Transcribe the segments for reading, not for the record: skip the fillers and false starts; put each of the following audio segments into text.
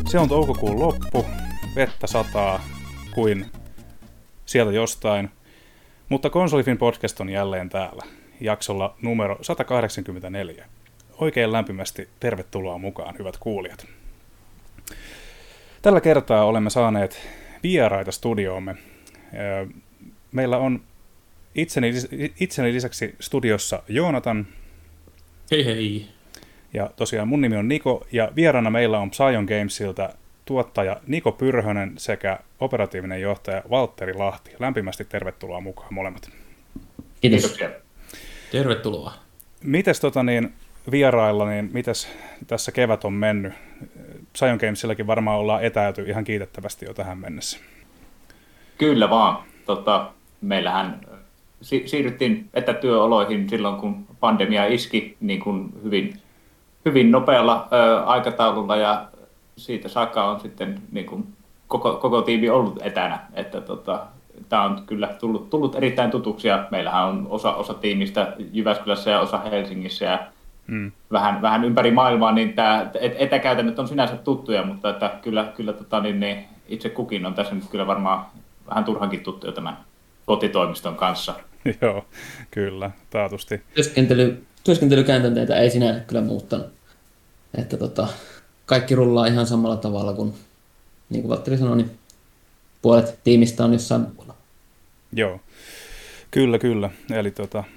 Se on toukokuun loppu, vettä sataa kuin sieltä jostain, mutta Konsolifin podcast on jälleen täällä, jaksolla numero 184. Oikein lämpimästi tervetuloa mukaan, hyvät kuulijat. Tällä kertaa olemme saaneet vieraita studioomme. Meillä on itseni lisäksi studiossa Joonatan. Hei hei. Ja tosiaan mun nimi on Niko, ja vieraana meillä on Psion Gamesilta tuottaja Niko Pyrhönen sekä operatiivinen johtaja Valtteri Lahti. Lämpimästi tervetuloa mukaan molemmat. Kiitos. Tervetuloa. Mites vierailla, niin mites tässä kevät on mennyt? Psion Gamesillakin varmaan ollaan etäyty ihan kiitettävästi jo tähän mennessä. Kyllä vaan. Meillähän siirryttiin etätyöoloihin silloin, kun pandemia iski niin kuin hyvin nopealla aikataululla, ja siitä saakka on sitten niin kuin koko tiimi ollut etänä. Että tämä on kyllä tullut erittäin tutuksi, ja meillähän on osa tiimistä Jyväskylässä ja osa Helsingissä ja vähän ympäri maailmaa, niin tämä etäkäytännöt on sinänsä tuttuja, mutta että kyllä itse kukin on tässä nyt kyllä varmaan vähän turhankin tuttuja tämän kotitoimiston kanssa. Joo, kyllä, taatusti. Työskentelykäytänteitä ei sinänsä kyllä muuttanut. Että kaikki rullaa ihan samalla tavalla kuin, niin kuin Valtteri sanoi, niin puolet tiimistä on jossain muualla. Joo, kyllä. Eli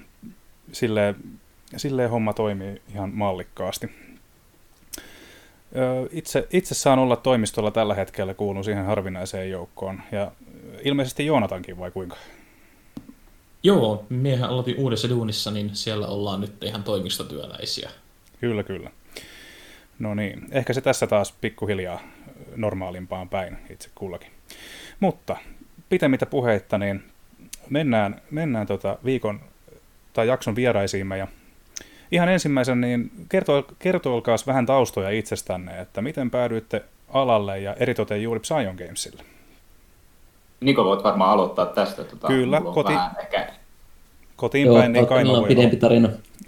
silleen homma toimii ihan mallikkaasti. Itse saan olla toimistolla tällä hetkellä, kuulun siihen harvinaiseen joukkoon. Ja ilmeisesti Joonatankin, vai kuinka? Joo, miehän aloitin uudessa duunissa, niin siellä ollaan nyt ihan toimistotyöläisiä. Kyllä. No niin, ehkä se tässä taas pikkuhiljaa normaalimpaan päin itse kullakin. Mutta pitemmittä puheitta, niin mennään viikon tai jakson vieraisiimme. Ja ihan ensimmäisen, niin kertoilkaas vähän taustoja itsestänne, että miten päädyitte alalle ja eritoten juuri Psion Gamesille. Niko, voit varmaan aloittaa tästä. Kyllä, kotiin päin, niin kai on pidempi tarina.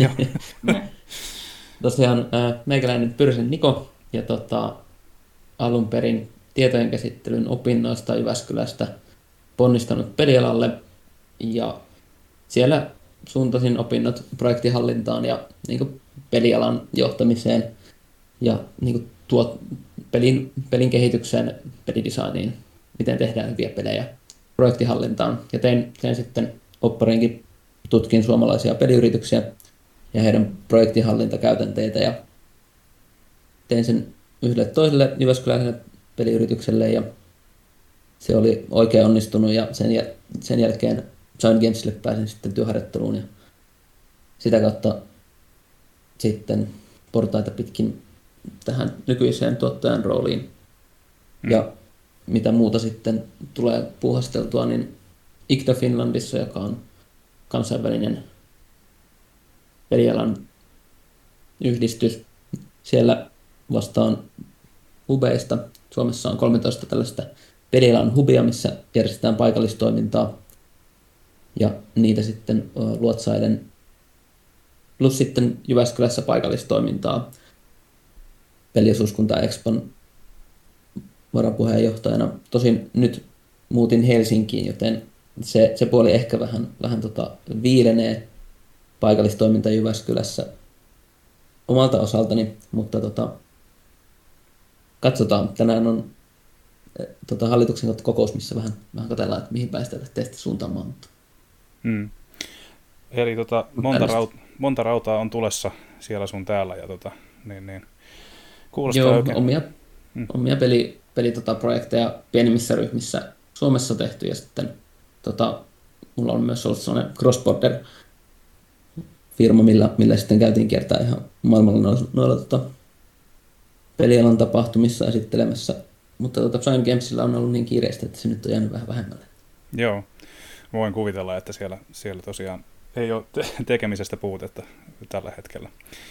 Tosiaan meikäläinen Pyrhönen Niko, ja alun perin tietojen käsittelyn opinnoista Jyväskylästä ponnistanut pelialalle, ja siellä suuntasin opinnot projektihallintaan ja niin pelialan johtamiseen ja niin pelin kehitykseen, pelidesigniin, miten tehdään hyviä pelejä, projektihallintaan. Ja tein sitten opparinkin, tutkin suomalaisia peliyrityksiä ja heidän projektihallintakäytänteitä, ja tein sen yhdelle toiselle jyväskyläiselle peliyritykselle, ja se oli oikein onnistunut, ja sen jälkeen Psion Gamesille pääsin sitten työharjoitteluun, ja sitä kautta sitten portaita pitkin tähän nykyiseen tuottajan rooliin. Ja mitä muuta sitten tulee puuhasteltua, niin ICTA Finlandissa, joka on kansainvälinen pelialan yhdistys. Siellä vastaan hubeista. Suomessa on 13 tällaista pelialan hubia, missä järjestetään paikallistoimintaa, ja niitä sitten luotsailen. Plus sitten Jyväskylässä paikallistoimintaa Peliosuuskunta Expon varapuheenjohtajana. Tosin nyt muutin Helsinkiin, joten se puoli ehkä vähän viilenee, paikallistoiminta Jyväskylässä omalta osaltani, mutta katsotaan. Tänään on hallituksen kautta kokous, missä vähän katsellaan, että mihin päin sitä lähtee sitten suuntaamaan. Mutta. Eli monta rautaa on tulessa siellä sun täällä, ja niin. Kuulostaa joo, oikein. Omia projekteja pienimmissä ryhmissä Suomessa tehty, ja sitten mulla on myös ollut sellainen cross-border firma, millä sitten käytiin kiertää ihan maailmalla noilla pelialan tapahtumissa esittelemässä, mutta Psion Gamesilla on ollut niin kiireistä, että se nyt on jäänyt vähän vähemmälle. Joo, voin kuvitella, että siellä tosiaan ei ole tekemisestä puutetta tällä hetkellä.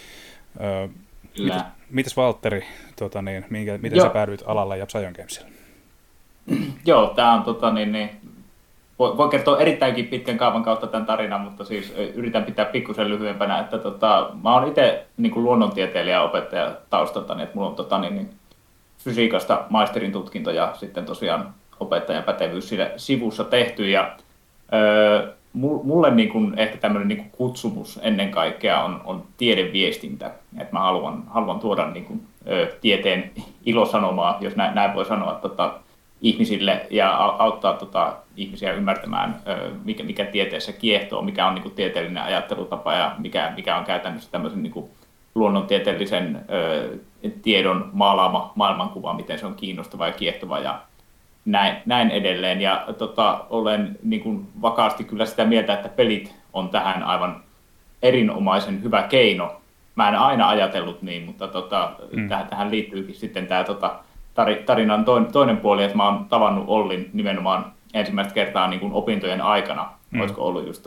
Mites Valtteri, miten sä päädyit alalle ja Psion Gamesille? Joo, tämä on voi kertoa erittäinkin pitkän kaavan kautta tämän tarinan, mutta siis yritän pitää pikkusen lyhyempänä, että mä oon itse niin luonnontieteilijä opettaja taustaltani, että mulla on fysiikasta maisterin tutkinto ja sitten tosiaan opettajan pätevyys siinä sivussa tehty. Ja mulle niin kuin ehkä tämmöinen niin kuin kutsumus ennen kaikkea on tiedeviestintä. Että mä haluan tuoda niin kuin, tieteen ilosanomaa, jos näin voi sanoa, ihmisille ja auttaa ihmisiä ymmärtämään, mikä tieteessä kiehtoo, mikä on niin kuin tieteellinen ajattelutapa ja mikä on käytännössä tämmöisen niin kuin luonnontieteellisen tiedon maalaama maailmankuva, miten se on kiinnostava ja kiehtova ja näin edelleen. Ja olen niin kuin vakaasti kyllä sitä mieltä, että pelit on tähän aivan erinomaisen hyvä keino. Mä en aina ajatellut niin, mutta tähän liittyykin sitten tämä tarinan toinen puoli, että mä oon tavannut Ollin nimenomaan ensimmäistä kertaa niin kuin opintojen aikana. Olisiko ollut just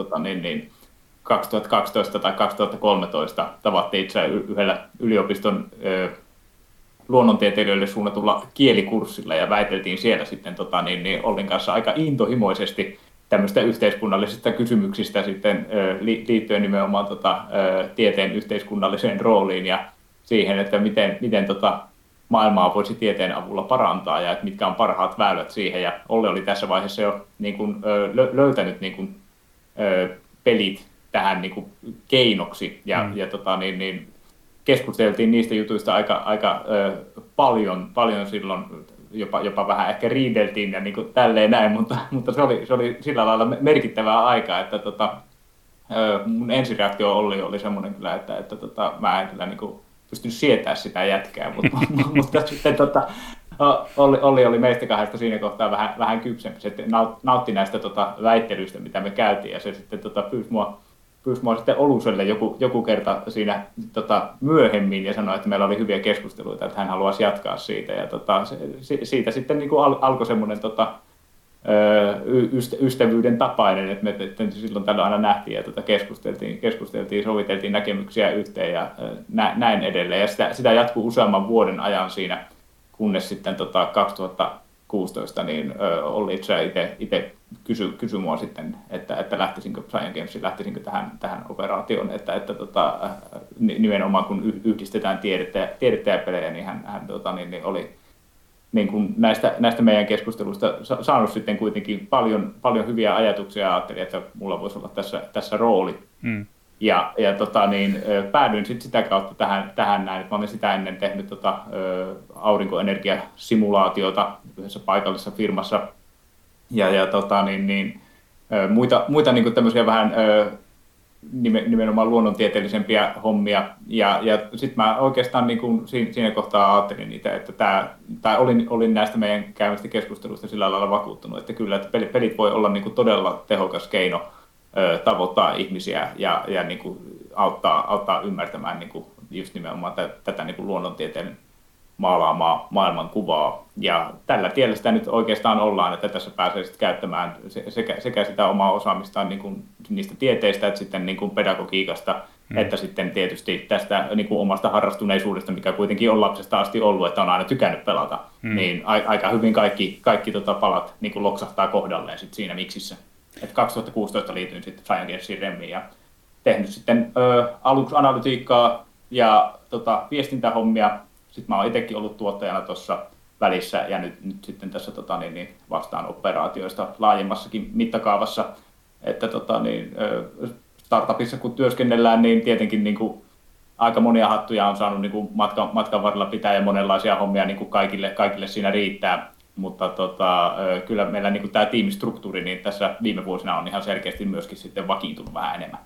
2012 tai 2013 tavattiin itse yhdellä yliopiston luonnontieteilijöille suunnatulla kielikurssilla ja väiteltiin siellä sitten Ollin kanssa aika intohimoisesti tämmöistä yhteiskunnallisista kysymyksistä sitten liittyen nimenomaan tieteen yhteiskunnalliseen rooliin ja siihen, että miten maailmaa voisi tieteen avulla parantaa ja että mitkä on parhaat väylät siihen. Ja Olli oli tässä vaiheessa jo niin kuin, löytänyt niin kuin, pelit tähän niin kuin, keinoksi ja keskusteltiin niistä jutuista aika paljon silloin, jopa vähän ehkä riideltiin ja niin kuin tälleen näin, mutta se oli sillä lailla merkittävää aikaa, että mun ensireaktio oli semmoinen kyllä, että mä en kyllä niin kuin pystynyt sietämään sitä jätkää, mutta sitten Olli oli meistä kahdesta siinä kohtaa vähän kypsempi, se nautti näistä väittelyistä, mitä me käytiin, ja se sitten pyysi mua sitten Oluselle joku kerta siinä myöhemmin ja sanoi, että meillä oli hyviä keskusteluita, että hän haluaisi jatkaa siitä. Ja siitä sitten niin kuin alkoi semmoinen ystävyyden tapainen, että me silloin tällöin aina nähtiin ja keskusteltiin, soviteltiin näkemyksiä yhteen ja näin edelleen. Ja sitä jatkuu useamman vuoden ajan siinä, kunnes sitten 2016 niin Olli itse kysyi mua sitten, että lähtisinkö Science Gamesin, lähtisinkö tähän operaatioon, että nimenomaan kun yhdistetään tiedettä ja pelejä, niin hän oli niin kuin näistä meidän keskusteluista saanut sitten kuitenkin paljon hyviä ajatuksia ja ajattelin, että mulla voisi olla tässä rooli. Ja päädyin sitten sitä kautta tähän näin, että mä olen sitä ennen tehnyt aurinkoenergiasimulaatiota yhdessä paikallisessa firmassa ja muita niin kuin tämmöisiä vähän nimenomaan luonnontieteellisempiä hommia ja sitten mä oikeastaan niin kuin siinä kohtaa ajattelin niitä, että olin näistä meidän käymistä keskusteluista sillä lailla vakuuttunut, että kyllä että pelit voi olla niin kuin todella tehokas keino tavoittaa ihmisiä ja niin kuin auttaa ymmärtämään niin kuin just nimenomaan tätä niin kuin luonnontieteen maalaamaa maailmankuvaa. Ja tällä tiellä sitä nyt oikeastaan ollaan, että tässä pääsee sitten käyttämään sekä sitä omaa osaamistaan niin kuin niistä tieteistä, että sitten niin kuin pedagogiikasta, että sitten tietysti tästä niin kuin omasta harrastuneisuudesta, mikä kuitenkin on lapsesta asti ollut, että on aina tykännyt pelata, niin aika hyvin kaikki palat niin kuin loksahtaa kohdalleen sit siinä miksissä. Et 2016 liityin sitten Science Gamesin Remmiin ja tehnyt sitten aluksi analytiikkaa ja viestintähommia. Sitten mä oon itsekin ollut tuottajana tuossa välissä ja nyt sitten tässä vastaan operaatioista laajemmassakin mittakaavassa. Että startupissa kun työskennellään, niin tietenkin niin kuin aika monia hattuja on saanut niin kuin matkan varrella pitää ja monenlaisia hommia niin kuin kaikille siinä riittää. Mutta kyllä meillä niin kuin tämä tiimistruktuuri niin tässä viime vuosina on ihan selkeästi myöskin sitten vakiintunut vähän enemmän.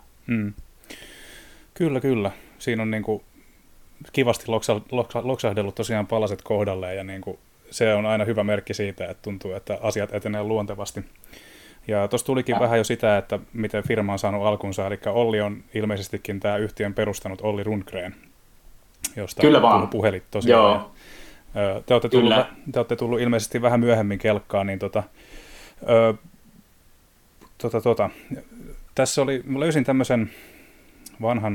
Kyllä. Siinä on niin kuin kivasti loksahdellut tosiaan palaset kohdalleen ja niin kuin se on aina hyvä merkki siitä, että tuntuu, että asiat etenee luontevasti. Ja tuossa tulikin vähän jo sitä, että miten firma on saanut alkunsa, eli Olli on ilmeisestikin tämä yhtiön perustanut Olli Rundgren, josta puhelit tosiaan. Joo. Te olette tullut ilmeisesti vähän myöhemmin kelkkaan, niin tässä mä löysin tämmöisen vanhan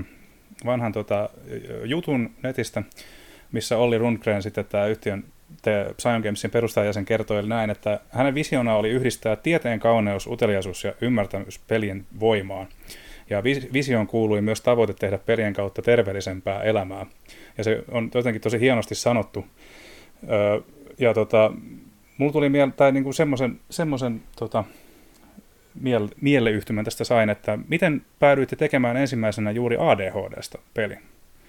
jutun netistä, missä Olli Rundgren sitten tämä yhtiön Science Gamesin perustajajäsen kertoi näin, että hänen visiona oli yhdistää tieteen kauneus, uteliaisuus ja ymmärtämys pelien voimaan. Ja visioon kuului myös tavoite tehdä pelien kautta terveellisempää elämää. Ja se on jotenkin tosi hienosti sanottu, Ja mulla tuli tai niinku semmoisen mieleyhtymän tästä sain, että miten päädyitte tekemään ensimmäisenä juuri ADHDsta peli?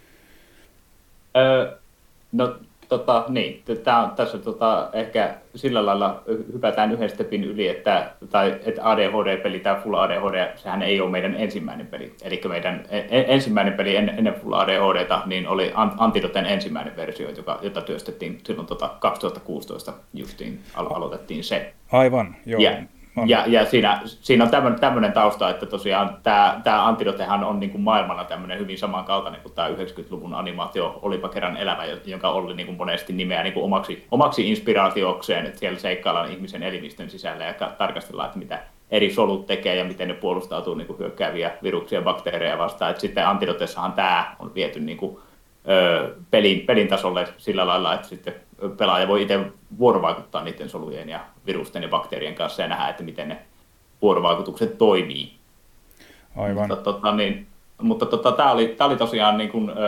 No niin, tässä ehkä sillä lailla hypätään yhden stepin yli, että ADHD-peli, tämä Full ADHD, sehän ei ole meidän ensimmäinen peli. Eli meidän ensimmäinen peli ennen Full ADHDta niin oli Antidoten ensimmäinen versio, jota työstettiin silloin 2016 justiin aloitettiin se. Aivan, joo. Ja siinä on tämmöinen tausta, että tosiaan tämä Antidotehan on niin kuin maailmana tämmöinen hyvin samankaltainen kuin tämä 90-luvun animaatio Olipa kerran elävä, jonka Olli niin kuin monesti nimeää niin kuin omaksi inspiraatiokseen, että siellä seikkaillaan ihmisen elimistön sisällä ja tarkastellaan, että mitä eri solut tekee ja miten ne puolustautuu niin kuin hyökkääviä viruksia ja bakteereja vastaan. Et sitten Antidotessahan tämä on viety niin kuin, pelin tasolle sillä lailla, että sitten pelaaja voi itse vuorovaikuttaa niiden solujen ja virusten ja bakteerien kanssa ja nähdä, että miten ne vuorovaikutukset toimii. Aivan. Mutta tämä oli tosiaan niin kuin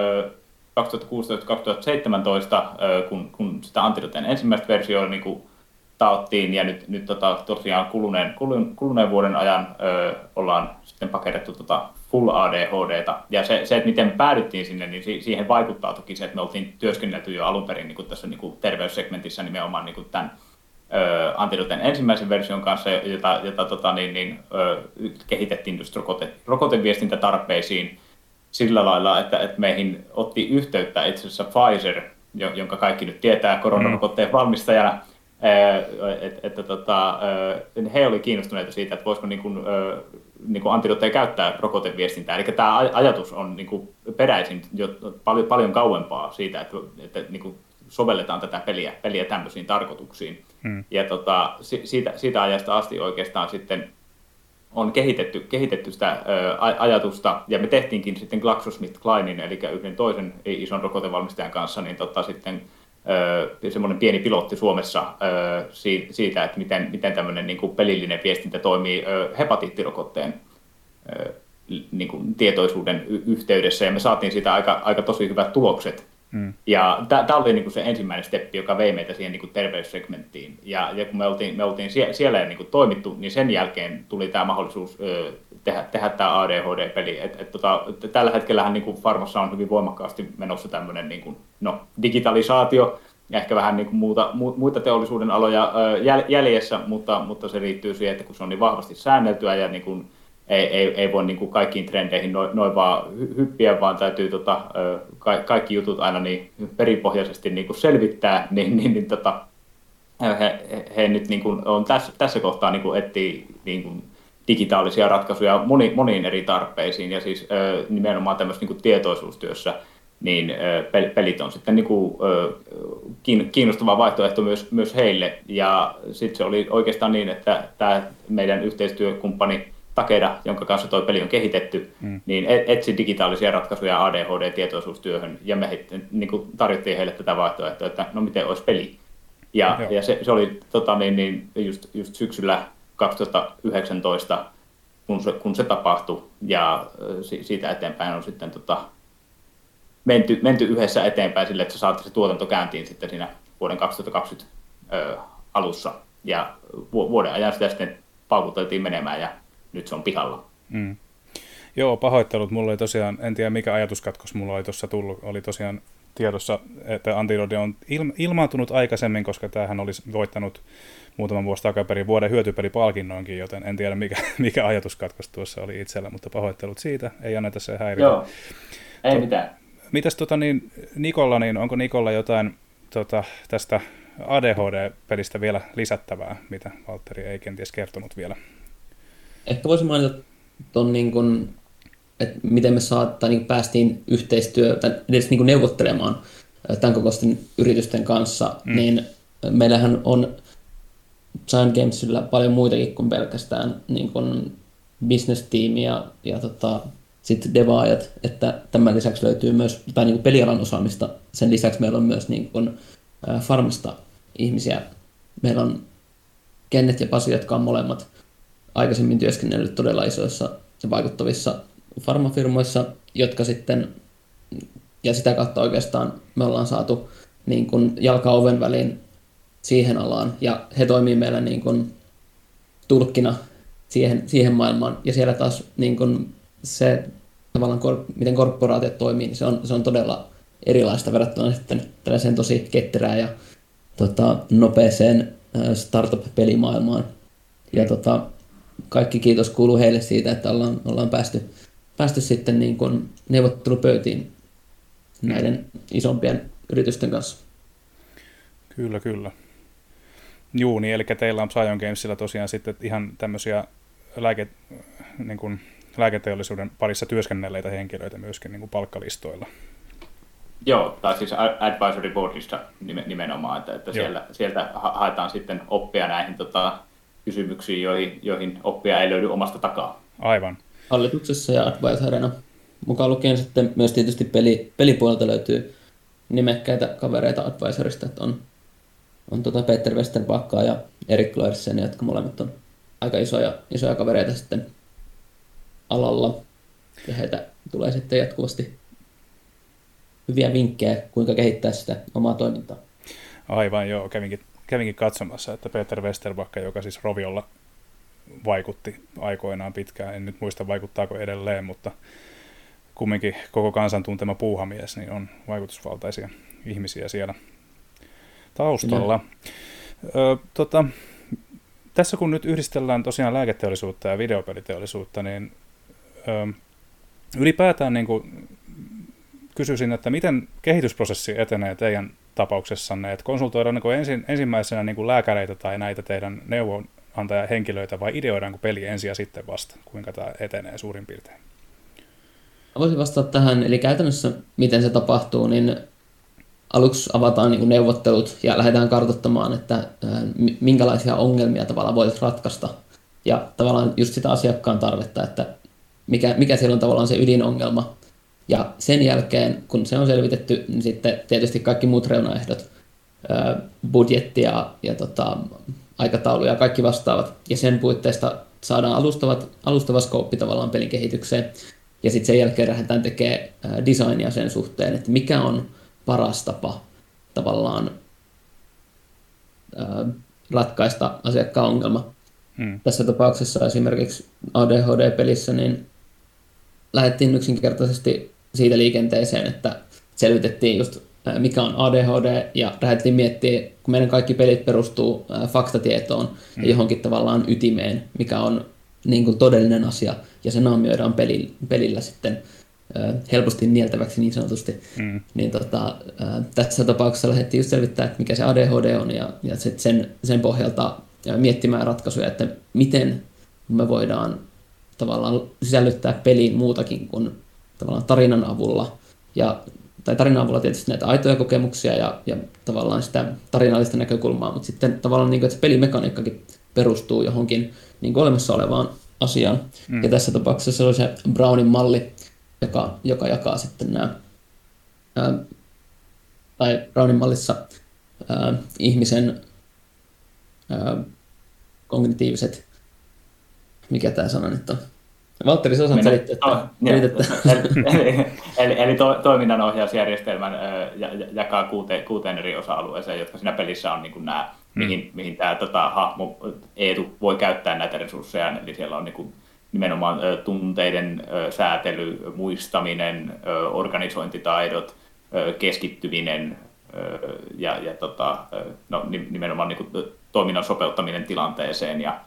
2016-2017, kun sitä Antidoten ensimmäistä versioa niin kuin taottiin, ja nyt tosiaan kuluneen vuoden ajan ollaan sitten paketettu Full ADHDta, ja se, että miten päädyttiin sinne, niin siihen vaikuttaa toki se, että me oltiin työskennelty jo alun perin niin kuin tässä niin kuin terveyssegmentissä nimenomaan niin kuin tämän Antidoten ensimmäisen version kanssa, jota kehitettiin just rokoteviestintätarpeisiin sillä lailla, että meihin otti yhteyttä itse asiassa Pfizer, jonka kaikki nyt tietää koronarokotteen valmistajana, että he olivat kiinnostuneita siitä, että voisiko niin kuin Antidotteja käyttää rokoteviestintää. Eli tämä ajatus on niin kuin peräisin jo paljon kauempaa siitä, että niin kuin sovelletaan tätä peliä tämmöisiin tarkoituksiin. Ja siitä ajasta asti oikeastaan sitten on kehitetty sitä ajatusta, ja me tehtiinkin sitten GlaxoSmithKlinein, eli yhden toisen ison rokotevalmistajan kanssa, niin sitten semmoinen pieni pilotti Suomessa siitä, että miten tämmöinen niin kuin pelillinen viestintä toimii hepatiittirokotteen niin kuin tietoisuuden yhteydessä, ja me saatiin siitä aika tosi hyvät tulokset. Ja tämä oli niin kuin se ensimmäinen steppi, joka vei meitä siihen niin kuin terveyssegmenttiin. Ja kun me oltiin siellä niin kuin toimittu, niin sen jälkeen tuli tämä mahdollisuus tehdä tämä ADHD-peli. Tällä hetkellähän niin kuin Farmassa on hyvin voimakkaasti menossa tämmöinen niin kuin, digitalisaatio, ja ehkä vähän niin kuin muita teollisuuden aloja jäljessä, mutta se liittyy siihen, että kun se on niin vahvasti säänneltyä ja niin kuin ei voi niin kuin kaikkiin trendeihin noin vaan hyppiä, vaan täytyy kaikki jutut aina niin perinpohjaisesti niin kuin selvittää, he nyt niin kuin on tässä kohtaa niin kuin etsii niin kuin digitaalisia ratkaisuja moniin eri tarpeisiin, ja siis nimenomaan tämmöisessä niin kuin tietoisuustyössä niin pelit on sitten niin kuin kiinnostava vaihtoehto myös heille, ja sitten se oli oikeastaan niin, että tämä meidän yhteistyökumppani Takeda, jonka kanssa tuo peli on kehitetty, niin etsi digitaalisia ratkaisuja ADHD-tietoisuustyöhön, ja me niin kuin tarjottiin heille tätä vaihtoehtoa, että no miten olisi peli. Ja se oli just syksyllä 2019, kun se tapahtui, ja siitä eteenpäin on sitten menty yhdessä eteenpäin sille, että se saatiin se tuotanto käyntiin sitten siinä vuoden 2020 alussa, ja vuoden ajan sitä sitten paukuteltiin menemään, ja nyt se on pihalla. Joo, pahoittelut. Mulla oli tosiaan, en tiedä mikä ajatuskatkos mulla oli tuossa tullut, oli tosiaan tiedossa, että Antidode on ilmaantunut aikaisemmin, koska tämähän olisi voittanut muutaman vuosi takaperin vuoden hyötypelipalkinnoinkin, joten en tiedä mikä ajatuskatkos tuossa oli itsellä, mutta pahoittelut siitä, ei anneta se häiriö. Joo, ei mitään. Mitäs Nikolla, niin onko Nikolla jotain tästä ADHD-pelistä vielä lisättävää, mitä Valtteri ei kenties kertonut vielä? Ehkä voisin mainita tuon, niin kun, että miten me päästiin yhteistyötä, edes niin neuvottelemaan tämän kokoisten yritysten kanssa, niin meillähän on Giant Gamesilla paljon muitakin kuin pelkästään niin kun business-tiimiä ja sitten devaajat, että tämän lisäksi löytyy myös niin pelialan osaamista. Sen lisäksi meillä on myös niin kun, Farmasta ihmisiä. Meillä on Kenneth ja Pasi, jotka on molemmat aikaisemmin työskennellyt todella isoissa ja vaikuttavissa farmafirmoissa, jotka sitten, ja sitä kautta oikeastaan me ollaan saatu niin kuin jalka oven väliin siihen alaan, ja he toimii meillä niin kuin tulkkina siihen maailmaan, ja siellä taas niin kuin se tavallaan, miten korporaatiot toimii, niin se on todella erilaista verrattuna sitten tällaiseen tosi ketterään ja nopeeseen startup-pelimaailmaan. Ja kaikki kiitos kuuluu heille siitä, että ollaan päästy sitten niin kuin neuvottelupöytiin näiden isompien yritysten kanssa. Kyllä. Juu, niin eli teillä on Psion Gamesilla tosiaan sitten ihan tämmöisiä lääketeollisuuden parissa työskennelleitä henkilöitä myöskin niin kuin palkkalistoilla. Joo, tai siis advisory boardista nimenomaan, että sieltä haetaan sitten oppia näihin kysymyksiin, joihin oppia ei löydy omasta takaa. Aivan. Hallituksessa ja advisorina. Mukaan lukien sitten myös tietysti pelipuolelta löytyy nimekkäitä kavereita advisorista, että on Peter Westerbackaa ja Erik Loersen, jotka molemmat on aika isoja kavereita sitten alalla, ja heitä tulee sitten jatkuvasti hyviä vinkkejä, kuinka kehittää sitä omaa toimintaa. Aivan, joo. Kävinkin katsomassa, että Peter Westerbacka, joka siis Roviolla vaikutti aikoinaan pitkään, en nyt muista vaikuttaako edelleen, mutta kumminkin koko kansan tuntema puuhamies, niin on vaikutusvaltaisia ihmisiä siellä taustalla. Tässä kun nyt yhdistellään tosiaan lääketeollisuutta ja videopeliteollisuutta, niin ylipäätään niin kuin kysyisin, että miten kehitysprosessi etenee teidän tapauksessanne, että konsultoidaan niin ensimmäisenä niin kuin lääkäreitä tai näitä teidän neuvonantajahenkilöitä vai ideoidaanko peli ensin ja sitten vasta, kuinka tämä etenee suurin piirtein? Voisin vastata tähän, eli käytännössä miten se tapahtuu, niin aluksi avataan niin kuin neuvottelut ja lähdetään kartoittamaan, että minkälaisia ongelmia tavallaan voitaisiin ratkaista ja tavallaan just sitä asiakkaan tarvetta, että mikä siellä on tavallaan se ydinongelma. Ja sen jälkeen, kun se on selvitetty, niin sitten tietysti kaikki muut reunaehdot, budjetti ja aikataulu ja kaikki vastaavat. Ja sen puitteista saadaan alustava skooppi tavallaan pelin kehitykseen. Ja sitten sen jälkeen lähdetään tekemään designia sen suhteen, että mikä on paras tapa tavallaan ratkaista asiakkaan ongelma. Tässä tapauksessa esimerkiksi ADHD-pelissä niin lähdettiin yksinkertaisesti siitä liikenteeseen, että selvitettiin just mikä on ADHD ja lähdettiin miettimään, kun meidän kaikki pelit perustuu faktatietoon ja johonkin tavallaan ytimeen, mikä on niin kuin todellinen asia ja se naamioidaan pelillä sitten helposti nieltäväksi niin sanotusti. Niin tässä tapauksessa lähdettiin just selvittää, että mikä se ADHD on ja sen pohjalta miettimään ratkaisuja, että miten me voidaan tavallaan sisällyttää peliin muutakin kuin tavallaan tarinan avulla. Tai tarinan avulla tietysti näitä aitoja kokemuksia ja tavallaan sitä tarinallista näkökulmaa, mutta sitten tavallaan niin kuin, että se pelimekaniikkakin perustuu johonkin niin kuin olemassa olevaan asiaan. Ja tässä tapauksessa se oli se Brownin malli, joka jakaa sitten nämä, tai Brownin mallissa ihmisen kognitiiviset, mikä tämä sana nyt on? Valtteri, sä osaat selittää. Eli toiminnanohjausjärjestelmän jakaa kuuteen eri osa-alueeseen, jotka siinä pelissä on niin kuin nämä, mihin tämä hahmo Eetu voi käyttää näitä resursseja. Eli siellä on niin kuin nimenomaan tunteiden säätely, muistaminen, organisointitaidot, keskittyminen ja nimenomaan niin kuin toiminnan sopeuttaminen tilanteeseen ja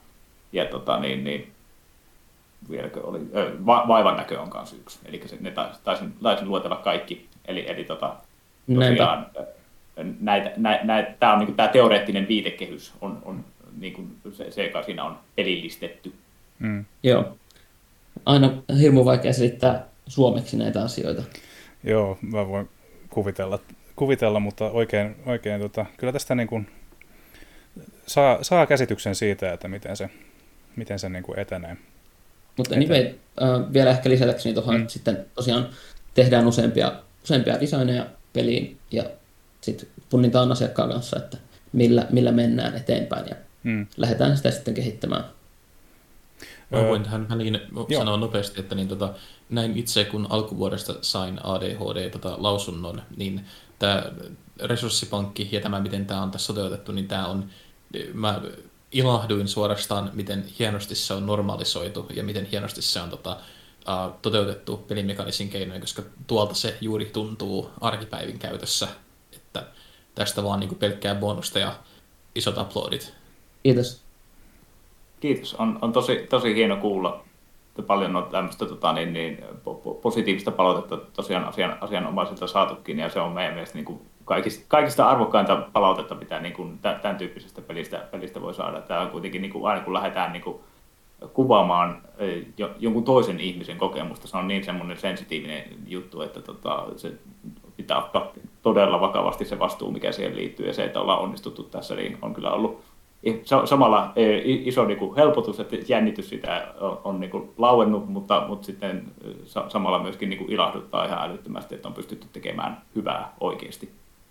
vieläkö oli, vaivan näkö on kanssa yksi, eli ne taisin luetella kaikki, eli tosiaan tämä on niin tämä teoreettinen viitekehys on niin kuin se, joka siinä on pelillistetty. Joo, aina hirmu vaikea selittää suomeksi näitä asioita. Joo, mä voin kuvitella, mutta oikein kyllä tästä niin kuin saa käsityksen siitä, että miten se niin kuin etenee. Mutta anyway, vielä ehkä lisätäkseni tuohon, että sitten tosiaan tehdään useampia designeja peliin ja sitten punnitaan asiakkaan kanssa, että millä mennään eteenpäin ja lähdetään sitä sitten kehittämään. Mä voin tähän sanoa nopeasti, että näin itse kun alkuvuodesta sain ADHD lausunnon, niin tämä resurssipankki ja tämä, miten tämä on tässä toteutettu, niin mä ilahduin suorastaan, miten hienosti se on normalisoitu ja miten hienosti se on toteutettu pelimekanisin keinoin, koska tuolta se juuri tuntuu arkipäivin käytössä, että tästä vaan niin kuin pelkkää bonusta ja isot uploadit. Kiitos. Kiitos. On tosi hieno kuulla, että paljon on tämmöistä positiivista palautetta tosiaan asianomaisilta saatukin, ja se on meidän mielestä niin kuin kaikista arvokkainta palautetta, mitä niin kuin tämän tyyppisestä pelistä voi saada. Tämä on kuitenkin niin kuin, aina kun lähdetään niin kuin kuvaamaan jonkun toisen ihmisen kokemusta, se on niin semmoinen sensitiivinen juttu, että se pitää ottaa todella vakavasti se vastuu, mikä siihen liittyy, ja se, että ollaan onnistuttu tässä, niin on kyllä ollut samalla iso niin kuin helpotus, että jännitys sitä on niin kuin lauennut, mutta sitten samalla myöskin niin kuin ilahduttaa ihan älyttömästi, että on pystytty tekemään hyvää oikeasti.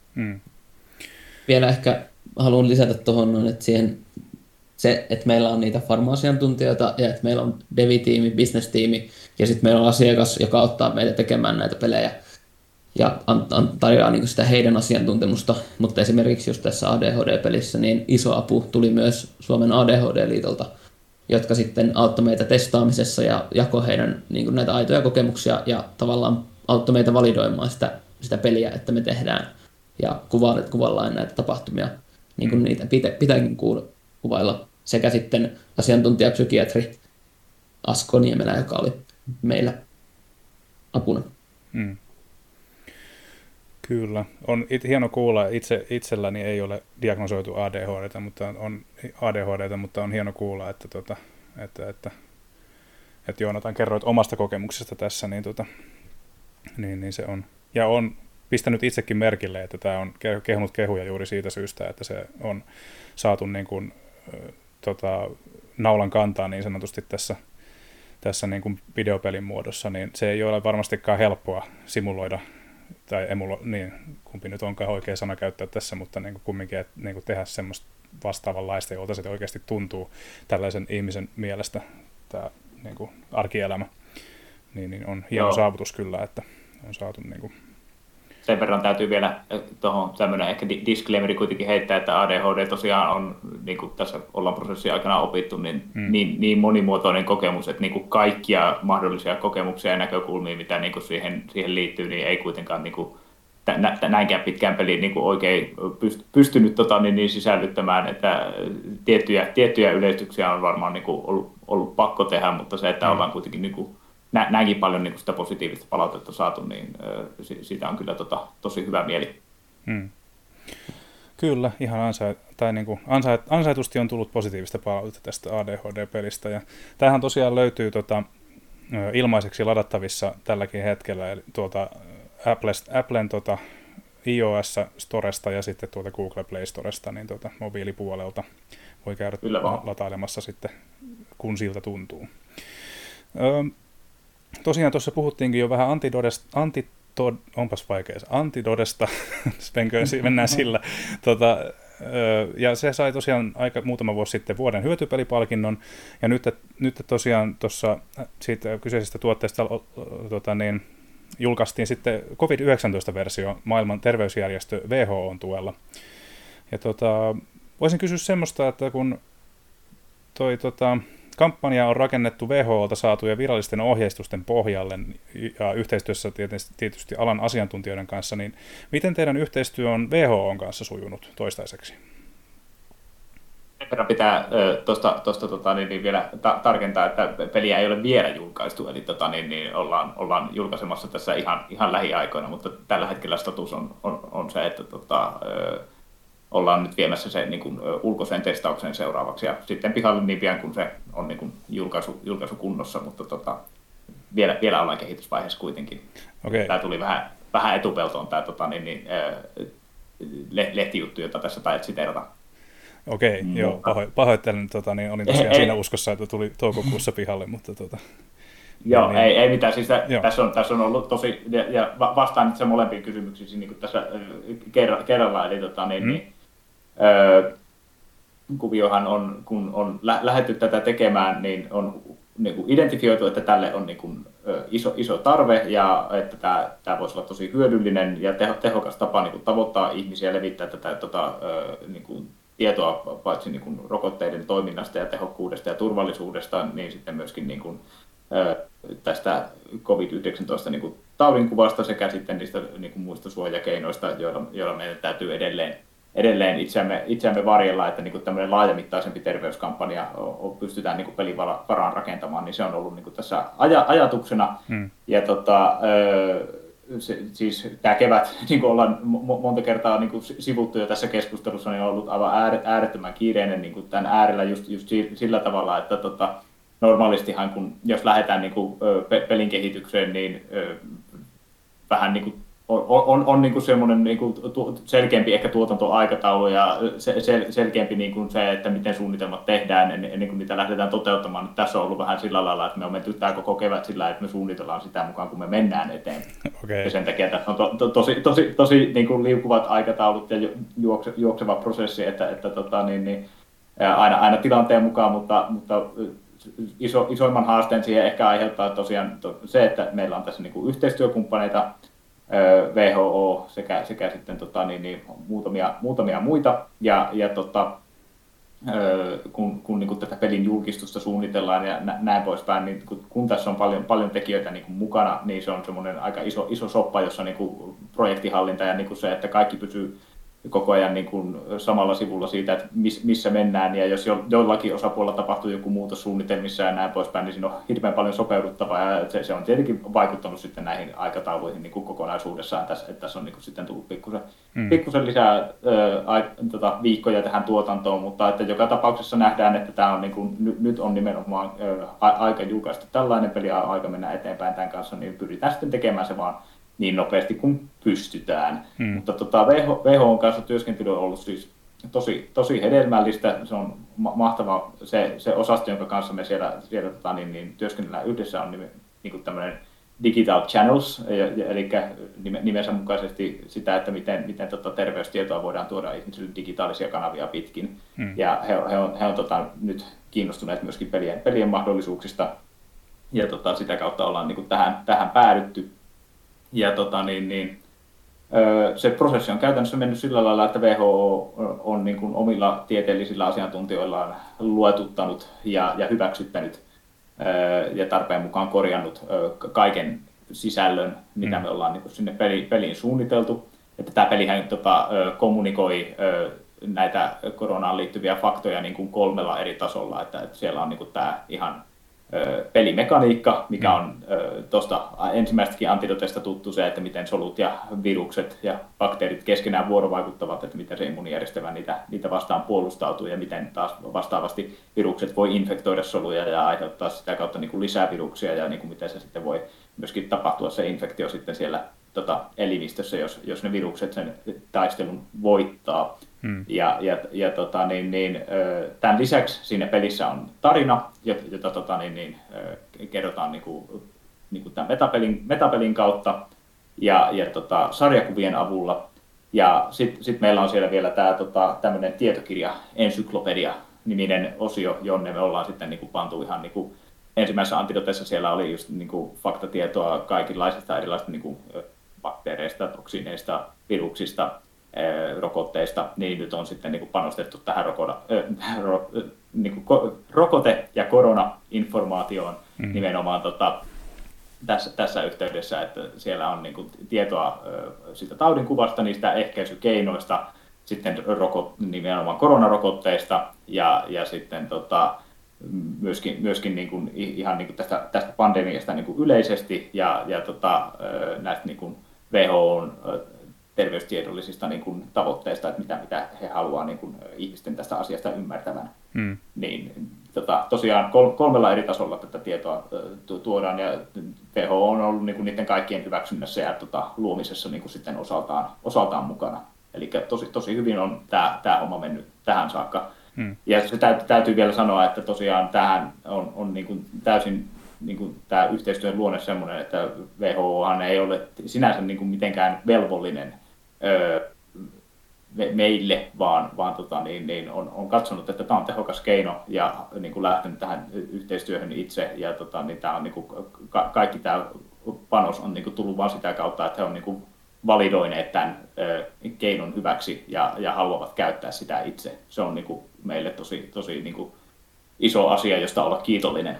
Vielä ehkä haluan lisätä tuohon, että siihen se, että meillä on niitä farma-asiantuntijoita ja että meillä on dev-tiimi, business-tiimi ja sitten meillä on asiakas, joka auttaa meitä tekemään näitä pelejä ja tarjoaa niin sitä heidän asiantuntemusta, mutta esimerkiksi just tässä ADHD-pelissä niin iso apu tuli myös Suomen ADHD-liitolta, jotka sitten auttoi meitä testaamisessa ja jakoi heidän niin näitä aitoja kokemuksia ja tavallaan auttoi meitä validoimaan sitä peliä, että me tehdään ja kuvaillaan näitä tapahtumia, niin kuin niitä pitääkin kuvailla, sekä sitten asiantuntijapsykiatri Asko Niemelä, joka oli meillä apuna. Kyllä. On hieno kuulla. Itselläni ei ole diagnosoitu ADHD:tä, mutta on hieno kuulla, että Joonatan kerroit omasta kokemuksesta tässä, niin se on. Ja on pistänyt itsekin merkille, että tämä on kehunut kehuja juuri siitä syystä, että se on saatu niin kuin, naulan kantaa niin sanotusti tässä niin kuin videopelin muodossa, niin se ei ole varmastikaan helppoa simuloida tai niin, kumpi nyt onkaan oikea sana käyttää tässä, mutta niin kuin kumminkin niin kuin tehdä semmoista vastaavanlaista, jolta se oikeasti tuntuu tällaisen ihmisen mielestä tämä niin kuin arkielämä, niin on hieno saavutus kyllä, että on saatu niin kuin. Sen verran täytyy vielä tuohon tämmöinen ehkä disclaimeri kuitenkin heittää, että ADHD tosiaan on, niin kuin tässä ollaan prosessin aikana opittu, niin monimuotoinen kokemus, että niin kuin kaikkia mahdollisia kokemuksia ja näkökulmia, mitä niin kuin siihen liittyy, niin ei kuitenkaan niin kuin näinkään pitkään peliin niin kuin oikein pystynyt niin sisällyttämään, että tiettyjä yleistyksiä on varmaan niin kuin ollut pakko tehdä, mutta se, että ollaan kuitenkin niin kuin näinkin paljon niin sitä positiivista palautetta saatu, niin siitä on kyllä tosi hyvä mieli. Kyllä, ihan ansaitusti on tullut positiivista palautetta tästä ADHD-pelistä. Ja tämähän tosiaan löytyy ilmaiseksi ladattavissa tälläkin hetkellä, eli tuolta Applen iOS-storesta ja sitten tuolta Google Play Storesta, niin mobiilipuolelta voi käydä latailemassa sitten, kun siltä tuntuu. Tosiaan tuossa puhuttiinkin jo vähän Antidodesta, mennään sillä. Ja se sai tosiaan muutama vuosi sitten vuoden hyötypelipalkinnon, ja nyt tosiaan tuossa siitä kyseisestä tuotteesta julkaistiin sitten COVID-19-versio maailman terveysjärjestö WHO:n tuella. Ja voisin kysyä semmoista, että kun kampanja on rakennettu WHO:lta saatujen virallisten ohjeistusten pohjalle ja yhteistyössä tietysti alan asiantuntijoiden kanssa, niin miten teidän yhteistyö on WHO:n kanssa sujunut toistaiseksi? Sen verran pitää tuosta vielä tarkentaa, että peliä ei ole vielä julkaistu, eli ollaan julkaisemassa tässä ihan lähiaikoina, mutta tällä hetkellä status on se, että ollaan nyt viemässä se niin kuin ulkoisen testauksen seuraavaksi ja sitten pihalle niin pian kun se on niin kuin julkaisu kunnossa, mutta vielä ollaan kehitysvaiheessa kuitenkin. Okay. Tämä tuli vähän etupeltoon tämä lehtijuttu, jota tässä taidat siteerata. Okei, joo, pahoittelen, olin tosiaan siinä uskossa, että tuli toukokuussa pihalle, mutta Joo, niin. ei mitään. Siis tässä on ollut tosi, ja vastaan nyt se molempiin kysymyksiin niin kuin tässä kerralla, eli kuviohan on, kun on lähdetty tätä tekemään, niin on niin kuin identifioitu, että tälle on niin kuin, iso tarve ja että tämä voisi olla tosi hyödyllinen ja tehokas tapa niin kuin tavoittaa ihmisiä ja levittää tätä niin kuin tietoa paitsi niin kuin rokotteiden toiminnasta ja tehokkuudesta ja turvallisuudesta, niin sitten myöskin niin kuin, tästä COVID-19 niin kuin taudinkuvasta sekä sitten niistä niin kuin muista suojakeinoista, joilla meidän täytyy edelleen itseämme varjella, että niin kuin tämmöinen laajamittaisempi terveyskampanja pystytään niin kuin pelin varaan rakentamaan, niin se on ollut niin kuin tässä ajatuksena. Ja siis tämä kevät, niin kuin ollaan monta kertaa niin kuin sivuttu jo tässä keskustelussa, niin on ollut aivan äärettömän kiireinen niin kuin tämän äärellä just sillä tavalla, että normaalistihan, jos lähdetään niin kuin pelin kehitykseen, niin vähän niin kuin on niin kuin semmoinen niin kuin selkeämpi ehkä tuotantoaikataulu ja selkeämpi niin kuin se, että miten suunnitelmat tehdään ennen kuin niitä lähdetään toteuttamaan. Nyt tässä on ollut vähän sillä lailla, että me on menty tämä koko kevät sillä, että me suunnitellaan sitä mukaan, kun me mennään eteen. Okay. Ja sen takia tässä on tosi niin kuin liukuvat aikataulut ja juokseva prosessi, että aina tilanteen mukaan, mutta isoimman haasteen siihen ehkä aiheuttaa tosiaan se, että meillä on tässä niin kuin yhteistyökumppaneita, WHO sekä sitten muutamia muita ja kun niin kuin tätä pelin julkistusta suunnitellaan ja näin poispäin, niin kun tässä on paljon tekijöitä niin kuin mukana, niin se on semmoinen aika iso soppa, jossa niin kuin projektihallinta ja niin kuin se, että kaikki pysyy koko ajan niin kuin samalla sivulla siitä, että missä mennään, ja jos jollakin osapuolella tapahtuu joku muutos suunnitelmissa ja näin poispäin, niin siinä on hirveän paljon sopeuduttavaa, ja se on tietenkin vaikuttanut sitten näihin aikatauluihin niin kuin kokonaisuudessaan, että tässä on niin kuin sitten tullut pikkusen lisää viikkoja tähän tuotantoon, mutta että joka tapauksessa nähdään, että tämä on niin kuin, nyt on nimenomaan aika julkaista tällainen peli, aika mennä eteenpäin tämän kanssa, niin pyritään sitten tekemään se vaan niin nopeasti kuin pystytään. Mutta WHO:n kanssa työskentely on ollut siis tosi hedelmällistä. Se on mahtava se osasto, jonka kanssa me siellä työskennellään yhdessä, on niin kuin tämmöinen Digital Channels, eli nimensä mukaisesti sitä, että miten terveystietoa voidaan tuoda ihmisille digitaalisia kanavia pitkin. Ja he on nyt kiinnostuneet myöskin pelien mahdollisuuksista, ja sitä kautta ollaan niin kuin tähän päädytty. Ja se prosessi on käytännössä mennyt sillä lailla, että WHO on niin kuin omilla tieteellisillä asiantuntijoillaan luetuttanut ja hyväksyttänyt ja tarpeen mukaan korjannut kaiken sisällön, mitä me ollaan niin kuin sinne peliin suunniteltu. Että tämä pelihän kommunikoi näitä koronaan liittyviä faktoja niin kuin 3 eri tasolla, että siellä on niin kuin tämä ihan pelimekaniikka, mikä on tuosta ensimmäistäkin antidotesta tuttu se, että miten solut ja virukset ja bakteerit keskenään vuorovaikuttavat, että miten se immuunijärjestelmä niitä vastaan puolustautuu ja miten taas vastaavasti virukset voi infektoida soluja ja aiheuttaa sitä kautta niin kuin lisää viruksia ja niin kuin miten se sitten voi myöskin tapahtua se infektio sitten siellä elimistössä, jos ne virukset sen taistelun voittaa. Tämän lisäksi siinä pelissä on tarina, jota kerrotaan niin kuin tämän metapelin kautta ja sarjakuvien avulla. Ja sitten meillä on siellä vielä tämä tämmöinen tietokirja, ensyklopedia-niminen osio, jonne me ollaan sitten niin kuin pantu ihan niin kuin ensimmäisessä antidotessa siellä oli just niin kuin faktatietoa kaikenlaisista erilaisista niin kuin bakteereista, toksineista, viruksista, rokotteista, niin nyt on sitten niin kuin panostettu tähän rokote- ja korona-informaatioon nimenomaan tässä yhteydessä, että siellä on niin kuin tietoa siitä taudinkuvasta, niistä ehkäisykeinoista, sitten nimenomaan koronarokotteista ja sitten myöskin niin kuin, ihan niin kuin tästä pandemiasta niin kuin yleisesti ja näistä niin kuin WHO:n terveystiedollisista niin kuin tavoitteista, että mitä he haluaa niin kuin ihmisten tästä asiasta ymmärtävän. Niin, tosiaan 3 eri tasolla tätä tietoa tuodaan, ja WHO on ollut niin kuin niiden kaikkien hyväksynnässä ja luomisessa niin kuin sitten osaltaan mukana. Eli tosi hyvin on tämä homma mennyt tähän saakka. Ja se täytyy vielä sanoa, että tosiaan tähän on niin kuin täysin niin kuin tämä yhteistyön luonne sellainen, että WHOhan ei ole sinänsä niin kuin mitenkään velvollinen meille, vaan on katsonut, että tämä on tehokas keino ja niin kuin lähtenyt tähän yhteistyöhön itse. Ja tämä on, niin kuin, kaikki tämä panos on niin kuin tullut vain sitä kautta, että he on niin kuin validoineet tämän keinon hyväksi ja haluavat käyttää sitä itse. Se on niin kuin meille tosi niin kuin iso asia, josta olla kiitollinen.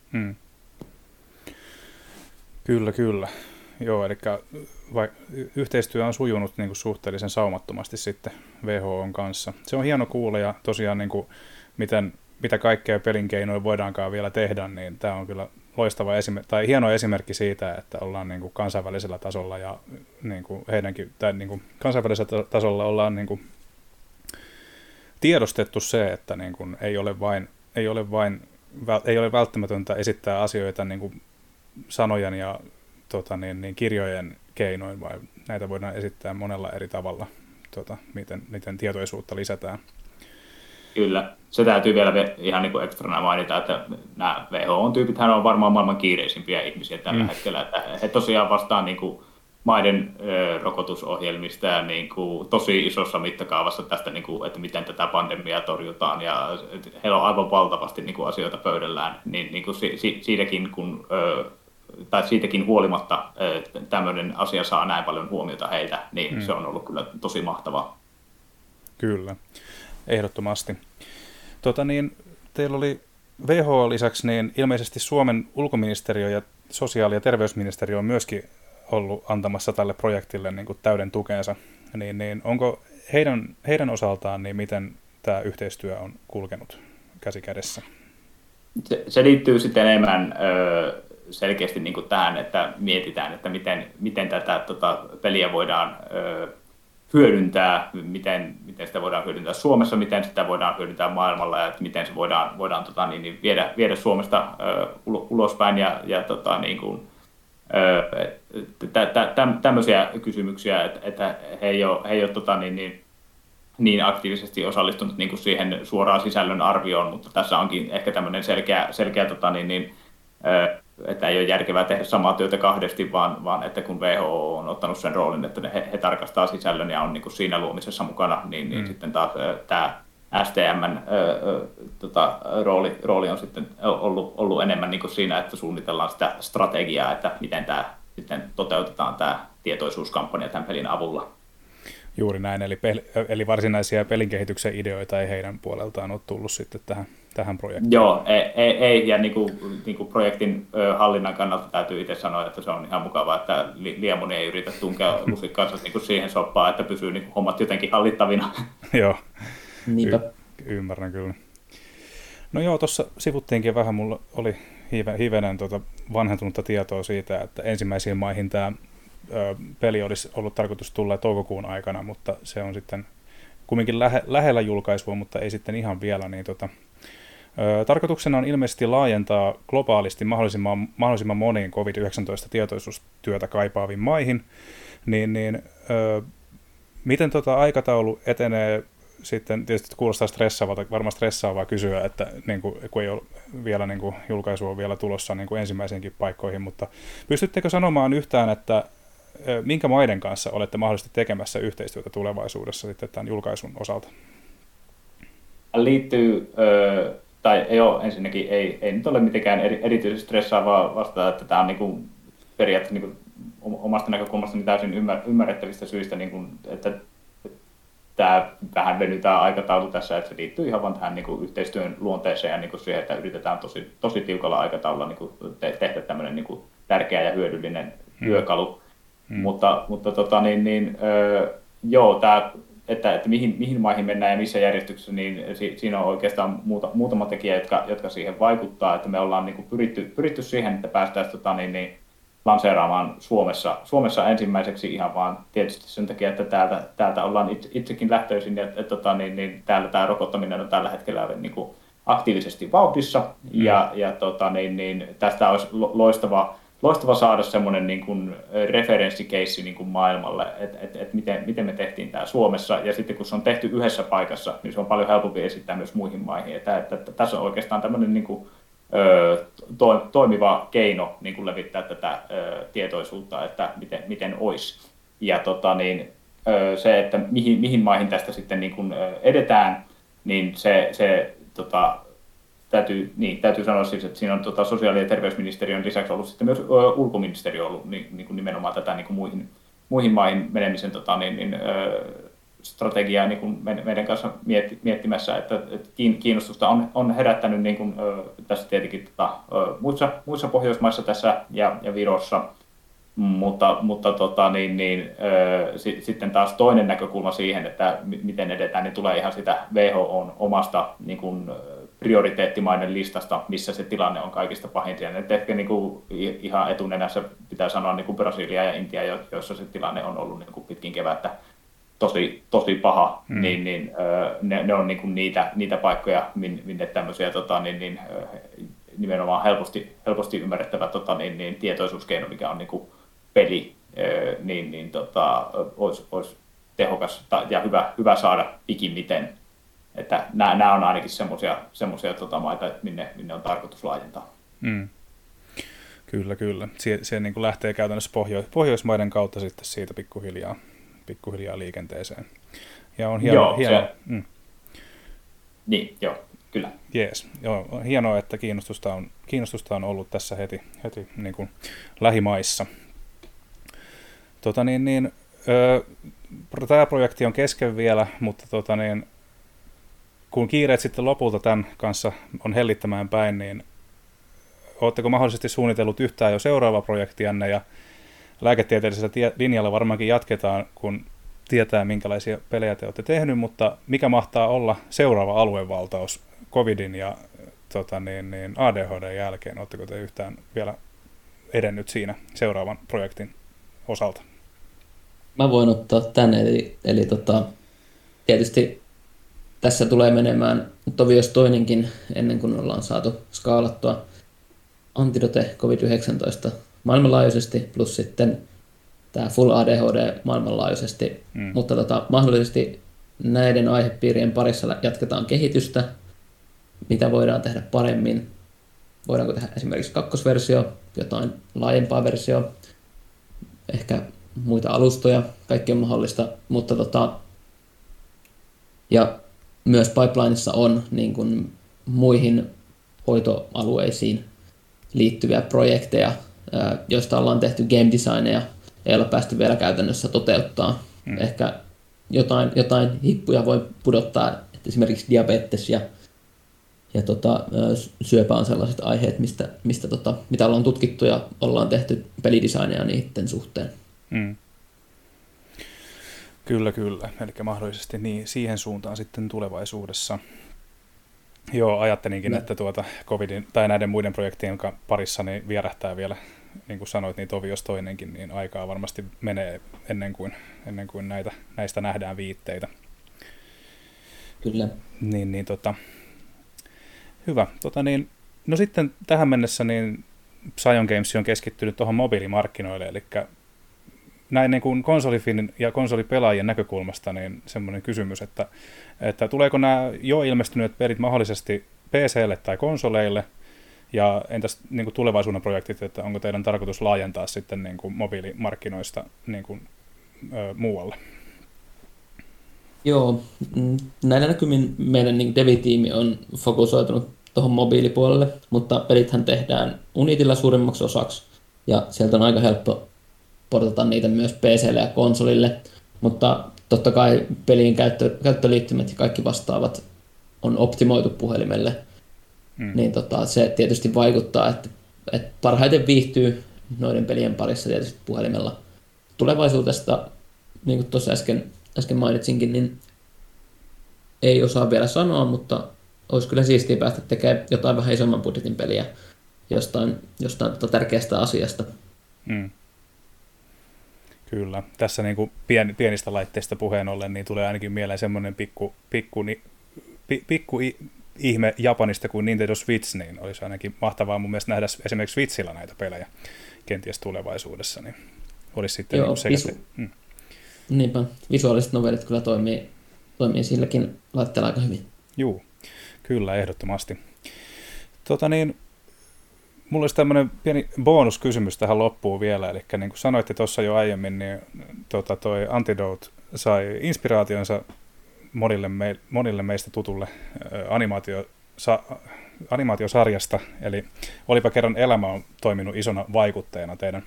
Kyllä. Joo, eli yhteistyö on sujunut niin kuin suhteellisen saumattomasti sitten WHO:n kanssa. Se on hieno kuulla ja tosiaan niin kuin, mitä kaikkea pelin keinoin voidaankaan vielä tehdä, niin tämä on kyllä loistava tai hieno esimerkki siitä, että ollaan niin kuin kansainvälisellä tasolla ja niin kuin heidänkin, tai niin kuin kansainvälisellä tasolla ollaan niin kuin tiedostettu se, että niin kuin ei ole välttämätöntä esittää asioita niin kuin sanojen ja kirjojen keinoin, vai näitä voidaan esittää monella eri tavalla, miten tietoisuutta lisätään. Kyllä. Se täytyy vielä ihan niin kuin ekstrana mainita, että nämä WHO-tyypithän on varmaan maailman kiireisimpiä ihmisiä tällä hetkellä. Että he tosiaan vastaan niin kuin maiden rokotusohjelmista ja niin kuin tosi isossa mittakaavassa tästä, niin kuin, että miten tätä pandemiaa torjutaan. Ja heillä on aivan valtavasti niin kuin asioita pöydällään. Niin kuin siitäkin huolimatta tämmöinen asia saa näin paljon huomiota heiltä, niin se on ollut kyllä tosi mahtavaa. Kyllä, ehdottomasti. Teillä oli WHO lisäksi niin ilmeisesti Suomen ulkoministeriö ja sosiaali- ja terveysministeriö on myöskin ollut antamassa tälle projektille niin kuin täyden tukensa. Niin onko heidän osaltaan, niin miten tämä yhteistyö on kulkenut käsi kädessä? Se liittyy sitten enemmän selkeästi niin kuin tähän, että mietitään, että miten tätä peliä voidaan hyödyntää, miten sitä voidaan hyödyntää Suomessa, miten sitä voidaan hyödyntää maailmalla ja että miten se voidaan viedä Suomesta ulospäin ja tämmöisiä kysymyksiä, että he ei ole niin aktiivisesti osallistunut niin kuin siihen suoraan sisällön arvioon, mutta tässä onkin ehkä tämmöinen selkeä että ei ole järkevää tehdä samaa työtä kahdesti, vaan että kun WHO on ottanut sen roolin, että he tarkastaa sisällön ja on niin kuin siinä luomisessa mukana, niin sitten taas tämä STM:n rooli on sitten ollut enemmän niin kuin siinä, että suunnitellaan sitä strategiaa, että miten tämä sitten toteutetaan tämä tietoisuuskampanja tämän pelin avulla. Juuri näin, eli varsinaisia pelinkehityksen ideoita ei heidän puoleltaan ole tullut sitten tähän projektiin. Joo, ei ja niin kuin projektin hallinnan kannalta täytyy itse sanoa, että se on ihan mukavaa, että liian moni ei yritä tunkea lusikkaansa niin kuin siihen soppaan, että pysyy niin kuin hommat jotenkin hallittavina. Joo, Niinpä. Ymmärrän kyllä. No joo, tuossa sivuttiinkin vähän, mulla oli hivenen vanhentunutta tietoa siitä, että ensimmäisiin maihin tämä peli olisi ollut tarkoitus tulla toukokuun aikana, mutta se on sitten kumminkin lähellä julkaisua, mutta ei sitten ihan vielä. Niin tarkoituksena on ilmeisesti laajentaa globaalisti mahdollisimman moniin COVID-19-tietoisuustyötä kaipaaviin maihin. Miten aikataulu etenee sitten, tietysti kuulostaa varmaan stressaavaa kysyä, että niin kuin, kun ei ole vielä niin kuin, julkaisu on vielä tulossa niin kuin ensimmäisiinkin paikkoihin, mutta pystyttekö sanomaan yhtään, että minkä maiden kanssa olette mahdollisesti tekemässä yhteistyötä tulevaisuudessa sitten tämän julkaisun osalta? Liittyy, tai ei ole ensinnäkin, ei nyt ole mitenkään erityisesti stressaavaa vastata, että tämä on niin kuin periaatteessa niin kuin omasta näkökulmastani täysin ymmärrettävistä syistä, niin kuin, että tämä vähän venytään aikataulu tässä, että se liittyy ihan vaan tähän niin kuin yhteistyön luonteeseen ja niin kuin siihen, että yritetään tosi tiukalla aikataululla niin kuin tehdä tämmöinen niin kuin tärkeä ja hyödyllinen työkalu. Mutta joo, tämä, että mihin maihin mennään ja missä järjestyksessä, niin siinä on oikeastaan muutama tekijä, jotka siihen vaikuttaa, että me ollaan niin kuin pyritty siihen, että päästäisiin lanseeraamaan Suomessa ensimmäiseksi ihan vaan tietysti sen takia, että täältä ollaan itsekin lähtöisin ja täällä tämä rokottaminen on tällä hetkellä niin kuin aktiivisesti vauhdissa ja tästä olisi loistava saada semmoinen niin kuin referenssikeissi niin kuin maailmalle, että miten me tehtiin tämä Suomessa, ja sitten kun se on tehty yhdessä paikassa, niin se on paljon helpompi esittää myös muihin maihin. Että tässä on oikeastaan tämmöinen niin kuin, toimiva keino niin kuin levittää tätä tietoisuutta, että miten olisi. Ja se, että mihin maihin tästä sitten niin kuin edetään, niin se täytyy sanoa siis, että siinä on sosiaali- ja terveysministeriön lisäksi ollut sitten myös ulkoministeriö ollut niin kuin nimenomaan tätä niin kuin muihin maihin menemisen strategiaa niin kuin meidän kanssa miettimässä, että kiinnostusta on herättänyt niin kuin, tässä tietenkin muissa Pohjoismaissa tässä ja Virossa, mutta sitten taas toinen näkökulma siihen, että miten edetään, niin tulee ihan sitä WHO:n omasta niin kuin prioriteettimaiden listasta, missä se tilanne on kaikista pahinta. Ja ehkä niin kuin ihan etunenässä pitää sanoa niin kuin Brasilia ja Intia, joissa se tilanne on ollut niin kuin pitkin kevättä tosi paha, niin ne on niin kuin niitä paikkoja, minne tämmöisiä nimenomaan helposti ymmärrettävä tietoisuuskeino, mikä on niin kuin peli, olisi tehokas ja hyvä saada pikimiten. Että nämä on ainakin semmoisia maita, minne on tarkoitus laajentaa. Kyllä. Se niin kuin lähtee käytännössä Pohjoismaiden kautta sitten siitä pikkuhiljaa liikenteeseen. Ja on hienoa. Niin, joo, kyllä. Jees. Joo, on hienoa, että kiinnostusta on ollut tässä heti niin kuin lähimaissa. Tämä projekti on kesken vielä, mutta kun kiireet sitten lopulta tämän kanssa on hellittämään päin, niin oletteko mahdollisesti suunnitellut yhtään jo seuraavaa projektianne, ja lääketieteellisellä linjalla varmaankin jatketaan, kun tietää, minkälaisia pelejä te olette tehnyt, mutta mikä mahtaa olla seuraava aluevaltaus COVIDin ja ADHD jälkeen? Oletteko te yhtään vielä edennyt siinä seuraavan projektin osalta? Mä voin ottaa tän, eli tietysti tässä tulee menemään Tovios toinenkin ennen kuin ollaan saatu skaalattua Antidote COVID-19 maailmanlaajuisesti, plus sitten tämä Full ADHD maailmanlaajuisesti, mutta mahdollisesti näiden aihepiirien parissa jatketaan kehitystä, mitä voidaan tehdä paremmin. Voidaanko tehdä esimerkiksi kakkosversio, jotain laajempaa versiota, ehkä muita alustoja, kaikki on mahdollista, mutta ja myös pipelineissa on niin kuin muihin hoitoalueisiin liittyviä projekteja, joista ollaan tehty game designeja, ei ole päästy vielä käytännössä toteuttaa. Ehkä jotain hippuja voi pudottaa, että esimerkiksi diabetes ja syöpä on sellaiset aiheet, mitä ollaan tutkittu ja ollaan tehty pelidesigneja niiden suhteen. Kyllä. Eli mahdollisesti niin, siihen suuntaan sitten tulevaisuudessa. Joo, ajattelinkin, että COVIDin tai näiden muiden projektien parissa niin vierähtää vielä, niin kuin sanoit, niin Tovios toinenkin, niin aikaa varmasti menee ennen kuin näistä nähdään viitteitä. Kyllä. Hyvä. No sitten tähän mennessä niin Psion Games on keskittynyt tuohon mobiilimarkkinoille, eli näin niin kuin konsolifinin ja konsolipelaajien näkökulmasta niin semmoinen kysymys, että tuleeko nämä jo ilmestyneet pelit mahdollisesti PC:lle tai konsoleille, ja entäs niin kuin tulevaisuuden projektit, että onko teidän tarkoitus laajentaa sitten niin kuin mobiilimarkkinoista niin kuin, muualle? Joo, näillä näkymin meidän niin dev-tiimi on fokusoitunut tuohon mobiilipuolelle, mutta pelithän tehdään Unitilla suurimmaksi osaksi, ja sieltä on aika helppo portata niitä myös PC:lle ja konsolille, mutta totta kai pelin käyttöliittymät ja kaikki vastaavat on optimoitu puhelimelle, niin se tietysti vaikuttaa, että parhaiten viihtyy noiden pelien parissa tietysti puhelimella. Tulevaisuudesta, niin kuin tuossa äsken mainitsinkin, niin ei osaa vielä sanoa, mutta olisi kyllä siistiä päästä tekemään jotain vähän isomman budjetin peliä jostain tärkeästä asiasta. Kyllä. Tässä niin kuin pienistä laitteista puheen ollen, niin tulee ainakin mieleen semmoinen pikku ihme Japanista kuin Nintendo Switch, niin olisi ainakin mahtavaa mun mielestä nähdä esimerkiksi Switchillä näitä pelejä kenties tulevaisuudessa, niin olisi sitten Niinpä, visuaaliset novellit kyllä toimii silläkin laitteella aika hyvin. Juu, kyllä, ehdottomasti. Mulla olisi tämmöinen pieni bonuskysymys tähän loppuun vielä, eli niin kuin sanoitte tuossa jo aiemmin, niin toi Antidote sai inspiraationsa monille meistä tutulle animaatiosarjasta, eli Olipa kerran elämä on toiminut isona vaikutteena teidän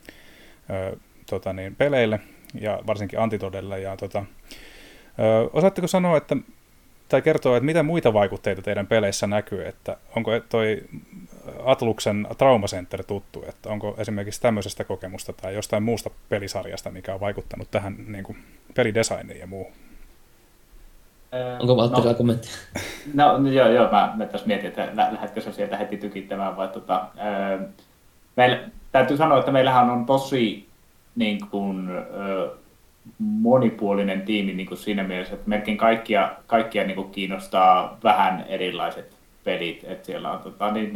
peleille ja varsinkin Antitodelle. Ja, osaatteko sanoa, tai kertoa, että mitä muita vaikutteita teidän peleissä näkyy, että onko toi Atluksen Trauma Center tuttu, että onko esimerkiksi tämmöisestä kokemusta tai jostain muusta pelisarjasta, mikä on vaikuttanut tähän niin kuin pelidesigniin ja muuhun? Onko Valtterilla kommenttia? No joo, mä tässä mietin, että lähdetkö sä sieltä heti tykittämään, vai meillä, täytyy sanoa, että meillähän on tosi niin kuin, monipuolinen tiimi niin kuin siinä mielessä, että melkein kaikkia niin kuin kiinnostaa vähän erilaiset pelit, että siellä on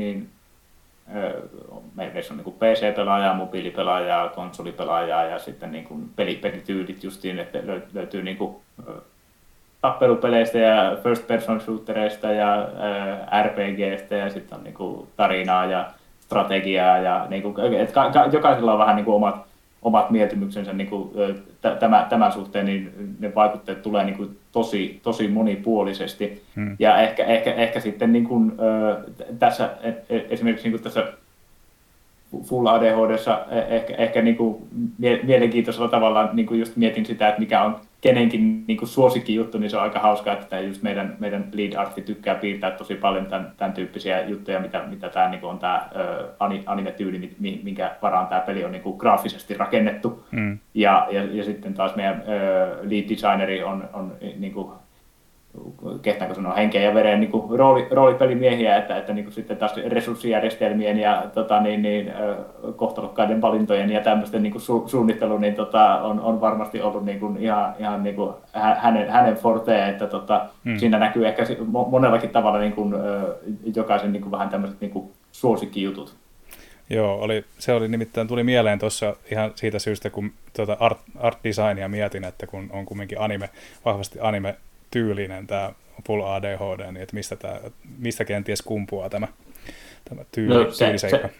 meissä on niin kuin PC-pelaajaa, mobiilipelaajaa, konsolipelaajaa ja sitten niin kuin pelityylit justiin, että löytyy niin kuin tappelupeleistä ja first person shootereista ja RPGstä ja sitten on niin kuin tarinaa ja strategiaa ja niin kuin, jokaisella on vähän niin kuin omat mieltymyksensä niin kuin, tämän suhteen, niin ne vaikutteet tulee niin kuin tosi monipuolisesti. Ja ehkä sitten niin kuin, tässä esimerkiksi niin kuin tässä Full ADHD:ssa ehkä niin kuin mielenkiintoisella tavalla niin kuin just mietin sitä, että mikä on kenenkin niin kuin suosikkijuttu, niin se on aika hauskaa, että just meidän lead artti tykkää piirtää tosi paljon tämän tyyppisiä juttuja, mitä tämä niin kuin on tämä anime-tyyli, minkä varaan tämä peli on niin kuin graafisesti rakennettu. Ja sitten taas meidän lead designeri on niin kuin, kehtaanko sanoa, henkeä ja veren niin kuin roolipelimiehiä, että niin kuin sitten taas resurssijärjestelmien ja kohtalokkaiden valintojen ja tämmöisten niin kuin suunnittelu niin, on varmasti ollut niin kuin ihan niin kuin hänen forteen, että siinä näkyy ehkä monellakin tavalla niin kuin, jokaisen niin kuin vähän tämmöiset niin kuin suosikkijutut. Joo, se oli nimittäin, tuli mieleen tuossa ihan siitä syystä, kun art designia mietin, että kun on kumminkin vahvasti anime-tyylinen tämä Full ADHD, niin että mistä kenties kumpuaa tämä tyyliseikka?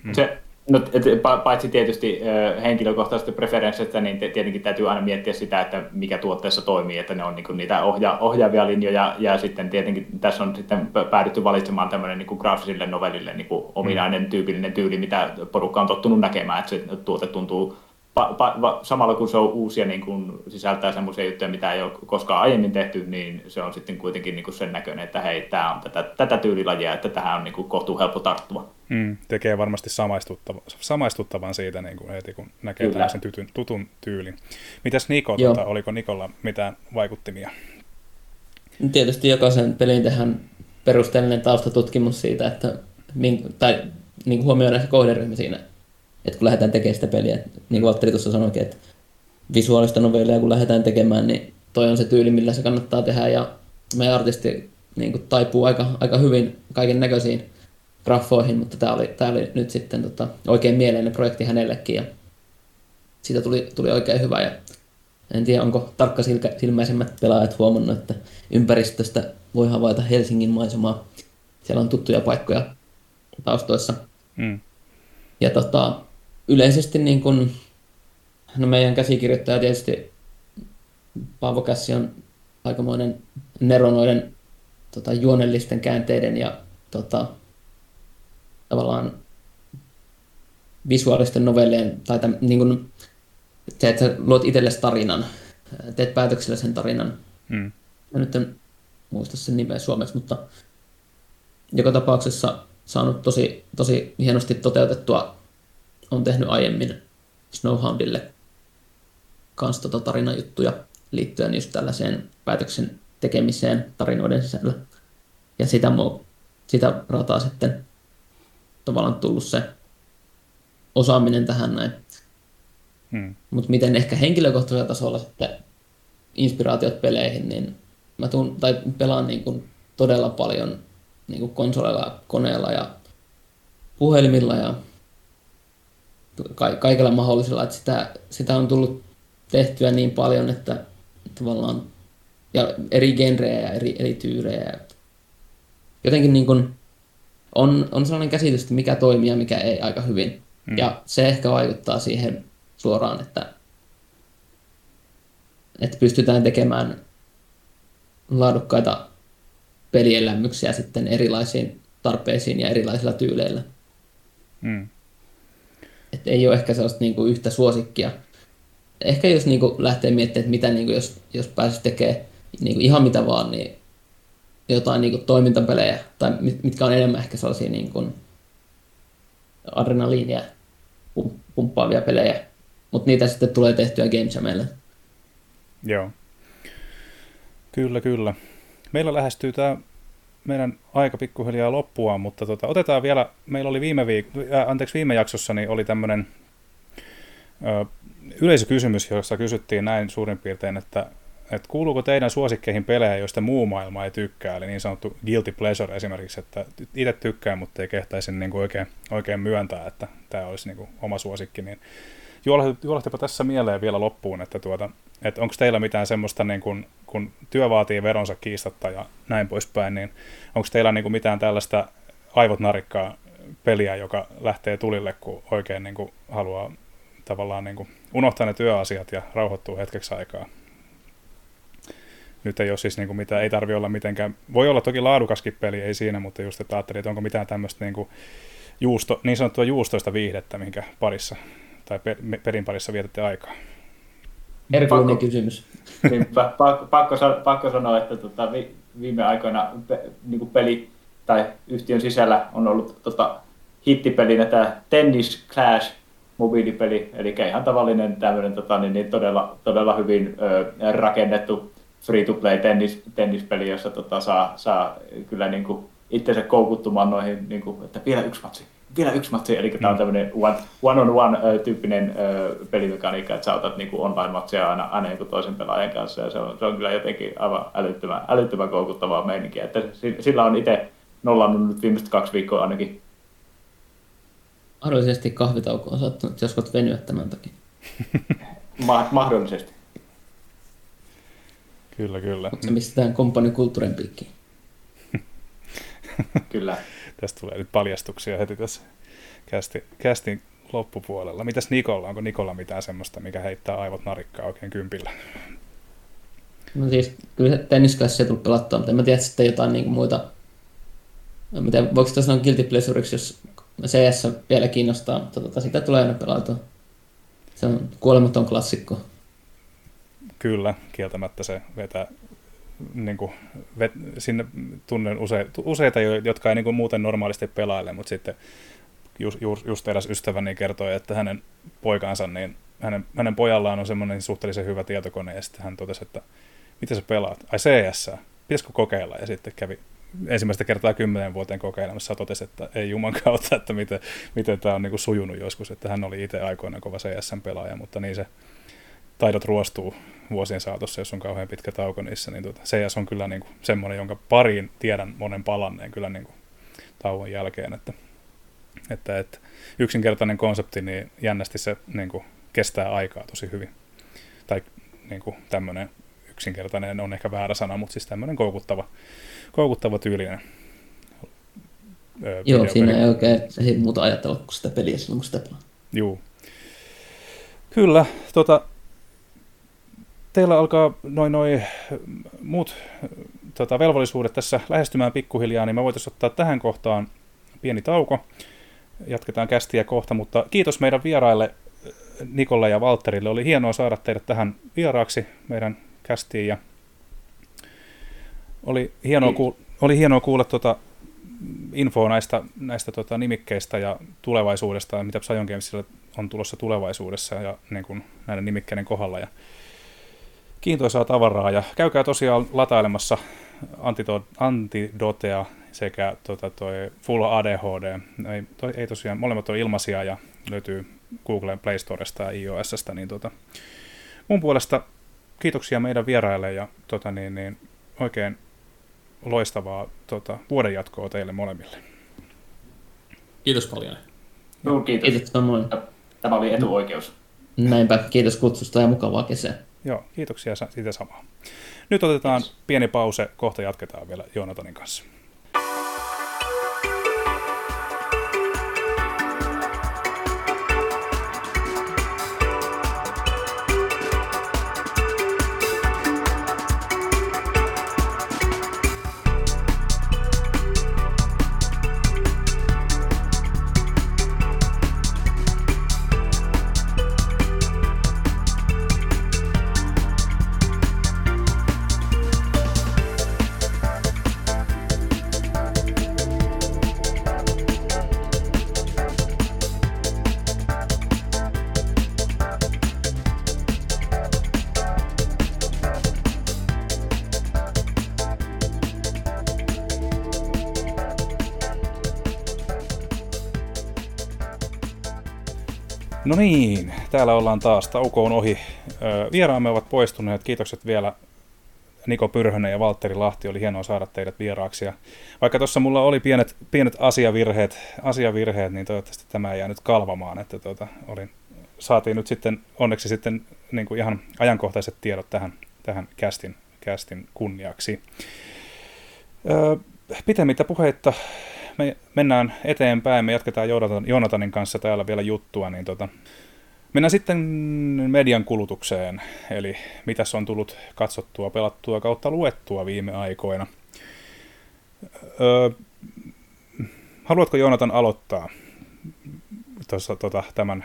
Paitsi tietysti henkilökohtaisesta preferensseistä, niin tietenkin täytyy aina miettiä sitä, että mikä tuotteessa toimii, että ne on niin kuin niitä ohjaavia linjoja, ja sitten tietenkin tässä on sitten päädytty valitsemaan tämmöinen niin kuin graafisille novellille niin kuin ominainen tyypillinen tyyli, mitä porukka on tottunut näkemään, että se tuote tuntuu samalla kun se on uusi ja niin kun sisältää semmoisia juttuja, mitä ei ole koskaan aiemmin tehty, niin se on sitten kuitenkin niin kuin sen näköinen, että hei, tämä on tätä tyylilajia, että tähän on niin kuin kohtuu helppo tarttua. Tekee varmasti samaistuttavan siitä niin kuin heti, kun näkee tällaisen tutun tyylin. Mitäs Niko, oliko Nikolla mitään vaikuttimia? Tietysti jokaisen pelin tehdään perusteellinen taustatutkimus siitä, että tai niin huomioidaan se kohderyhmä siinä, että kun lähdetään tekemään sitä peliä, niin kuin Valtteri tuossa sanoikin, että visuaalista novellia kun lähdetään tekemään, niin toi on se tyyli, millä se kannattaa tehdä, ja meidän artisti niin kuin taipuu aika hyvin kaiken näköisiin graffoihin, mutta tämä oli nyt sitten oikein mieleinen projekti hänellekin, ja siitä tuli oikein hyvä, ja en tiedä, onko tarkkasilmäisemmät pelaajat huomannut, että ympäristöstä voi havaita Helsingin maisemaa, siellä on tuttuja paikkoja taustoissa. Ja yleisesti niin kun, no meidän käsikirjoittaja tietysti Paavo Kässi on aikamoinen neronoiden juonellisten käänteiden ja tavallaan visuaalisten novellien, tai niin kun, se, että sä luot itsellesi tarinan, teet päätöksellä sen tarinan. Mä nyt en muista sen nimeä suomeksi, mutta joka tapauksessa saanut tosi hienosti toteutettua. On tehnyt aiemmin Snowhoundille kanssa tarinajuttuja liittyen just tällaiseen päätöksen tekemiseen tarinoiden sisällä. Ja sitä rataa sitten tavallaan tullut se osaaminen tähän näin. Mutta miten ehkä henkilökohtaisella tasolla sitten inspiraatiot peleihin, niin mä pelaan niin kuin todella paljon niin kuin konsoleilla, koneella ja puhelimilla ja kaikella mahdollisella, että sitä on tullut tehtyä niin paljon, että tavallaan ja eri genrejä ja eri tyylejä. Jotenkin niin kuin on sellainen käsitys, että mikä toimii ja mikä ei aika hyvin. Ja se ehkä vaikuttaa siihen suoraan, että että pystytään tekemään laadukkaita pelielämyksiä sitten erilaisiin tarpeisiin ja erilaisilla tyyleillä. Että ei ole ehkä sellaista niin kuin yhtä suosikkia. Ehkä jos niin kuin lähtee miettimään, että mitä, niin kuin jos pääsisi tekemään niin kuin ihan mitä vaan, niin jotain niin kuin toimintapelejä, tai mitkä on enemmän ehkä sellaisia niin kuin adrenaliinia pumppaavia pelejä, mutta niitä sitten tulee tehtyä Game Jamille. Joo. Kyllä. Meillä lähestyy tämä meidän aika pikkuhiljaa loppua, mutta otetaan vielä, meillä oli viime jaksossa niin oli tämmöinen yleisökysymys, jossa kysyttiin näin suurin piirtein, että kuuluuko teidän suosikkeihin pelejä, joista muu maailma ei tykkää, eli niin sanottu guilty pleasure esimerkiksi, että itse tykkään, mutta ei kehtaisi niin kuin oikein myöntää, että tämä olisi niin kuin oma suosikki, niin juolahtipa tässä mieleen vielä loppuun, että onko teillä mitään semmoista, niin kun työ vaatii veronsa kiistatta ja näin poispäin, niin onko teillä niin kuin mitään tällaista aivot narikkaa peliä, joka lähtee tulille, kun oikein niin kuin haluaa tavallaan niin kuin unohtaa ne työasiat ja rauhoittuu hetkeksi aikaa? Nyt ei ole siis niin kuin mitään, ei tarvitse olla mitenkään, voi olla toki laadukaskin peli, ei siinä, mutta just että ajattelin, että onko mitään tämmöistä niin kuin niin sanottua juustoista viihdettä, minkä parissa tai pelin parissa vietätte aikaa. Erikoinen kysymys. Niin, pakko sanoa, että viime aikoina niin kuin peli tai yhtiön sisällä on ollut hittipelinä tämä Tennis Clash mobiilipeli, eli ihan tavallinen tämmöinen todella hyvin rakennettu free-to-play tennispeli, jossa saa kyllä niin kuin itsensä koukuttumaan noihin, niin kuin, että vielä yksi matsi, eli tämä on tämmöinen one-on-one tyyppinen pelimekaniikka, että sä otat niin kuin online-matseja aina niin kuin toisen pelaajan kanssa, ja se on kyllä jotenkin aivan älyttömän koukuttavaa meininkiä, että sillä on itse nollannut nyt viimeiset 2 viikkoa ainakin. Mahdollisesti kahvitauko on saattanut joskus venyä tämän takia. Mahdollisesti. Kyllä. Se pistetään kompanikulttuurin piikkiin. Kyllä. Tästä tulee nyt paljastuksia heti tässä kästin loppupuolella. Mitäs Nikolla? Onko Nikolla mitään semmoista, mikä heittää aivot narikkaa oikein kympillä? No siis, kyllä tennisklassia tullut pelattua, mutta en mä tiedä sitten jotain niin kuin muita. En tiedä, voiko sitä sanoa guilty pleasureiksi, jos CS vielä kiinnostaa, mutta sitä tulee aina pelautua. Se on kuolematon klassikko. Kyllä, kieltämättä se vetää, niin kuin, sinne tunnen useita, jotka ei niin kuin muuten normaalisti pelaile, mutta sitten just eräs ystäväni kertoi, että hänen poikansa, niin hänen pojallaan on semmoinen suhteellisen hyvä tietokone, ja sitten hän totesi, että mitä sä pelaat? Ai CS, pitäisikö kokeilla? Ja sitten kävi ensimmäistä kertaa 10 vuoteen kokeilemassa ja totesi, että ei juman kautta, että miten tämä on niin kuin sujunut joskus, että hän oli itse aikoinaan kova CS-pelaaja, mutta niin se taidot ruostuu vuosien saatossa, jos on kauhean pitkä tauko niissä, niin CS on kyllä niin kuin semmoinen, jonka pariin tiedän monen palanneen kyllä niin kuin tauon jälkeen, että yksinkertainen konsepti, niin jännästi se niin kuin kestää aikaa tosi hyvin. Tai niin kuin tämmöinen yksinkertainen on ehkä väärä sana, mutta siis tämmöinen koukuttava tyylinen. Joo, siinä ei oikein muuta ajatella kuin sitä peliä silloin, kun sitä pelaa. Joo. Kyllä, teillä alkaa noi muut velvollisuudet tässä lähestymään pikkuhiljaa, niin me voitaisiin ottaa tähän kohtaan pieni tauko. Jatketaan kästiä kohta, mutta kiitos meidän vieraille Nikolle ja Valtterille. Oli hienoa saada teidät tähän vieraaksi meidän kästiin ja oli hienoa kuulla infoa näistä nimikkeistä ja tulevaisuudesta ja mitä Psion Gamesilla on tulossa tulevaisuudessa ja niin kuin näiden nimikkeiden kohdalla. Ja kiintoisaa tavaraa ja käykää tosiaan latailemassa Antidotea sekä toi Full ADHD. Ei tosiaan, molemmat on ilmaisia ja löytyy Googlen Play Storesta ja iOS:stä. Niin mun puolesta kiitoksia meidän vieraille ja oikein loistavaa vuoden jatkoa teille molemmille. Kiitos paljon. No, kiitos. Kiitos samoin. Tämä oli etuoikeus. Näinpä, kiitos kutsusta ja mukavaa kesää. Joo, kiitoksia siitä samaa. Nyt otetaan pieni pause, kohta jatketaan vielä Joonatanin kanssa. No niin, täällä ollaan taas. Tauko on ohi. Vieraamme ovat poistuneet. Kiitokset vielä Niko Pyrhönen ja Valtteri Lahti. Oli hienoa saada teidät vieraaksi. Ja vaikka tuossa mulla oli pienet asiavirheet, niin toivottavasti tämä ei jää nyt kalvamaan. Että saatiin nyt sitten onneksi sitten niin kuin ihan ajankohtaiset tiedot tähän castin kunniaksi. Pitemmittä puheitta me mennään eteenpäin. Me jatketaan Joonatanin kanssa täällä vielä juttua. Niin mennään sitten median kulutukseen. Eli mitäs on tullut katsottua, pelattua kautta luettua viime aikoina. Haluatko Joonatan aloittaa tuossa tämän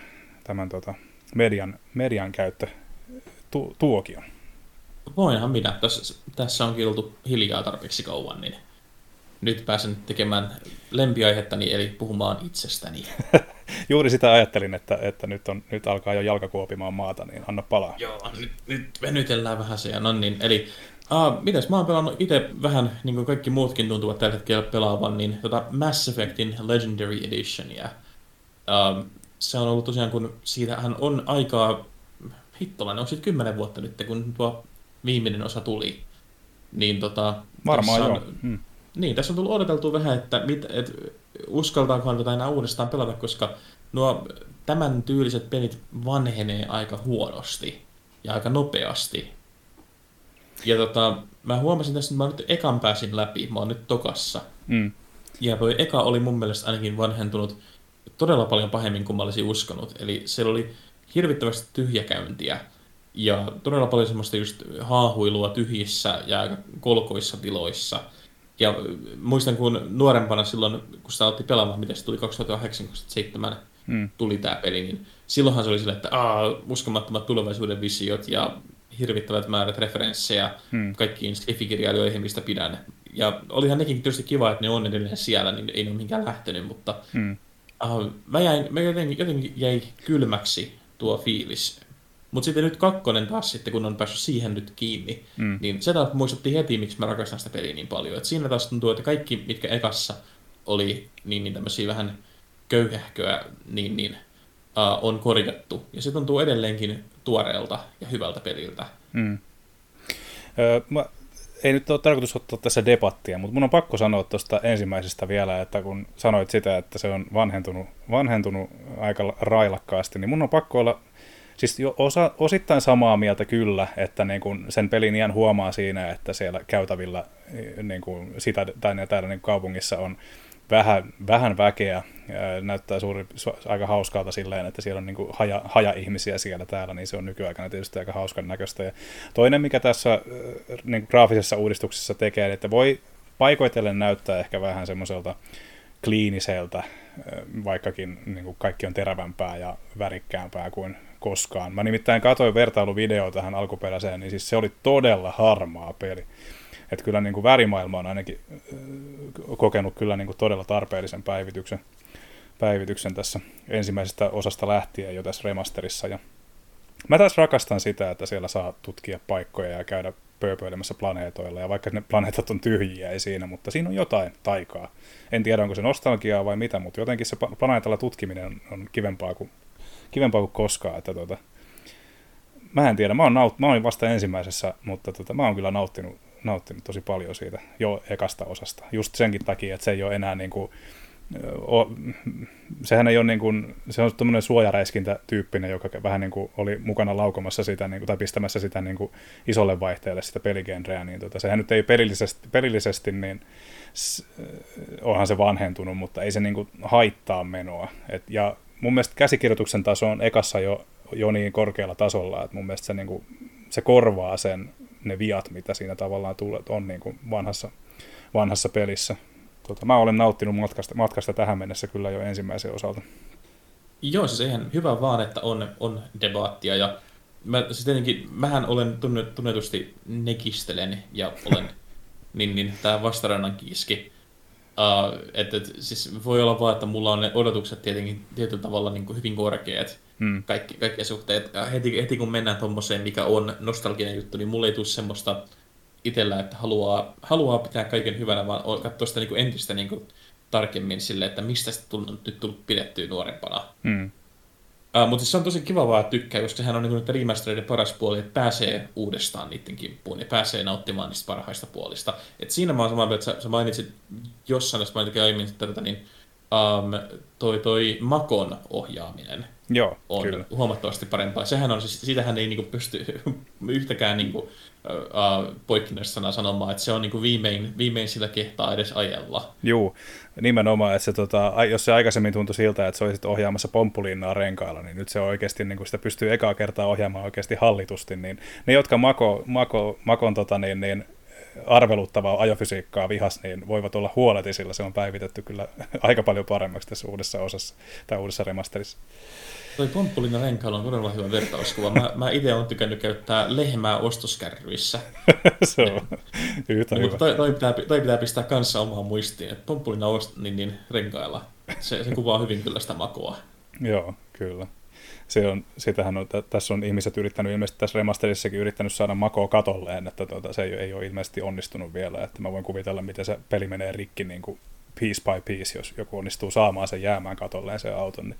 median käyttö tuokion? Voinhan minä. Tässä onkin oltu hiljaa tarpeeksi kauan, niin nyt pääsen tekemään lempiaihettani, eli puhumaan itsestäni. Juuri sitä ajattelin, että nyt alkaa jo jalka kuopimaan maata, niin anna palaa. Joo, nyt venytellään vähän se. No niin, eli mitäs mä oon pelannut itse vähän, niin kuin kaikki muutkin tuntuvat tällä hetkellä pelaavan, niin Mass Effectin Legendary Editionia. Se on ollut tosiaan, kun siitähän on aikaa, hittolainen, onko siitä 10 vuotta nyt, kun tuo viimeinen osa tuli. Niin varmaan joo. Niin, tässä on tullut odoteltua vähän, että uskaltaako enää uudestaan pelata, koska tämän tyyliset pelit vanhenee aika huonosti ja aika nopeasti. Ja mä huomasin tässä, että mä nyt ekan pääsin läpi, mä oon nyt tokassa. Ja toi eka oli mun mielestä ainakin vanhentunut todella paljon pahemmin kuin mä olisin uskonut. Eli siellä oli hirvittävästi tyhjäkäyntiä ja todella paljon semmoista just haahuilua tyhjissä ja aika kolkoissa tiloissa. Ja muistan, kun nuorempana silloin, kun sitä aloitti pelaamaan, miten se tuli 2008-2007, tuli tämä peli, niin silloinhan se oli silleen, että uskomattomat tulevaisuuden visiot ja hirvittävät määrät referenssejä kaikkiin Sci-fi-kirjailijoihin, mistä pidän. Ja olihan nekin tietysti kiva, että ne on edelleen siellä, niin ei ne ole minkään lähtenyt, mutta mä jotenkin jäi kylmäksi tuo fiilis. Mutta sitten nyt kakkonen taas sitten, kun on päässyt siihen nyt kiinni, niin se taas muistutti heti, miksi mä rakastan sitä peliä niin paljon. Et siinä taas tuntuu, että kaikki, mitkä ekassa oli niin tämmöisiä vähän köyhähköä, on korjattu. Ja se tuntuu edelleenkin tuoreelta ja hyvältä peliltä. Ei nyt ole tarkoitus ottaa tässä debattia, mutta mun on pakko sanoa tuosta ensimmäisestä vielä, että kun sanoit sitä, että se on vanhentunut aika railakkaasti, niin mun on pakko olla siis osittain samaa mieltä kyllä, että niin kun sen pelin ihan huomaa siinä, että siellä käytävillä niin kun sitä tai täällä niin kaupungissa on vähän väkeä. Näyttää aika hauskalta silleen, että siellä on niin kuin haja-ihmisiä siellä täällä, niin se on nykyaikana tietysti aika hauskan näköistä. Ja toinen, mikä tässä niin graafisessa uudistuksessa tekee, että voi paikoitellen näyttää ehkä vähän semmoiselta kliiniseltä, vaikkakin niin kuin kaikki on terävämpää ja värikkäämpää kuin koskaan. Mä nimittäin katsoin vertailuvideoa tähän alkuperäiseen, niin siis se oli todella harmaa peli. Että kyllä niin kuin värimaailma on ainakin kokenut kyllä niin kuin todella tarpeellisen päivityksen tässä ensimmäisestä osasta lähtien jo tässä remasterissa. Ja mä taas rakastan sitä, että siellä saa tutkia paikkoja ja käydä pööpöilemässä planeetoilla. Ja vaikka ne planeetat on tyhjiä, ei siinä, mutta siinä on jotain taikaa. En tiedä, onko se nostalgiaa vai mitä, mutta jotenkin se planeetalla tutkiminen on kivempaa kuin koskaan. Että mä en tiedä, mä olin vasta ensimmäisessä, mutta mä oon kyllä nauttinut tosi paljon siitä jo ekasta osasta. Just senkin takia, että se ei ole enää niin kuin, sehän ei ole niin kuin, se on tämmöinen suojaräiskintä-tyyppinen, joka vähän niin kuin oli mukana laukomassa sitä niin kuin, tai pistämässä sitä niin kuin isolle vaihteelle sitä peligenreä, niin sehän nyt ei pelillisesti niin onhan se vanhentunut, mutta ei se niin kuin haittaa menoa. Ja mun mielestä käsikirjoituksen taso on ekassa jo niin korkealla tasolla, että mun mielestä se, niin kuin, se korvaa ne viat, mitä siinä tavallaan on niin kuin vanhassa pelissä. Mä olen nauttinut matkasta tähän mennessä kyllä jo ensimmäisen osalta. Joo, siis eihän hyvä vaan, että on debaattia. Ja mähän olen tunnetusti nekistelen ja olen tää vastarannan kiiski. Siis voi olla vaan, että mulla on ne odotukset tietenkin tietyllä tavalla niin kuin hyvin korkeat. Kaikki suhteet. Heti kun mennään tommoseen, mikä on nostalginen juttu, niin mulla ei tule semmoista itsellä, että haluaa pitää kaiken hyvänä, vaan katsoa sitä niin kuin entistä niin kuin tarkemmin silleen, että mistä sitä nyt tullut pidettyä nuorempana. Mutta siis se on tosi kiva vaan tykkää, koska sehän on niin remastereiden paras puoli, että pääsee uudestaan niiden kimppuun ja pääsee nauttimaan niistä parhaista puolista. Et siinä mä oon samaa mieltä, että sä mainitsit jossain, jos mainitsit aiemmin tätä, niin toi Makon ohjaaminen on kyllä. huomattavasti parempaa. Sehän on, siis, siitähän ei niinku pysty yhtäkään niinku, poikkinaista sanaa sanomaan, että se on niinku viimein sillä kehtaa edes ajella. Juu, nimenomaan, että se, jos se aikaisemmin tuntui siltä, että se olisit ohjaamassa pomppulinnaa renkailla, niin nyt se oikeasti, niin kun sitä pystyy ekaa kertaa ohjaamaan oikeasti hallitusti, niin ne, jotka Makon arveluttavaa ajofysiikkaa vihas, niin voivat olla huoleti, sillä se on päivitetty kyllä aika paljon paremmaksi tässä uudessa osassa tai uudessa remasterissa. Toi pomppulinnan renkailla on todella hyvä vertauskuva. Mä itse olen tykännyt käyttää lehmää ostoskärryissä. Se on yhtä hyvä. Toi pitää pistää kanssa omaan muistiin, että pomppulinnan renkailla. Se kuvaa hyvin kyllä sitä makoa. Joo, kyllä. Sitähän on, tässä on ihmiset yrittänyt, ilmeisesti tässä remasterissakin yrittänyt saada makoa katolleen, että se ei ole ilmeisesti onnistunut vielä, että mä voin kuvitella, miten se peli menee rikki niin kuin piece by piece, jos joku onnistuu saamaan sen jäämään katolleen sen auton,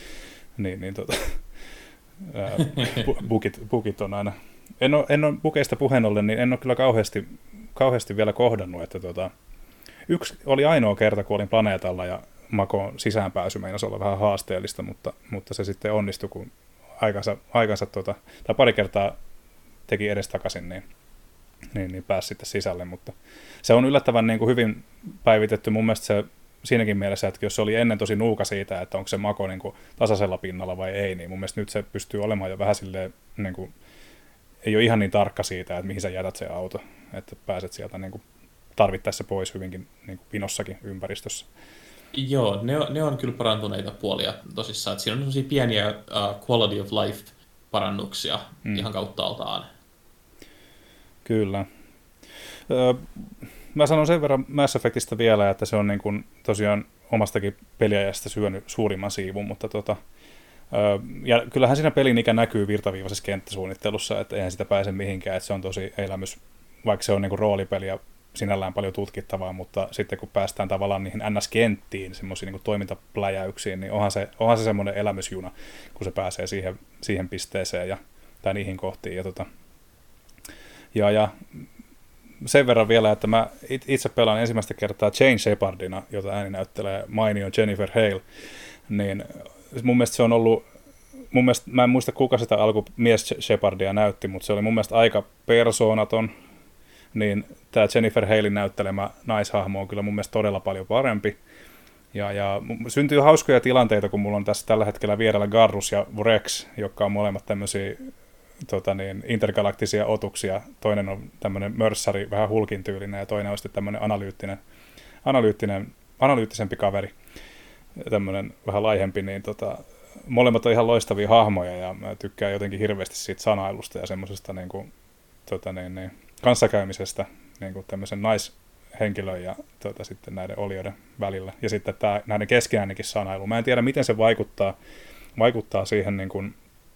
bugit on aina. En ole bugeista puheen ollen, niin en ole kyllä kauheasti vielä kohdannut, että yksi oli ainoa kerta, kun olin planeetalla ja Makon sisäänpääsy meinasi olla vähän haasteellista, mutta se sitten onnistui, kun aikansa tai pari kertaa teki edestakaisin, niin pääsi sitten sisälle, mutta se on yllättävän niin kuin hyvin päivitetty mun mielestä se siinäkin mielessä, että jos se oli ennen tosi nuuka siitä, että onko se Mako niin kuin tasaisella pinnalla vai ei, niin mun mielestä nyt se pystyy olemaan jo vähän silleen, niin kuin, ei ole ihan niin tarkka siitä, että mihin sä jätät se auto, että pääset sieltä niin kuin tarvittaessa pois hyvinkin niin kuin pinossakin ympäristössä. Joo, ne on kyllä parantuneita puolia tosissaan. Että siinä on sellaisia pieniä quality of life parannuksia ihan kauttaaltaan. Kyllä. Mä sanon sen verran Mass Effectistä vielä, että se on niin kuin tosiaan omastakin peliajasta syönyt suurimman siivun, mutta ja kyllähän siinä pelin ikä näkyy virtaviivaisessa kenttäsuunnittelussa, että eihän sitä pääse mihinkään, että se on tosi elämys, vaikka se on niin kuin roolipeli ja sinällään paljon tutkittavaa, mutta sitten kun päästään tavallaan niihin NS-kenttiin, semmoisiin niin kuin toimintapläjäyksiin, niin onhan se semmoinen elämysjuna, kun se pääsee siihen pisteeseen tai niihin kohtiin. Ja sen verran vielä, että mä itse pelaan ensimmäistä kertaa Jane Shepardina, jota ääni näyttelee mainio Jennifer Hale, niin mun mielestä se on ollut, mä en muista kuka sitä alkumies Shepardia näytti, mutta se oli mun mielestä aika persoonaton, niin tämä Jennifer Halein näyttelemä naishahmo on kyllä mun mielestä todella paljon parempi. Ja syntyy hauskoja tilanteita, kun mulla on tässä tällä hetkellä vierellä Garrus ja Vrex, jotka on molemmat tämmöisiä intergalaktisia otuksia. Toinen on tämmöinen mörssari, vähän hulkin tyylinen, ja toinen on sitten tämmöinen analyyttisempi kaveri, tämmöinen vähän laihempi, niin molemmat on ihan loistavia hahmoja, ja mä tykkään jotenkin hirveästi siitä sanailusta ja semmoisesta kanssakäymisestä niin kuin tämmöisen naishenkilön ja sitten näiden olioiden välillä. Ja sitten näiden keskinäinenkin sanailu. Mä en tiedä, miten se vaikuttaa siihen, niin kuin,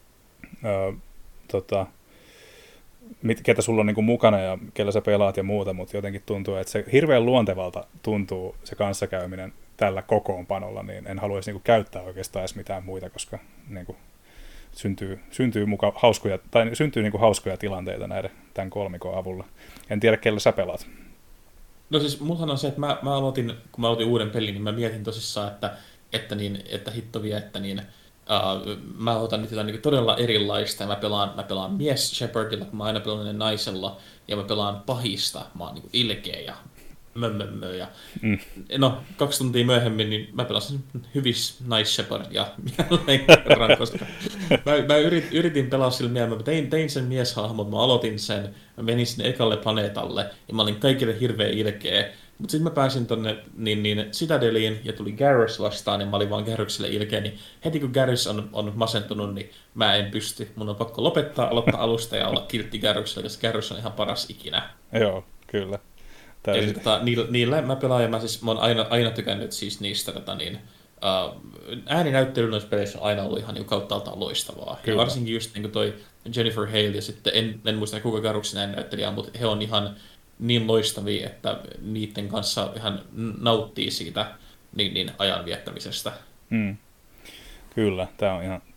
ketä sulla on niin kuin mukana ja kellä sä pelaat ja muuta, mutta jotenkin tuntuu, että se hirveän luontevalta tuntuu se kanssakäyminen tällä kokoonpanolla, niin en haluaisi niin kuin käyttää oikeastaan edes mitään muita, koska niin kuin syntyy niin kuin hauskoja tilanteita tämän kolmikon avulla. En tiedä, kellä sä pelaat. No siis mullahan on se, että kun mä aloitin uuden pelin, niin mä mietin tosissaan, että hittovia, että mä otan nyt jotain niin todella erilaista, ja mä pelaan mies Shepardilla, kun mä aina pelaan naisella, ja mä pelaan pahista, mä oon niin ilkeä ja ja no 2 tuntia myöhemmin niin mä pelasin hyvis Nice Shepardia jälleen kerran, koska mä yritin pelaa sillä mielellä, mä tein sen mieshahmon, mä aloitin sen, mä menin sinne ekalle planeetalle ja mä olin kaikille hirveä ilkeä, mutta sitten mä pääsin tonne niin Citadeliin ja tuli Garrus vastaan ja mä olin vaan Garrusille ilkeä, niin heti kun Garrus on masentunut, niin mä en pysty, mun on pakko lopettaa, aloittaa alusta ja olla kiltti Garrusille, koska Garrus on ihan paras ikinä. Joo, kyllä. Eli niillä mä pelaan ja mä oon aina tykännyt siis niistä ääninäyttely noissa peleissä on aina ollut ihan kauttaaltaan loistavaa. Ja varsinkin just niin kuin toi Jennifer Hale ja sitten en muista kuka Garruksen ääninäyttelijä, mutta he on ihan niin loistavia, että niiden kanssa ihan nauttii siitä niin ajan viettämisestä. Kyllä, tämä on ihan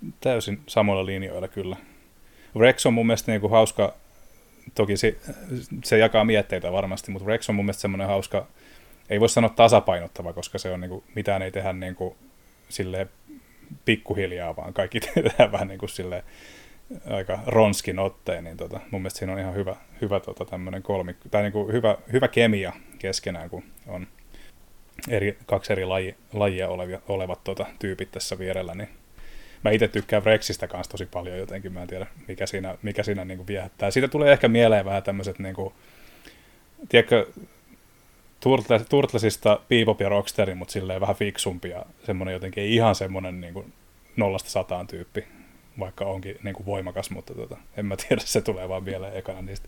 täysin samoilla linjoilla kyllä. Rex on mun mielestä niin kuin hauska, toki se jakaa mietteitä varmasti, mutta Rex on mun mielestä semmoinen hauska, ei voi sanoa tasapainottava, koska se on niin kuin, mitään ei tehdä niin kuin, silleen pikkuhiljaa, vaan kaikki tehdään vähän niin kuin silleen aika ronskin otteen, niin mun mielestä siinä on ihan hyvä tämmöinen kolmikko, tai niin kuin hyvä kemia keskenään, kun on kaksi eri lajia olevat tyypit tässä vierellä, niin mä itse tykkään Rexistä kanssa tosi paljon jotenkin, mä en tiedä mikä siinä niin kuin viehättää. Siitä tulee ehkä mieleen vähän tämmöiset, niin kuin, tiedätkö, Turtlesista Bebop ja Rocksteady, mutta silleen vähän fiksumpi ja semmoinen jotenkin ei ihan semmoinen niin kuin 0-100 tyyppi, vaikka onkin niin kuin voimakas, mutta en mä tiedä, se tulee vaan mieleen ekana niistä.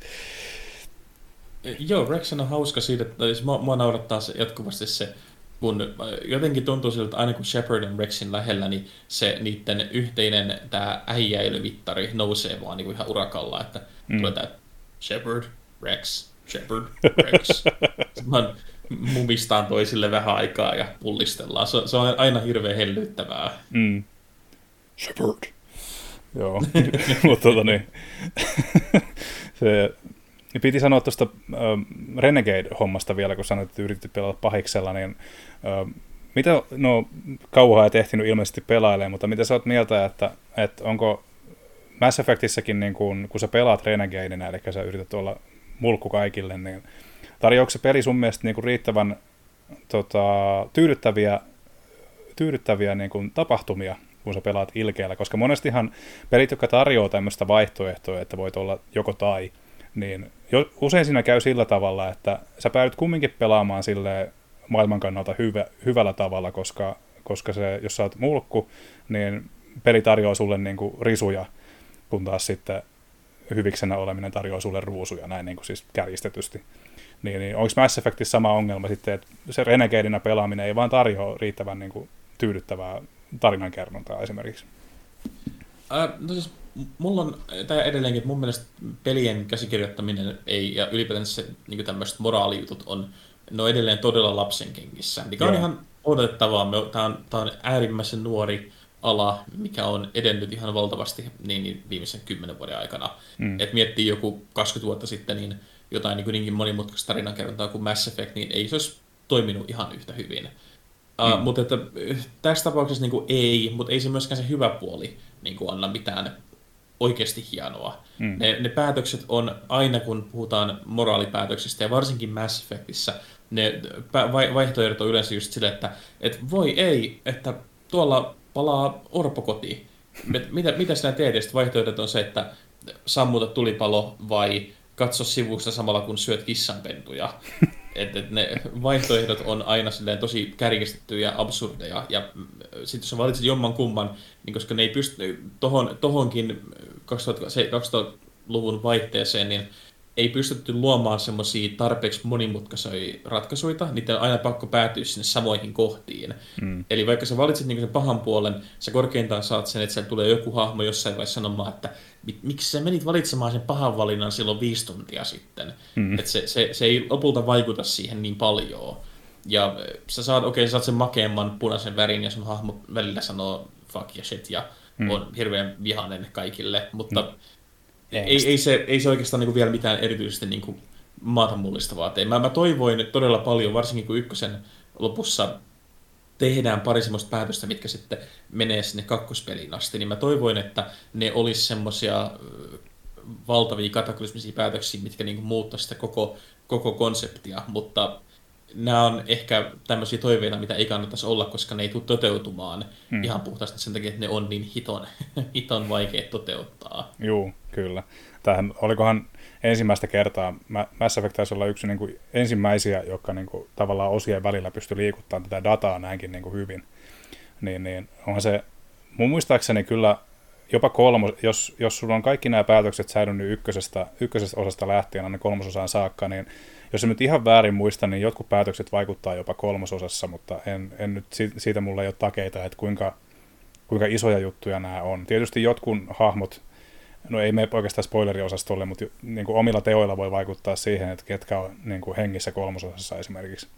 Joo, Rex on hauska siitä, että mua naurattaa se jatkuvasti se, kun jotenkin tuntuu siltä, että aina kun Shepard on Rexin lähellä, niin se niiden yhteinen tää äijäilymittari nousee vaan niin kuin ihan urakalla, että tulee tää Shepard, Rex, Shepard, Rex. Vaan mumistaan toisille vähän aikaa ja pullistellaan. Se on aina hirveän hellyttävää. Shepard. Joo, mutta se piti sanoa tuosta Renegade-hommasta vielä, kun sanoit, että yritit pelata pahiksella, niin mitä, kauhaa ei tehtinyt ilmeisesti pelailemaan, mutta mitä sä oot mieltä, että onko Mass Effectissäkin, niin kun sä pelaat Renegadena, eli sä yrität olla mulkku kaikille, niin tarjoako se peli sun mielestä niin kuin riittävän tyydyttäviä niin kuin tapahtumia, kun sä pelaat ilkeällä, koska monestihan pelit, jotka tarjoaa tämmöistä vaihtoehtoa, että voit olla joko tai, niin usein siinä käy sillä tavalla, että sä päädyt kumminkin pelaamaan silleen maailman kannalta hyvällä tavalla, koska se, jos sä oot mulkku, niin peli tarjoaa sulle niin kuin risuja, kun taas sitten hyviksenä oleminen tarjoaa sulle ruusuja, näin niin kuin siis kärjistetysti. Niin onko Mass Effectissä sama ongelma sitten, että se Renegadena pelaaminen ei vaan tarjoa riittävän niin kuin tyydyttävää tarinankerrontaa esimerkiksi? No siis mulla on tämä edelleenkin, että mun mielestä pelien käsikirjoittaminen ei, ja ylipäätään se niin tämmöiset moraalijutut ne on edelleen todella lapsenkengissä, mikä on ihan odotettavaa. Tämä on äärimmäisen nuori ala, mikä on edennyt ihan valtavasti niin viimeisen 10 vuoden aikana. Et miettii joku 20 vuotta sitten, niin jotain niinkin monimutkaista tarinankerrontaa kuin Mass Effect, niin ei se olisi toiminut ihan yhtä hyvin. Mutta että tässä tapauksessa niin ei, mutta ei se myöskään se hyvä puoli niin anna mitään oikeasti hienoa. Ne päätökset on aina, kun puhutaan moraalipäätöksistä, ja varsinkin Mass Effectissä, ne vaihtoehdot on yleensä just sille, että voi ei, että tuolla palaa orpokoti. Mitä sinä teet? Ja vaihtoehdot on se, että sammuta tulipalo vai katso sivusta samalla kun syöt kissanpentuja. Että ne vaihtoehdot on aina silleen tosi kärjistettyjä ja absurdeja. Ja sitten jos sä valitset jomman kumman, niin koska ne ei pysty tohonkin 2000-luvun vaihteeseen, niin ei pystytty luomaan semmoisia tarpeeksi monimutkaisia ratkaisuja, niitä on aina pakko päätyä sinne samoihin kohtiin. Eli vaikka sä valitset niin sen pahan puolen, sä korkeintaan saat sen, että siellä tulee joku hahmo jossain vaiheessa sanomaan, että miksi sä menit valitsemaan sen pahan valinnan silloin 5 tuntia sitten. Että se ei lopulta vaikuta siihen niin paljon. Ja sä saat sen makeamman punaisen värin ja sun hahmo välillä sanoo fuck ja shit ja on hirveän vihainen kaikille, mutta ei se oikeastaan niin kuin vielä mitään erityisesti niin kuin maata mullistavaa tee. Mä toivoin todella paljon, varsinkin kun ykkösen lopussa tehdään pari semmoista päätöstä, mitkä sitten menee sinne kakkospeliin asti, niin mä toivoin, että ne olisi semmoisia valtavia kataklysmisia päätöksiä, mitkä niin kuin muuttaisi sitä koko konseptia, mutta nämä on ehkä tämmöisiä toiveita, mitä ei kannattaisi olla, koska ne ei tule toteutumaan ihan puhtaasti sen takia, että ne on niin hiton vaikea toteuttaa. Joo, kyllä. Tämähän olikohan ensimmäistä kertaa, Mass Effect taisi olla yksi niin kuin ensimmäisiä, jotka niin kuin, tavallaan osien välillä pystyi liikuttamaan tätä dataa näinkin niin kuin hyvin. Niin onhan se, mun muistaakseni kyllä jopa jos sulla on kaikki nämä päätökset säilynyt ykkösestä osasta lähtien aina 3. saakka, niin jos en nyt ihan väärin muista, niin jotkut päätökset vaikuttaa jopa 3. mutta en nyt siitä mulla ei ole takeita, että kuinka isoja juttuja nämä on. Tietysti jotkut hahmot, no ei mene oikeastaan spoileriosastolle, mutta niin kuin omilla teoilla voi vaikuttaa siihen, että ketkä on niin kuin hengissä 3. esimerkiksi.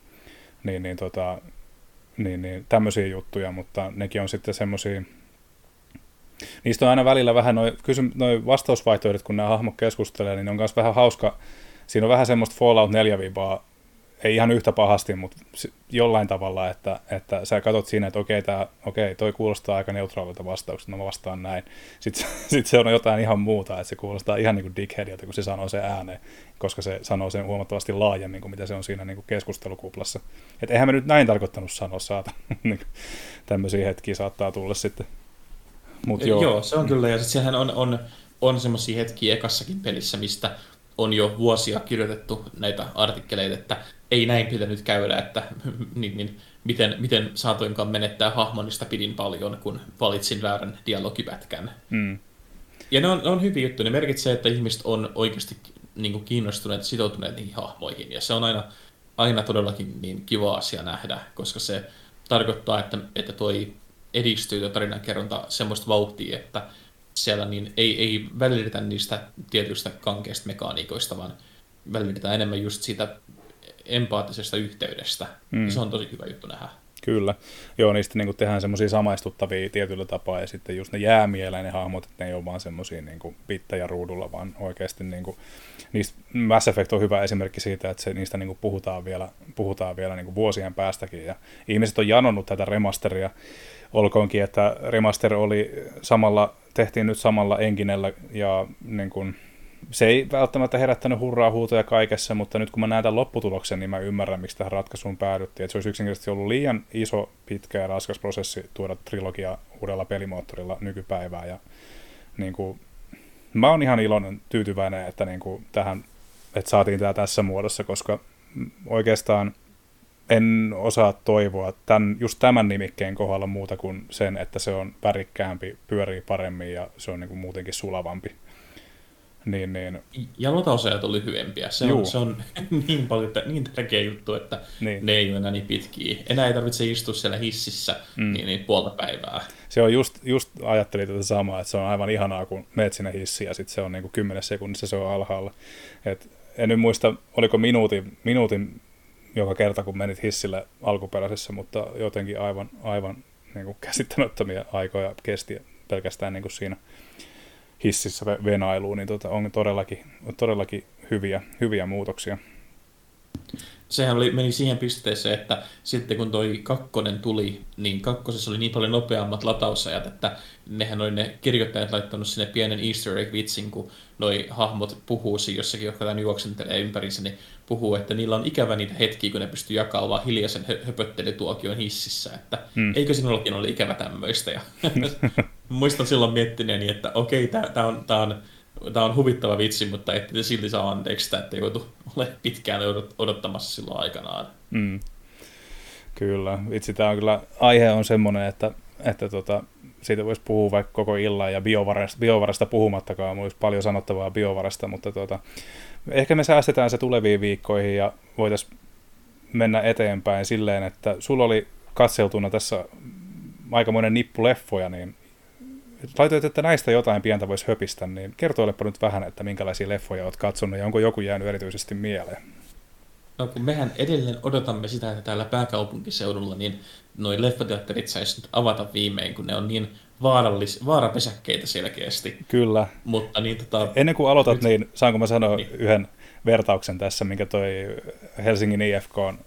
Niin tämmöisiä juttuja, mutta nekin on sitten semmoisia, Niistä on aina välillä vähän noi vastausvaihtoehdot, kun nämä hahmot keskustelee, niin on myös vähän hauska. Siinä on vähän semmoista Fallout 4-vibaa, ei ihan yhtä pahasti, mutta jollain tavalla, että sä katsot siinä, että okei, toi kuulostaa aika neutraalilta vastaukselta, mä vastaan näin. Sitten se on jotain ihan muuta, että se kuulostaa ihan niin kuin dickheadiltä, kun se sanoo sen ääneen, koska se sanoo sen huomattavasti laajemmin kuin mitä se on siinä niin kuin keskustelukuplassa. Että eihän mä nyt näin tarkoittanut sanoa, tämmöisiä hetkiä saattaa tulla sitten. Joo, se on kyllä, ja sitten sehän on semmoisia hetkiä ekassakin pelissä, mistä on jo vuosia kirjoitettu näitä artikkeleita, että ei näin pitänyt käydä, että miten saatoinkaan menettää hahmonista pidin paljon, kun valitsin väärän dialogipätkän. Mm. Ja ne on hyviä juttuja. Ne merkitsee, että ihmiset on oikeasti niin kuin kiinnostuneet, sitoutuneet niihin hahmoihin. Ja se on aina todellakin niin kiva asia nähdä, koska se tarkoittaa, että toi edistyy tuo tarinankerronta semmoista vauhtia, että siellä niin ei välitetä niistä tietyistä kankeista mekaniikoista, vaan välitetään enemmän just siitä empaattisesta yhteydestä. Ja se on tosi hyvä juttu nähdä. Kyllä. Joo, niistä niin tehdään semmoisia samaistuttavia tietyllä tapaa, ja sitten just ne jää mieleen ne hahmot, että ne ei ole vaan semmoisia niin pittejä ruudulla, vaan oikeasti niin kuin, niistä Mass Effect on hyvä esimerkki siitä, että niistä niin kuin puhutaan vielä niin kuin vuosien päästäkin, ja ihmiset on janonnut tätä remasteria, olkoonkin, että remaster tehtiin nyt samalla enginellä, ja niin kuin, se ei välttämättä herättänyt hurraa huutoja kaikessa, mutta nyt kun mä näen tämän lopputuloksen, niin mä ymmärrän, miksi tähän ratkaisuun päädyttiin. Että se olisi yksinkertaisesti ollut liian iso, pitkä ja raskas prosessi tuoda trilogia uudella pelimoottorilla nykypäivään. Ja, niin kuin, mä oon ihan tyytyväinen, että, niin kuin, että saatiin tämä tässä muodossa, koska oikeastaan en osaa toivoa just tämän nimikkeen kohdalla muuta kuin sen, että se on värikkäämpi, pyörii paremmin ja se on niin kuin muutenkin sulavampi. Niin. Ja latausajat on lyhyempiä. Se on niin tärkeä juttu, että ne ei ole enää niin pitkiä. Enää ei tarvitse istua siellä hississä niin puolta päivää. Se on just ajattelin tätä samaa, että se on aivan ihanaa, kun meet sinne hissiin ja sitten se on niin kuin 10 sekunnissa se on alhaalla. En nyt muista, oliko minuutin joka kerta, kun menit hissille alkuperäisessä, mutta jotenkin aivan niin kuin käsittämättömiä aikoja kesti pelkästään niin kuin siinä hississä venailuun, niin on todellakin hyviä muutoksia. Sehän meni siihen pisteeseen, että sitten kun toi kakkonen tuli, niin kakkosessa oli niin paljon nopeammat latausajat, että nehän oli ne kirjoittajat laittanut sinne pienen easter egg-vitsin, kun noi hahmot puhuu siinä jossakin, jotka tämän juoksentelee ympärinsä, niin puhuu, että niillä on ikävä niitä hetkiä, kun ne pystyy jakamaan vaan hiljaisen höpöttelytuokion hississä, että eikö sinullakin ole ikävä tämmöistä. Ja muistan silloin miettineeni, että okei, tämä on huvittava vitsi, mutta ette silti saa anteeksi, että joutu ole pitkään odottamassa silloin aikanaan. Kyllä, vitsi, tämä on kyllä, aihe on semmoinen, että siitä voisi puhua vaikka koko illan ja biovarasta puhumattakaan, olisi paljon sanottavaa biovarasta, mutta ehkä me säästetään se tuleviin viikkoihin ja voitaisiin mennä eteenpäin silleen, että sulla oli katseltuna tässä aikamoinen nippu leffoja, niin laitoit, että näistä jotain pientä voisi höpistä, niin kertoilepa nyt vähän, että minkälaisia leffoja olet katsonut ja onko joku jäänyt erityisesti mieleen? No kun mehän edelleen odotamme sitä, että täällä pääkaupunkiseudulla niin noi leffateatterit saisi nyt avata viimein, kun ne on niin vaarapesäkkeitä selkeästi. Kyllä. Mutta niin, ennen kuin aloitat, niin saanko mä sanoa yhden vertauksen tässä, minkä toi Helsingin IFK:n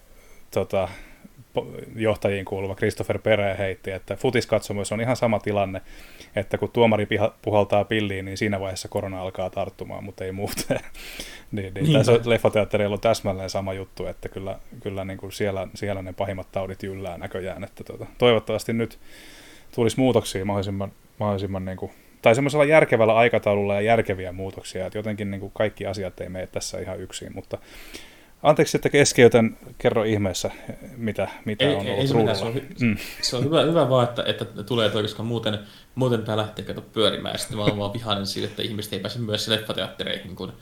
johtajiin kuuluva Christopher Pere heitti, että futiskatsomoissa on ihan sama tilanne, että kun tuomari puhaltaa pilliin, niin siinä vaiheessa korona alkaa tarttumaan, mutta ei muuten. niin. Tässä leffateattereilla on täsmälleen sama juttu, että kyllä niin kuin siellä ne pahimmat taudit jyllää näköjään. Että toivottavasti nyt tulisi muutoksia mahdollisimman niin kuin, tai semmoisella järkevällä aikataululla ja järkeviä muutoksia, että jotenkin niin kuin kaikki asiat ei mene tässä ihan yksin, mutta anteeksi, että keskeytän, kerro ihmeessä, mitä on ollut ruudulla. Se on hyvä vaan, että tulee toi, koska muuten tämä lähtee pyörimään. Sitten mä olen vaan vihainen siitä, että ihmiset ei pääse myös leffateattereihin, kun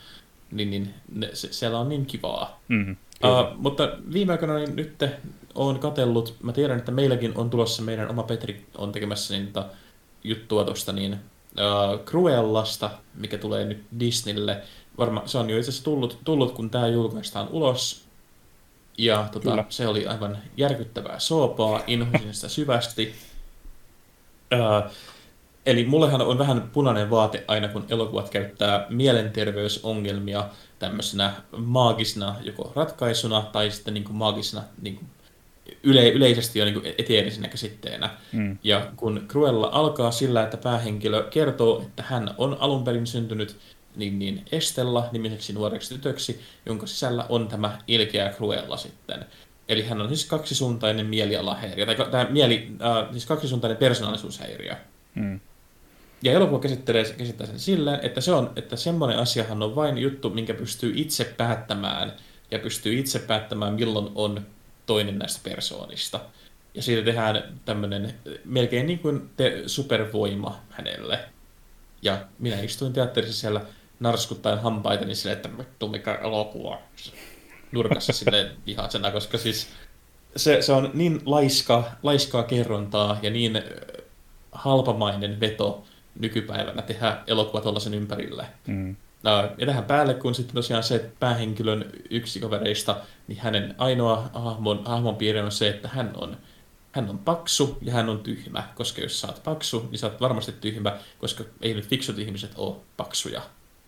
siellä on niin kivaa. Mutta viime aikoina niin nyt olen katsellut, mä tiedän, että meilläkin on tulossa, meidän oma Petri on tekemässä juttua tuosta Cruellasta, mikä tulee nyt Disneylle. Se on jo itse asiassa tullut, kun tämä julkaistaan ulos. Ja se oli aivan järkyttävää soopaa, inhosin sitä syvästi. Eli mullehan on vähän punainen vaate aina, kun elokuvat käyttää mielenterveysongelmia tämmöisenä maagisena joko ratkaisuna tai sitten niin kuin maagisena niin kuin yleisesti jo niin kuin eteerisenä käsitteenä. Ja kun Cruella alkaa sillä, että päähenkilö kertoo, että hän on alun perin syntynyt niin Estella nimiseksi nuoreksi tytöksi, jonka sisällä on tämä ilkeä Cruella sitten. Eli hän on siis kaksisuuntainen mielialahäiriö, tai siis kaksisuuntainen persoonallisuushäiriö. Ja elokuva käsittää sen silleen, että semmoinen asiahan on vain juttu, minkä pystyy itse päättämään, ja pystyy itse päättämään, milloin on toinen näistä persoonista. Ja siitä tehdään tämmöinen melkein niin kuin supervoima hänelle. Ja minä istuin teatterissa siellä narskuttaen hampaita, niin silleen, että vittu mikä elokuva nurkassa silleen vihaisena, koska siis se on niin laiskaa kerrontaa ja niin halpamainen veto nykypäivänä tehdä elokuva tuollaisen ympärille. Ja tähän päälle, kun sitten tosiaan se, että päähenkilön yksi kavereista, niin hänen ainoa hahmon piirre on se, että hän on paksu ja hän on tyhmä, koska jos sä oot paksu, niin sä oot varmasti tyhmä, koska ei nyt fiksut ihmiset ole paksuja.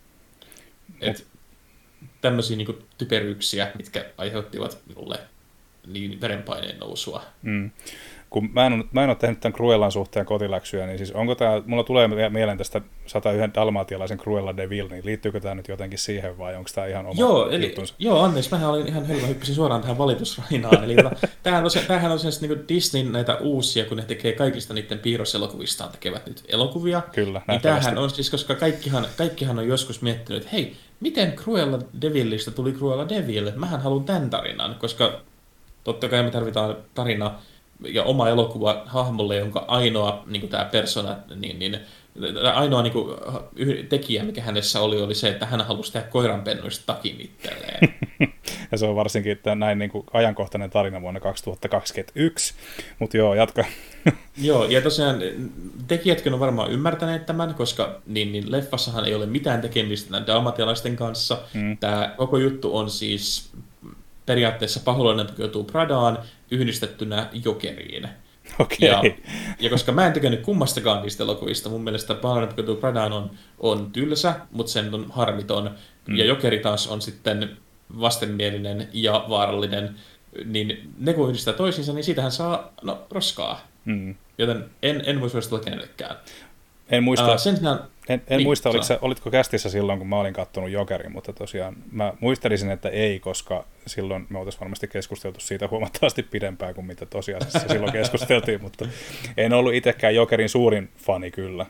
Tämmöisiä niin typeryyksiä, mitkä aiheuttivat minulle niin verenpaineen nousua. Kun mä en ole tehnyt tämän Cruellan suhteen kotiläksyjä, niin siis onko tämä, mulla tulee mieleen tästä 101 dalmatialaisen Cruella de Vil, niin liittyykö tämä nyt jotenkin siihen vai onko tämä ihan oma juttunsa? Joo, anteeksi, mähän olin ihan hölmö, hyppäsin suoraan tähän valitusrainaan. Eli tämähän on siis niin Disneyn näitä uusia, kun ne tekee kaikista niiden piirroselokuvistaan tekevät nyt elokuvia. Kyllä, niin tämähän on siis, koska kaikkihan on joskus miettinyt, että hei, miten Cruella de Vilistä tuli Cruella de Vil? Mähän haluan tämän tarinan, koska totta kai me tarvitaan tarina ja oma elokuva hahmolle, jonka ainoa niin tämä persona, ainoa niin kuin, tekijä, mikä hänessä oli se, että hän halusi tehdä koiranpennuista takin itselleen. Ja se on varsinkin näin niin kuin ajankohtainen tarina vuonna 2021, mutta joo, jatka. Joo, ja tosiaan tekijätkin on varmaan ymmärtäneet tämän, koska niin leffassahan ei ole mitään tekemistä tämän dalmatialaisten kanssa. Tämä koko juttu on siis periaatteessa paholainen pukeutuu Pradaan yhdistettynä Jokeriin. Okay. Ja koska mä en tykännyt kummastakaan niistä elokuvista, mun mielestä paholainen pukeutuu Pradaan on tylsä, mutta sen on harmiton. Ja Jokeri taas on sitten vastenmielinen ja vaarallinen, niin ne kun yhdistää toisiinsa, niin siitähän saa roskaa. Joten en voi suositella kenellekään. En muista, niin, olitko kästissä silloin, kun mä olin kattonut Jokerin, mutta tosiaan mä muistelisin, että ei, koska silloin me oltaisiin varmasti keskusteltu siitä huomattavasti pidempään kuin mitä tosiasiassa silloin keskusteltiin, mutta en ollut itsekään Jokerin suurin fani kyllä.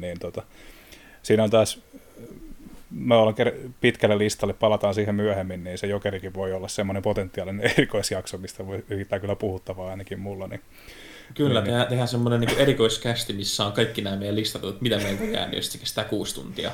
Siinä on taas, me ollaan pitkälle listalle, palataan siihen myöhemmin, niin se Jokerikin voi olla semmoinen potentiaalinen erikoisjakso, mistä voi yrittää kyllä puhuttavaa ainakin mulla. Niin. Kyllä, tehdään semmoinen niin erikoiskästi, missä on kaikki nämä meidän listat, että mitä meillä voi jäädä, jos se kestää 6 tuntia.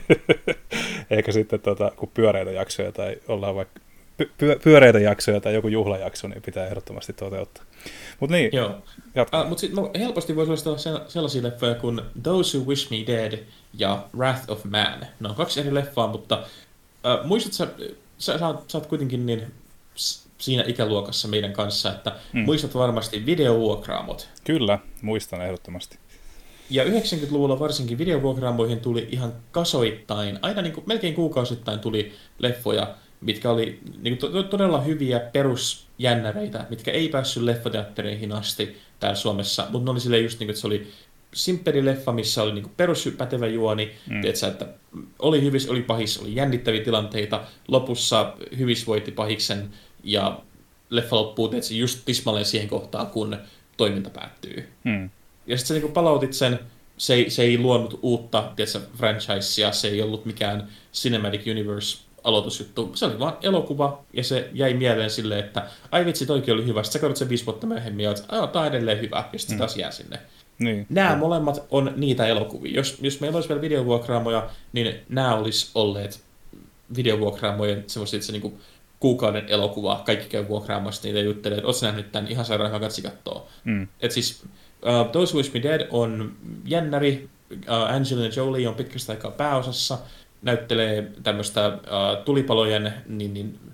Eikä sitten, kun pyöreitä jaksoja tai ollaan vaikka pyöreitä jaksoja tai joku juhlajakso, niin pitää ehdottomasti toteuttaa. Mutta niin, jatka. Mutta sitten helposti voi suositella sellaisia leffoja kuin Those Who Wish Me Dead ja Wrath of Man. Ne on 2 eri leffaa, mutta muistat sä oot kuitenkin niin siinä ikäluokassa meidän kanssa, että muistat varmasti videovuokraamot. Kyllä, muistan ehdottomasti. Ja 90-luvulla varsinkin videovuokraamoihin tuli ihan kasoittain, aina niin kuin melkein kuukausittain tuli leffoja, mitkä oli niin kuin todella hyviä perusjännäreitä, mitkä ei päässyt leffateattereihin asti täällä Suomessa, mutta ne oli silleen just niin kuin, että se oli simppeli leffa, missä oli niin kuin peruspätevä juoni, tiedätkö, että oli hyvis, oli pahis, oli jännittäviä tilanteita, lopussa hyvis voitti pahiksen, ja leffa loppuu tietysti just tismalleen siihen kohtaan, kun toiminta päättyy. Ja sitten sä niin palautit sen, se ei luonut uutta franchisea, se ei ollut mikään Cinematic Universe-aloitusjuttu, se oli vaan elokuva, ja se jäi mieleen silleen, että ai vitsi, toikin oli hyvä, sitten sä katsot sen 5 vuotta myöhemmin, ja tää on edelleen hyvä, ja sitten taas jää sinne. Niin. Nämä molemmat on niitä elokuvia. Jos meillä olisi vielä videovuokraamoja, niin nämä olisi olleet videovuokraamojen semmoista, että se niinku kuukauden elokuva, kaikki käy vuokraamassa niitä ja juttelee, että ootko nähnyt tämän ihan sairaan hyvä katsi kattoo. Et siis Those Who Wish Me Dead on jännäri, Angelina Jolie on pitkästä aikaa pääosassa, näyttelee tämmöistä tulipalojen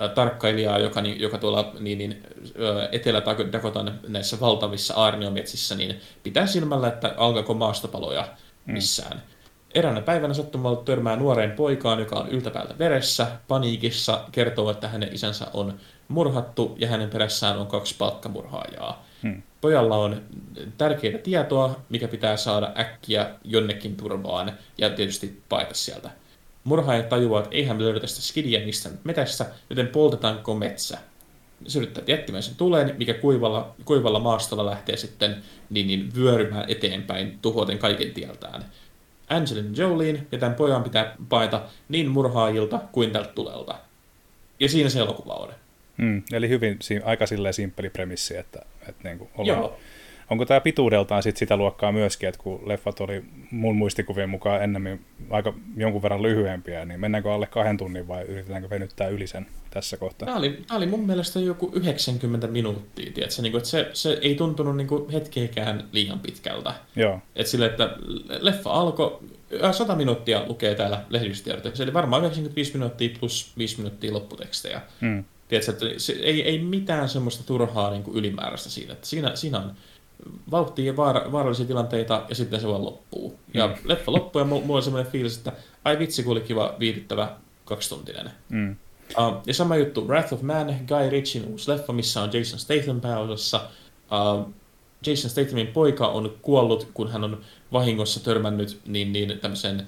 tarkkailijaa, joka tuolla Etelä-Dakotan näissä valtavissa aarniometsissä niin pitää silmällä, että alkaako maastopaloja missään. Eräänä päivänä sattumalla törmää nuoreen poikaan, joka on yltäpäältä veressä, paniikissa, kertoo, että hänen isänsä on murhattu ja hänen perässään on 2 palkkamurhaajaa. Pojalla on tärkeää tietoa, mikä pitää saada äkkiä jonnekin turvaan ja tietysti paeta sieltä. Murhaaja tajuaa, että eihän me löydetä sitä skidiä mistään metässä, joten poltetaanko metsä. Se yrittää jättimäisen tuleen, mikä kuivalla maastolla lähtee sitten vyörymään eteenpäin, tuhoten kaiken tieltään. Angelina Jolien ja tämän pojan pitää paeta niin murhaajilta kuin tältä tulelta. Ja siinä se elokuva on. Eli hyvin aika silleen simppeli premissi, että niin kuin onko tämä pituudeltaan sitä luokkaa myöskin, että kun leffat oli mun muistikuvien mukaan ennemmin aika jonkun verran lyhyempiä, niin mennäänkö alle 2 tunnin vai yritetäänkö venyttää yli sen tässä kohtaa? Tämä oli mun mielestä joku 90 minuuttia, tiedätkö? Niin kuin, että se ei tuntunut niin kuin hetkeäkään liian pitkältä. Joo. Että sille, että leffa alkoi, 100 minuuttia lukee täällä lehdistötiedotteessa, eli varmaan 95 minuuttia plus 5 minuuttia lopputekstejä. Tiedätkö, että ei mitään semmoista turhaa niin kuin ylimääräistä siinä, että siinä on vauhtia ja vaarallisia tilanteita, ja sitten se vaan loppuu. Ja leffa loppuu, ja mulla on semmoinen fiilis, että ai vitsi, kun oli kiva, viihdyttävä 2-tuntinen. Ja sama juttu, Wrath of Man, Guy Ritchien uusi leffa, missä on Jason Statham pääosassa. Jason Stathamin poika on kuollut, kun hän on vahingossa törmännyt tämmöisen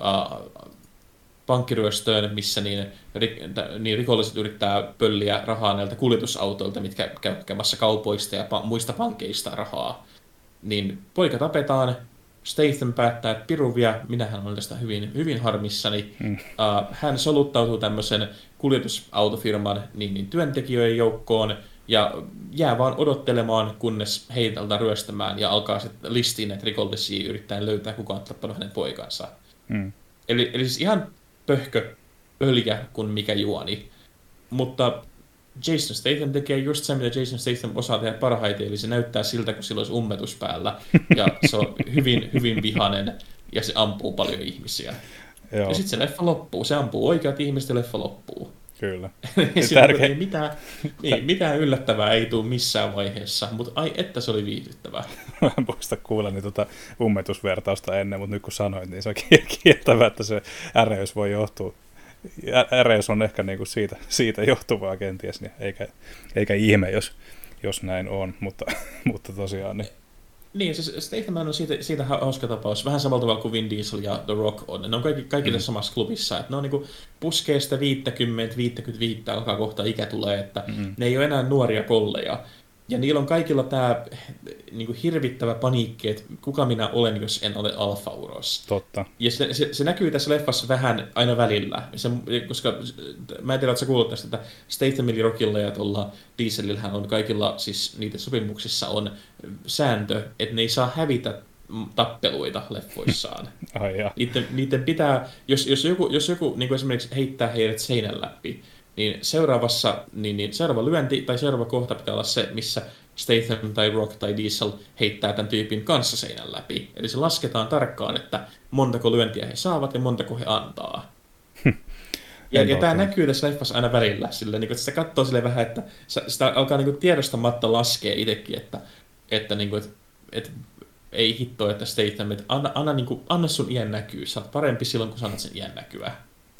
pankkiryöstöön, missä rikolliset yrittää pölliä rahaa näiltä kuljetusautoilta, mitkä käy hakemassa kaupoista ja muista pankeista rahaa. Niin poika tapetaan, Statham päättää, että piruvia, minähän olen tästä hyvin, hyvin harmissani. Hän soluttautuu tämmöisen kuljetusautofirman työntekijöiden joukkoon ja jää vaan odottelemaan, kunnes heitä aletaan ryöstämään ja alkaa sitten listiin näitä rikollisia yrittäen löytää, kuka on tappanut hänen poikansa. Eli siis ihan pöhkö öljä kuin mikä juoni. Mutta Jason Statham tekee just se, mitä Jason Statham osaa tehdä parhaiten, eli se näyttää siltä, kun sillä olisi ummetus päällä, ja se on hyvin, hyvin vihainen, ja se ampuu paljon ihmisiä. Joo. Ja sitten se leffa loppuu. Se ampuu oikeat ihmiset ja leffa loppuu. Kyllä. Mitään yllättävää ei tule missään vaiheessa, mutta ai että se oli viihdyttävää. Mä en muista kuulleni ummetusvertausta ennen, mutta nyt kun sanoit, niin se on kieltävää, että se äreys voi johtua. Äreys on ehkä niinku siitä johtuvaa kenties, niin eikä ihme, jos näin on, mutta tosiaan. Niin, siis Statham on siitä hauska tapaus, vähän samalla tavalla kuin Vin Diesel ja The Rock on. Ne on kaikki tässä samassa klubissa, että ne on niinku puskee sitä 50-55, alkaa kohta ikä tulee, että ne ei ole enää nuoria kolleja. Ja niillä on kaikilla tämä niinku hirvittävä paniikki, että kuka minä olen, jos en ole alfa-uros. Totta. Ja se näkyy tässä leffassa vähän aina välillä, koska mä en tiedä, että sä kuulut tästä, että Stathamilla, Rockilla ja tuolla Dieselillähän on kaikilla, siis niiden sopimuksissa on sääntö, että ne ei saa hävitä tappeluita leffoissaan. Niiden pitää, jos joku niin kuin esimerkiksi heittää heidät seinän läpi, niin seuraava lyönti tai seuraava kohta pitää olla se, missä Statham tai Rock tai Diesel heittää tämän tyypin kanssa seinän läpi. Eli se lasketaan tarkkaan, että montako lyöntiä he saavat ja montako he antaa. Ja tämä näkyy tässä leffassa aina välillä. Sillä, niin, että sitä katsoo silleen vähän, että sitä alkaa niin tiedostamatta laskea itsekin, että ei hittoa, että Statham, että anna sun iän näkyy. Sä oot parempi silloin, kun sanot sen iän näkyä.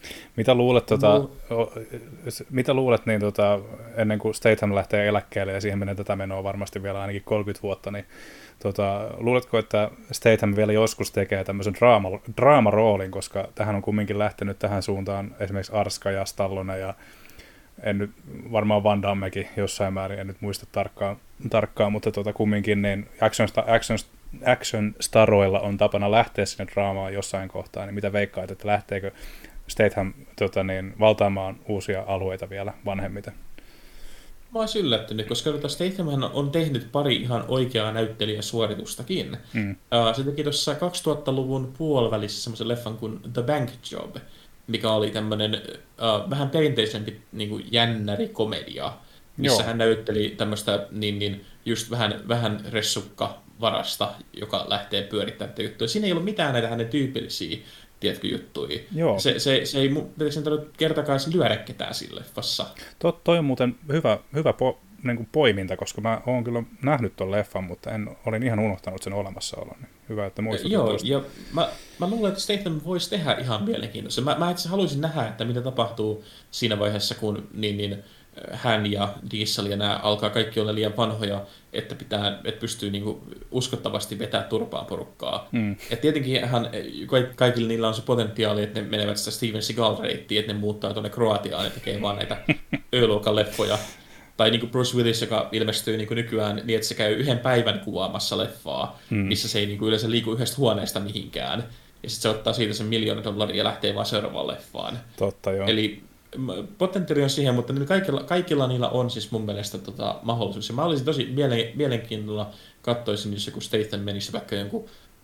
Mitä luulet niin, ennen kuin Statham lähtee eläkkeelle, ja siihen menee tätä menoa varmasti vielä ainakin 30 vuotta, niin luuletko, että Statham vielä joskus tekee tämmöisen draamaroolin, koska tähän on kumminkin lähtenyt tähän suuntaan esimerkiksi Arska ja Stallone, ja en nyt varmaan Van Dammekin jossain määrin, en nyt muista tarkkaan mutta kumminkin niin action staroilla on tapana lähteä sinne draamaan jossain kohtaa, niin mitä veikkaat, että lähteekö Statham valtaamaan uusia alueita vielä vanhemmiten? Mä oon yllättynyt, koska Statham on tehnyt pari ihan oikeaa näyttelijäsuoritustakin. Se teki tuossa 2000-luvun puolivälissä semmoisen leffan kuin The Bank Job, mikä oli tämmöinen vähän perinteisempi niin kuin jännäri-komedia, missä hän näytteli tämmöistä just vähän ressukka varasta, joka lähtee pyörittämään juttuja. Siinä ei ollut mitään näitä hänen tyypillisiä tiedätkö, juttuja. Joo. Se ei pitäisi kertakaan lyödä ketään siinä leffassa. Toi on muuten hyvä niin kuin poiminta, koska mä oon kyllä nähnyt ton leffan, mutta olin ihan unohtanut sen olemassaolon. Niin hyvä, että muistutin Joo, ja mä luulen, että Statham voisi tehdä ihan mielenkiintoista. Mä itse haluaisin nähdä, että mitä tapahtuu siinä vaiheessa, kun hän ja Diesel ja nämä alkaa kaikki olla liian vanhoja, että pystyy niinku uskottavasti vetää turpaan porukkaa. Et tietenkin kaikilla niillä on se potentiaali, että ne menevät sitä Steven Seagal-reittiä, että ne muuttaa tuonne Kroatiaan ja tekee vaan näitä Ö-luokan leffoja. Tai niin kuin Bruce Willis, joka ilmestyy niin kuin nykyään niin, että se käy yhden päivän kuvaamassa leffaa, missä se ei niin kuin yleensä liiku yhdestä huoneesta mihinkään. Ja sitten se ottaa siitä sen $1 miljoonaa ja lähtee vaan seuraavaan leffaan. Totta, joo. Eli potentiaali on siihen, mutta kaikilla niillä on siis mun mielestä mahdollisuus. Ja mä olisin tosi mielenkiinnolla katsoisin, jos joku Statham menisi vaikka joku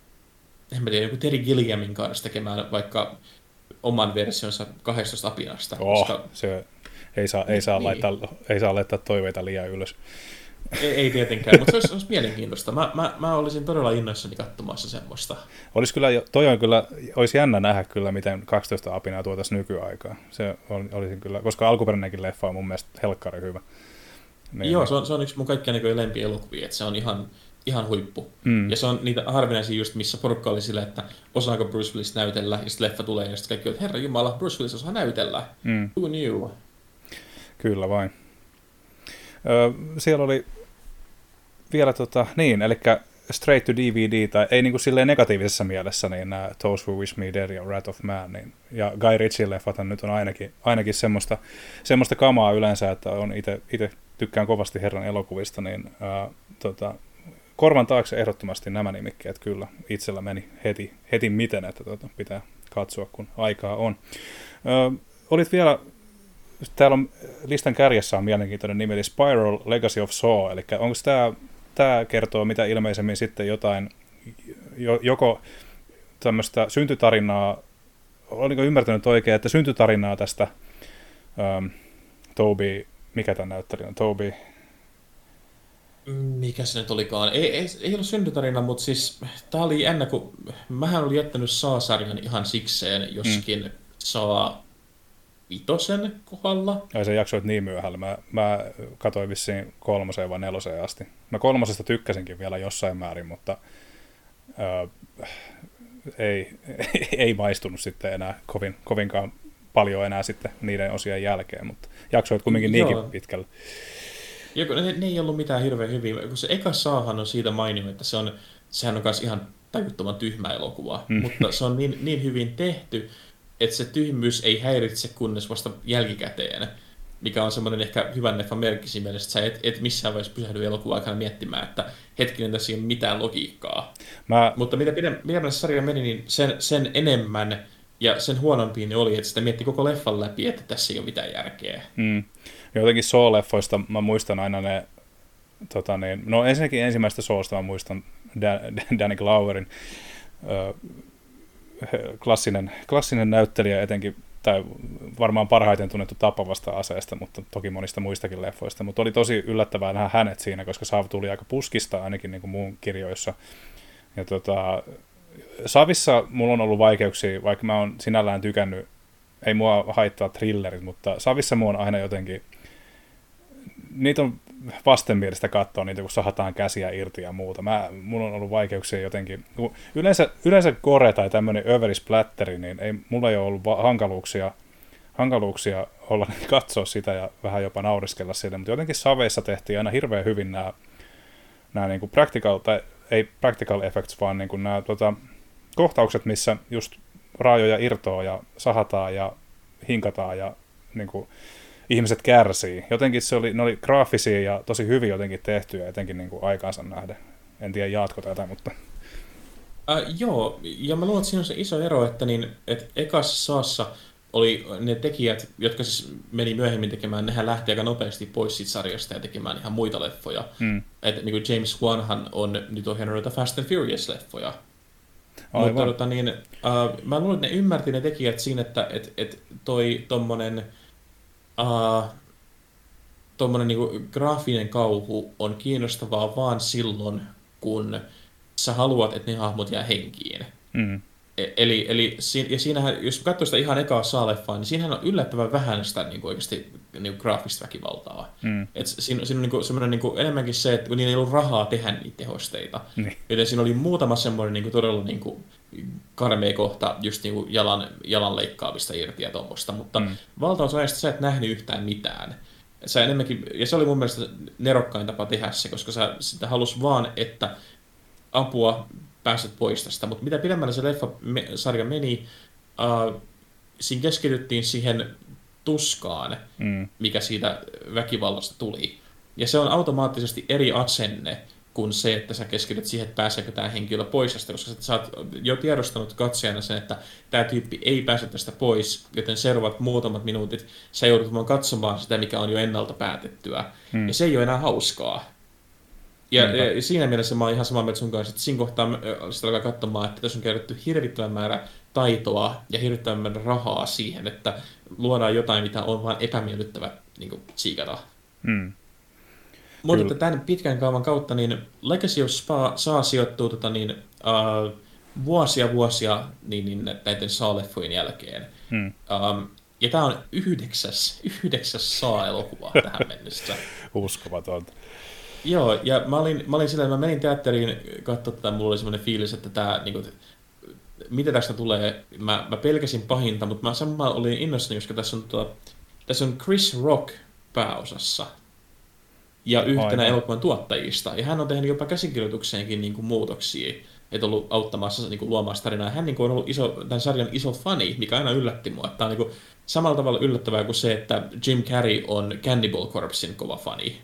Terry Gilliamin kanssa tekemään vaikka oman versionsa 12 apinasta. Koska se ei saa laittaa toiveita liian ylös. Ei tietenkään, mutta se olisi mielenkiintoista. Mä olisin todella innoissani katsomassa semmoista. Olisi jännä nähdä kyllä, miten 12 apinaa tuotaisiin nykyaikaan. Olisin kyllä, koska alkuperäinenkin leffa on mun mielestä helkkari hyvä. Niin, joo, se on yksi mun kaikkia lempielokuvia, että se on ihan huippu. Ja se on niitä harvinaisia just, missä porukka oli sillä, että osaako Bruce Willis näytellä, ja sitten leffa tulee, ja sitten kaikki on, herra jumala, Bruce Willis osaa näytellä. Who knew? Kyllä vain. Siellä oli vielä eli straight to DVD, tai ei niinku silleen negatiivisessa mielessä, niin nämä Those Who Wish Me Dead ja Wrath of Man, niin, ja Guy Ritchie-leffat nyt on ainakin semmoista kamaa yleensä, että on itse tykkään kovasti herran elokuvista, niin korvan taakse ehdottomasti nämä nimikkeet kyllä itsellä meni heti miten, että pitää katsoa, kun aikaa on. Olit vielä, täällä on listan kärjessä on mielenkiintoinen nimi, eli Spiral Legacy of Saw, eli onko tämä kertoo mitä ilmeisemmin sitten jotain, joko tämmöistä syntytarinaa, oliko ymmärtänyt oikein, että syntytarinaa tästä Toby, mikä tämä näyttelijä on, Toby? Mikä se nyt olikaan? Ei ollut syntytarina, mutta siis tämä oli jännä, kun mähän olin jättänyt Saw-sarjan ihan sikseen, joskin Saw 5 kohdalla. Ai se jaksoit niin myöhällä. Mä katsoin vissiin 3 vai 4 asti. Mä 3 tykkäsinkin vielä jossain määrin, mutta ei maistunut sitten enää kovinkaan paljon enää sitten niiden osien jälkeen, mutta jaksoit kumminkin niinkin pitkälle. Ne ei ollut mitään hirveän hyviä, kun se eka Sawhan on siitä mainio, että sehän on myös ihan tajuttoman tyhmä elokuva, mutta se on niin hyvin tehty, että se tyhmyys ei häiritse kunnes vasta jälkikäteen, mikä on semmoinen ehkä hyvän leffan merkki siinä mielessä, että sä et missään vaiheessa pysähdy elokuvan aikana miettimään, että hetkinen, tässä ei ole mitään logiikkaa. Mutta mitä pidemmälle sarja meni, niin sen enemmän ja sen huonompiin ne oli, että sitä mietti koko leffan läpi, että tässä ei ole mitään järkeä. Jotenkin Saw-leffoista mä muistan aina ne, no ensinnäkin ensimmäistä Sawsta mä muistan Danny Gloverin, klassinen näyttelijä etenkin, tai varmaan parhaiten tunnettu Tappavasta aseesta, mutta toki monista muistakin leffoista, mutta oli tosi yllättävää nähdä hänet siinä, koska Saw tuli aika puskista ainakin niin kuin muun kirjoissa. Ja Savissa mulla on ollut vaikeuksia, vaikka mä oon sinällään tykännyt, ei mua haittaa thrillerit, mutta Savissa mua on aina jotenkin, niitä on vastenmielistä katsoa niitä, kun sahataan käsiä irti ja muuta. Mulla on ollut vaikeuksia jotenkin. Yleensä gore tai tämmöinen överisplatteri, niin mulla ei ole ollut hankaluuksia olla katsoa sitä ja vähän jopa nauriskella siitä, mutta jotenkin Saveissa tehtiin aina hirveän hyvin nämä niin kuin practical, tai ei practical effects, vaan niin kuin nämä kohtaukset, missä just raajoja irtoaa ja sahataan ja hinkataan ja niin kuin ihmiset kärsii. Jotenkin ne oli graafisia ja tosi hyvin jotenkin tehtyjä, etenkin niin kuin aikaansa nähden. En tiedä, jaatko tätä, mutta... Joo, ja mä luulen, että siinä on se iso ero, että ekassa Sawssa oli ne tekijät, jotka siis meni myöhemmin tekemään, nehän lähti aika nopeasti pois siitä sarjasta ja tekemään ihan muita leffoja. Että niin kuin James Wanhan on nyt ohjannut noita Fast and Furious-leffoja. Aivan. Mutta mä luulen, että ne ymmärti ne tekijät siinä, että tommonen niinku graafinen kauhu on kiinnostavaa vaan silloin, kun sä haluat, että ne hahmot jää henkiin. Ja siinähän, jos katsoo sitä ihan ekaa Saw-leffaa, niin siinähän on yllättävän vähän sitä niin kuin oikeasti niin kuin graafista väkivaltaa. Et siinä on niin kuin, semmoinen niin kuin, enemmänkin se, että kun niillä ei ollut rahaa tehdä niitä tehosteita. Niin. Joten siinä oli muutama semmoinen niin kuin, todella niin kuin, karmea kohta just niin kuin jalan leikkaavista irti ja tuommoista, mutta valtaosa ajasta sä et nähnyt yhtään mitään. Sä enemmänkin, ja se oli mun mielestä nerokkain tapa tehdä se, koska sä sitä halus vaan, että apua pääset pois tästä, mutta mitä pidemmällä se leffasarja meni, siinä keskityttiin siihen tuskaan, mikä siitä väkivallasta tuli. Ja se on automaattisesti eri asenne kuin se, että sä keskityt siihen, että pääseekö tämä henkilö pois tästä, koska sä oot jo tiedostanut katsojana sen, että tämä tyyppi ei pääse tästä pois, joten seuraavat muutamat minuutit sä joudut vaan katsomaan sitä, mikä on jo ennalta päätettyä. Ja se ei ole enää hauskaa. Ja siinä mielessä mä oon ihan samaa mieltä sun kanssa, että siinä kohtaa sitä alkaa katsomaan, että tässä on käytetty hirvittävän määrä taitoa ja hirvittävän määrä rahaa siihen, että luodaan jotain, mitä on vaan epämiellyttävä niin tsiikata. Mutta tämän pitkän kaavan kautta niin Legacy of Saa sijoittuu vuosia näiden Saw-leffojen jälkeen. Ja tämä on yhdeksäs Saw-elokuva tähän mennessä. Uskomatonta. Joo, ja mä olin silleen, mä menin teatteriin katsomaan tätä, mulla oli semmoinen fiilis, että tämä, niin kuin, mitä tästä tulee, mä pelkäsin pahinta, mutta mä samalla olin innoissani, koska tässä on Chris Rock pääosassa ja yhtenä elokuvan tuottajista, ja hän on tehnyt jopa käsikirjoitukseenkin niin kuin muutoksia, että ollut auttamassa niin kuin, luomaan tarinaa. Hän niin kuin, on ollut tämän sarjan iso fani, mikä aina yllätti mua, että tämä on niin kuin, samalla tavalla yllättävää kuin se, että Jim Carrey on Cannibal Corpsen kova fani.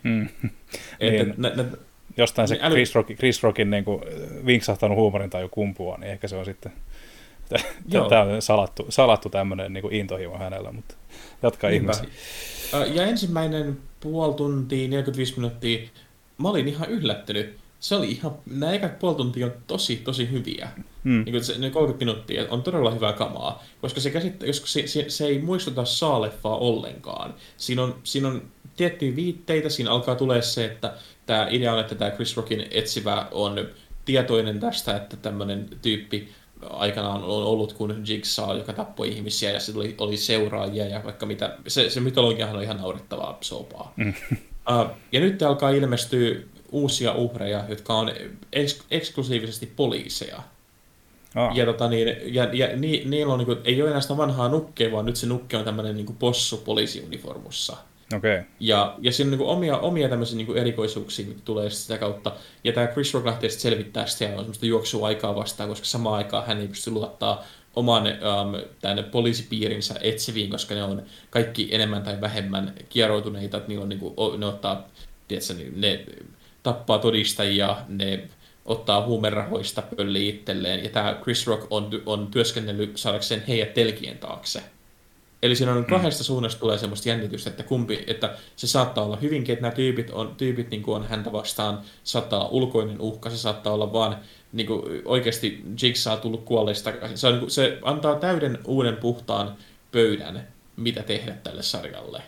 Jostain se Chris Rockin niin kuin vinksahtanut huumorintaju kumpuaa, niin ehkä se on sitten tämä on salattu tämmöinen niin kuin intohimo hänellä, mutta jatkaa ihmisiä. Ja ensimmäinen puoli tuntia, 45 minuuttia, mä olin ihan yllättynyt. Se oli ihan, nämä ekat puoli tuntia on tosi hyviä. Niin se, ne 30 minuuttia on todella hyvää kamaa, koska se ei muistuta Saw-leffaa ollenkaan. Siinä on tiettyjä viitteitä, siinä alkaa tulee se, että tämä idea on, että tämä Chris Rockin etsivä on tietoinen tästä, että tämmöinen tyyppi aikanaan on ollut kuin Jigsaw, joka tappoi ihmisiä ja sitten oli seuraajia ja vaikka mitä. Se mytologiahan on ihan naurettavaa soopaa. Ja nyt alkaa ilmestyä uusia uhreja, jotka on eksklusiivisesti poliiseja. Ja niillä on, niin kuin, ei ole enää sitä vanhaa nukkea, vaan nyt se nukke on tämmöinen niin kuin possu poliisiuniformussa. Okay. Ja siinä on niin omia tämmöisiä niin erikoisuuksia, mitä tulee sitä kautta. Ja tämä Chris Rock lähtee sitten selvittää sitä ja on semmoista juoksuaikaa vastaan, koska samaan aikaan hän ei pysty luottaa oman tänne poliisipiirinsä etsiviin, koska ne on kaikki enemmän tai vähemmän kieroutuneita, että niillä on, niin kuin, ne ottaa, tiedätkö, ne tappaa todistajia, ne ottaa huumerahoista pölliä itselleen, ja tämä Chris Rock on työskennellyt saadakseen heidät telkien taakse. Eli siinä on kahdesta suunnasta tulee semmoista jännitystä, että se saattaa olla hyvinkin, että nämä tyypit niin kuin on häntä vastaan, saattaa olla ulkoinen uhka, se saattaa olla vaan niin kuin oikeasti Jigsaw tullut kuolleista takaisin. Se antaa täyden uuden puhtaan pöydän, mitä tehdä tälle sarjalle.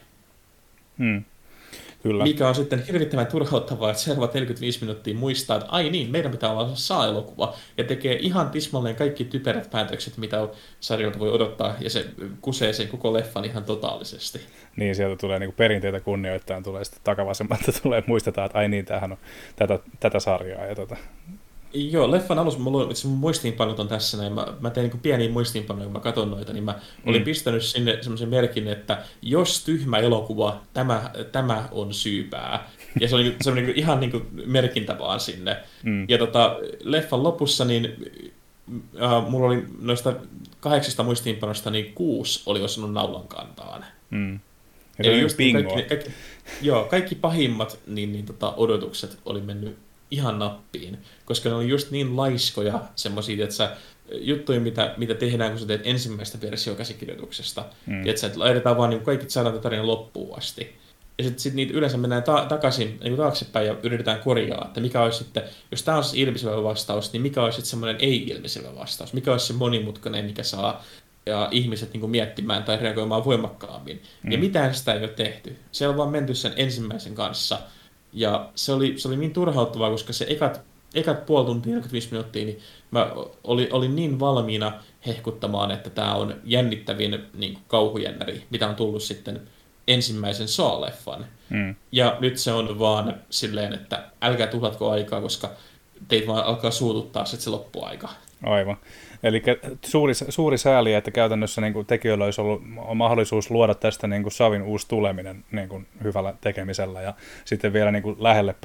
Kyllä. Mikä on sitten hirvittävän turhauttavaa, että seuraavat 45 minuuttia muistaa, että ai niin, meidän pitää olla Saw-elokuva, ja tekee ihan tismalleen kaikki typerät päätökset, mitä sarjalta voi odottaa, ja se kusee sen koko leffan ihan totaalisesti. Niin, sieltä tulee niin kuin perinteitä kunnioittain, tulee sitten takavasemmalta, tulee muistetaan, että ai niin, tämähän on tätä sarjaa. Ja Joo, leffan alussa mun muistiinpanot on tässä näin. Mä tein niin pieniä muistiinpanoja, kun mä katson noita, niin mä olin pistänyt sinne semmoisen merkin, että jos tyhmä elokuva, tämä on syypää. Ja se oli semmoinen ihan niin kuin merkintä vaan sinne. Ja leffan lopussa, niin mulla oli noista 8 muistiinpanosta, niin 6 oli osannut naulan kantaan. Eli just kaikki pahimmat odotukset oli mennyt ihan nappiin, koska ne oli just niin laiskoja semmoisia, että juttuja, mitä tehdään, kun sä teet ensimmäistä versiokäsikirjoituksesta. Että laitetaan vaan niin kaikki saadaan tarinan loppuun asti. Ja sitten niitä yleensä mennään takaisin niin taaksepäin ja yritetään korjaa, että mikä olisi sitten, jos tämä on se ilmiselvä vastaus, niin mikä olisi sitten semmoinen ei-ilmiselvä vastaus, mikä olisi se monimutkainen, mikä saa ihmiset niin kuin miettimään tai reagoimaan voimakkaammin. Ja mitään sitä ei ole tehty. Se on vaan menty sen ensimmäisen kanssa. Ja se oli niin turhauttavaa, koska se ekat puoli tuntia, 45 minuuttia, niin mä olin niin valmiina hehkuttamaan, että tämä on jännittävin niin kuin kauhujännäri, mitä on tullut sitten ensimmäisen Saw-leffan. Ja nyt se on vaan silleen, että älkää tuhlatko aikaa, koska teitä vaan alkaa suututtaa sitten se loppuaika. Aivan. Eli suuri sääli, että käytännössä niin kuin tekijöillä olisi ollut mahdollisuus luoda tästä niin kuin Savin uusi tuleminen niin kuin hyvällä tekemisellä, ja sitten vielä niin kuin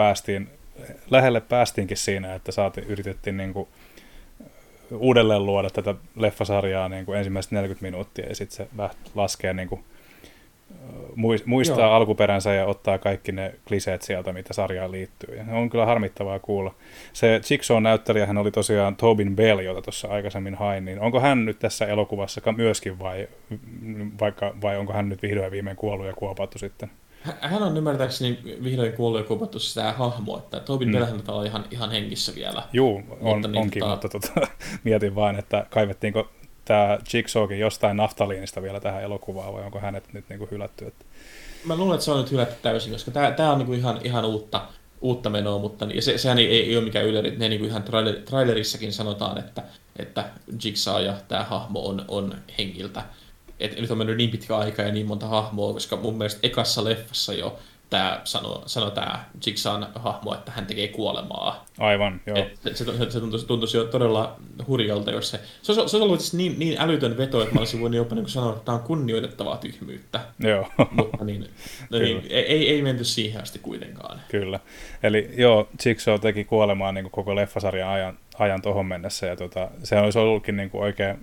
lähelle päästiinkin siinä, että yritettiin niin kuin uudelleen luoda tätä leffasarjaa niin kuin ensimmäiset 40 minuuttia, ja sitten se laskee niin kuin muistaa alkuperänsä ja ottaa kaikki ne kliseet sieltä, mitä sarjaan liittyy. Ja on kyllä harmittavaa kuulla. Se Jigsaw-näyttelijähän oli tosiaan Tobin Bell, jota tuossa aikaisemmin hain. Niin onko hän nyt tässä elokuvassa myöskin vai onko hän nyt vihdoin viimein kuollut ja kuopattu sitten? Hän on ymmärtääkseni vihdoin kuollut ja kuopattu sitä hahmoa, että Tobin Bellhän on ihan hengissä vielä. Juu, onkin, mutta mietin vain, että kaivettiinko tämä Jigsawkin jostain naftaliinista vielä tähän elokuvaan, vai onko hänet nyt niin kuin hylätty? Että... Mä luulen, että se on nyt hylätty täysin, koska tämä on niin kuin ihan uutta menoa, mutta ja sehän ei ole mikään yleinen. Ne niin kuin ihan trailerissakin sanotaan, että Jigsaw ja tämä hahmo on hengiltä. Et nyt on mennyt niin pitkä aika ja niin monta hahmoa, koska mun mielestä ekassa leffassa jo tämä sanoi tämä Jigsawn hahmo, että hän tekee kuolemaa. Aivan, joo. Se tuntuisi jo todella hurjalta, jos se olisi ollut niin älytön veto, että mä olisin voinut jopa niin sanoa, että tämä on kunnioitettavaa tyhmyyttä. Joo. Mutta ei menty siihen asti kuitenkaan. Kyllä. Eli joo, Jigsaw teki kuolemaa niin kuin koko leffasarjan ajan tohon mennessä, ja se olisi ollutkin niin kuin oikein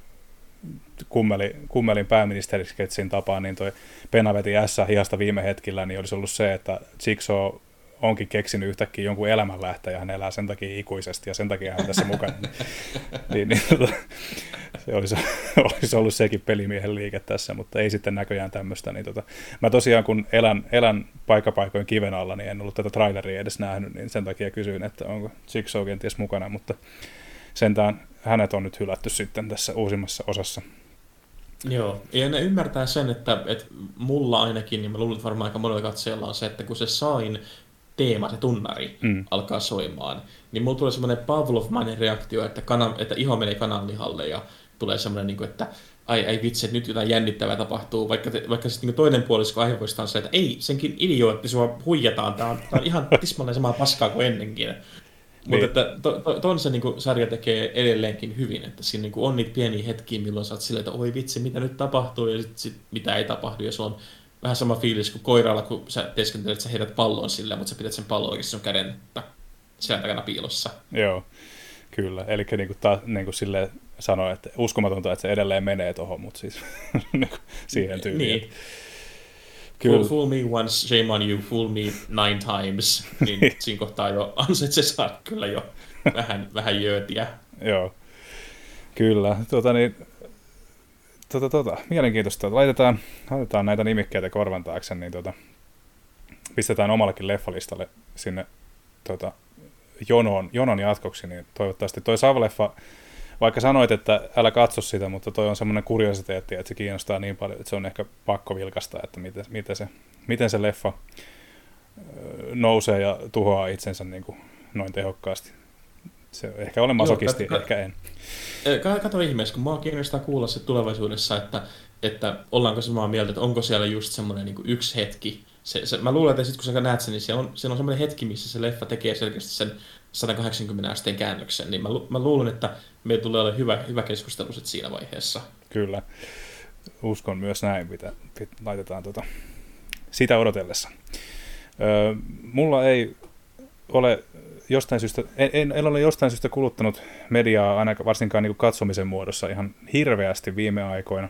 kummelin pääministerisketsin tapaan, niin toi pena veti ässä hihasta viime hetkillä, niin olisi ollut se, että Jigsaw onkin keksinyt yhtäkkiä jonkun elämänlähteen, ja hän elää sen takia ikuisesti, ja sen takia hän on tässä mukana. Se olisi ollut sekin pelimiehen liike tässä, mutta ei sitten näköjään tämmöistä. Niin mä tosiaan, kun elän paikkapaikoin kiven alla, niin en ollut tätä traileria edes nähnyt, niin sen takia kysyin, että onko Jigsaw kenties mukana, mutta sentään hänet on nyt hylätty sitten tässä uusimmassa osassa. Joo, ja ne ymmärtää sen, että mulla ainakin, niin mä luulen, että varmaan aika monella katsojalla on se, että kun se Sain teema, se tunnari, alkaa soimaan, niin mulla tulee semmoinen Pavlov-mainen reaktio, että iho menee kananlihalle ja tulee semmoinen, niin kuin, että ai vitsi, että nyt jotain jännittävää tapahtuu, vaikka sitten niin toinen puolisko aivoista on se, että ei, senkin idiootti, sua huijataan, tää on ihan tismalleen samaa paskaa kuin ennenkin. Mutta että ton se niinku sarja tekee edelleenkin hyvin, että siinä niinku on niitä pieniä hetkiä, milloin sä oot silleen, että oi vitsi, mitä nyt tapahtuu, ja sit mitä ei tapahdu, ja se on vähän sama fiilis kuin koiralla, kun sä teeskentelet, että sä heität pallon silleen, mutta sä pidät sen pallon oikeasti sun käden siellä takana piilossa. Joo, kyllä. Eli niin kuin silleen sanoi, että uskomatonta, että se edelleen menee tuohon, mutta siis siihen tyyliin. Niin. Fool me once, shame on you, fool me 9 times, niin siinä kohtaa jo ansaitsee saada kyllä jo vähän jöötiä. Joo, kyllä. Mielenkiintoista. Laitetaan näitä nimikkeitä korvan taakse, niin pistetään omallekin leffalistalle sinne jonon jatkoksi, niin toivottavasti toi Saw-leffa, vaikka sanoit, että älä katso sitä, mutta toi on semmoinen kuriositeetti, että se kiinnostaa niin paljon, että se on ehkä pakko vilkasta, että miten se leffa nousee ja tuhoaa itsensä niin kuin noin tehokkaasti. Se ehkä olen masokisti, ehkä en. Kato ihmeessä, kun mua kiinnostaa kuulla se tulevaisuudessa, että ollaanko samaa mieltä, että onko siellä just semmoinen niin kuin yksi hetki. Mä luulen, että sitten kun sä näet sen, niin siellä on semmoinen hetki, missä se leffa tekee selkeästi sen 180 asteen käännöksen, niin mä luulen, että meillä tulee olla hyvä keskustelu siinä vaiheessa. Kyllä, uskon myös näin, mitä laitetaan sitä odotellessa. Mulla ei ole jostain syystä, en ole jostain syystä kuluttanut mediaa ainakaan varsinkaan niin kuin katsomisen muodossa ihan hirveästi viime aikoina.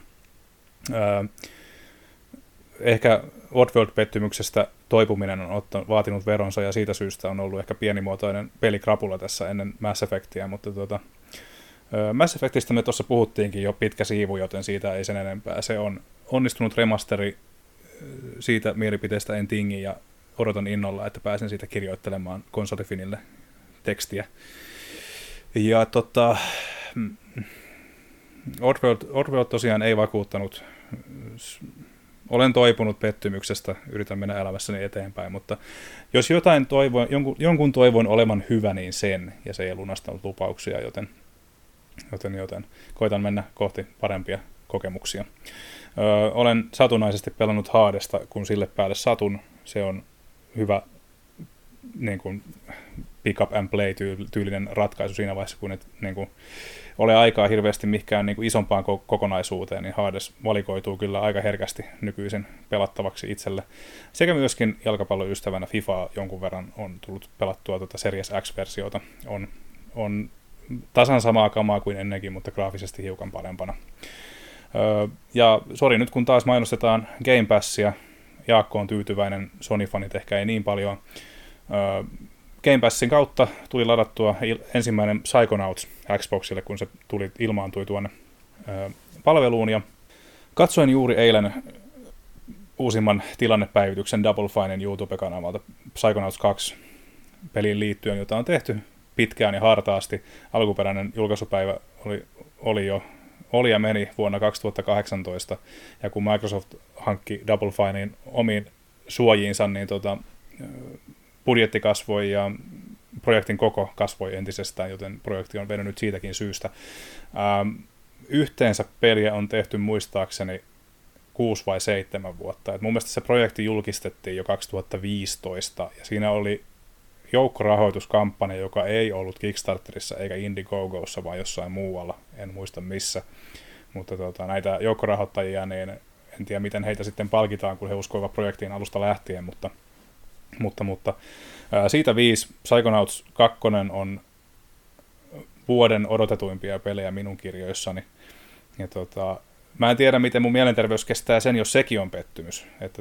Ehkä Oddworld-pettymyksestä toipuminen on vaatinut veronsa, ja siitä syystä on ollut ehkä pienimuotoinen pelikrapula tässä ennen Mass Effectia, mutta Mass Effectistä me tuossa puhuttiinkin jo pitkä siivu, joten siitä ei sen enempää. Se on onnistunut remasteri, siitä mielipiteestä en tingi, ja odotan innolla, että pääsen siitä kirjoittelemaan konsolifinille tekstiä. Ja Oddworld tosiaan ei vakuuttanut olen toipunut pettymyksestä, yritän mennä elämässäni eteenpäin, mutta jos jonkun toivon olevan hyvä, niin sen, ja se ei lunastanut lupauksia, joten koitan mennä kohti parempia kokemuksia. Olen satunnaisesti pelannut Hadesta, kun sille päälle satun. Se on hyvä niin kuin pick up and play tyylinen ratkaisu siinä vaiheessa, kun et niin kuin ole aikaa hirveästi mihinkään niin kuin isompaan kokonaisuuteen, niin Hades valikoituu kyllä aika herkästi nykyisin pelattavaksi itselle. Sekä myöskin jalkapalloystävänä FIFA jonkun verran on tullut pelattua Series X-versiota. On tasan samaa kamaa kuin ennenkin, mutta graafisesti hiukan parempana. Ja sori, nyt kun taas mainostetaan Game Passia, Jaakko on tyytyväinen, Sony-fanit ehkä ei niin paljon. Game Passin kautta tuli ladattua ensimmäinen Psychonauts Xboxille, kun se ilmaantui tuonne palveluun. Ja katsoin juuri eilen uusimman tilannepäivityksen Double Finen YouTube-kanavalta Psychonauts 2 peliin liittyen, jota on tehty pitkään ja hartaasti. Alkuperäinen julkaisupäivä oli ja meni vuonna 2018, ja kun Microsoft hankki Double Finein omiin suojiinsa, niin budjetti kasvoi ja projektin koko kasvoi entisestään, joten projekti on venynyt siitäkin syystä. Yhteensä peliä on tehty muistaakseni 6 vai 7 vuotta. Et mun mielestä se projekti julkistettiin jo 2015, ja siinä oli joukkorahoituskampanja, joka ei ollut Kickstarterissa eikä Indiegogossa, vaan jossain muualla, en muista missä. Mutta näitä joukkorahoittajia, niin en tiedä miten heitä sitten palkitaan, kun he uskoivat projektiin alusta lähtien, mutta siitä 5 Psychonauts 2 on vuoden odotetuimpia pelejä minun kirjoissani. Ja mä en tiedä, miten mun mielenterveys kestää sen, jos sekin on pettymys. Että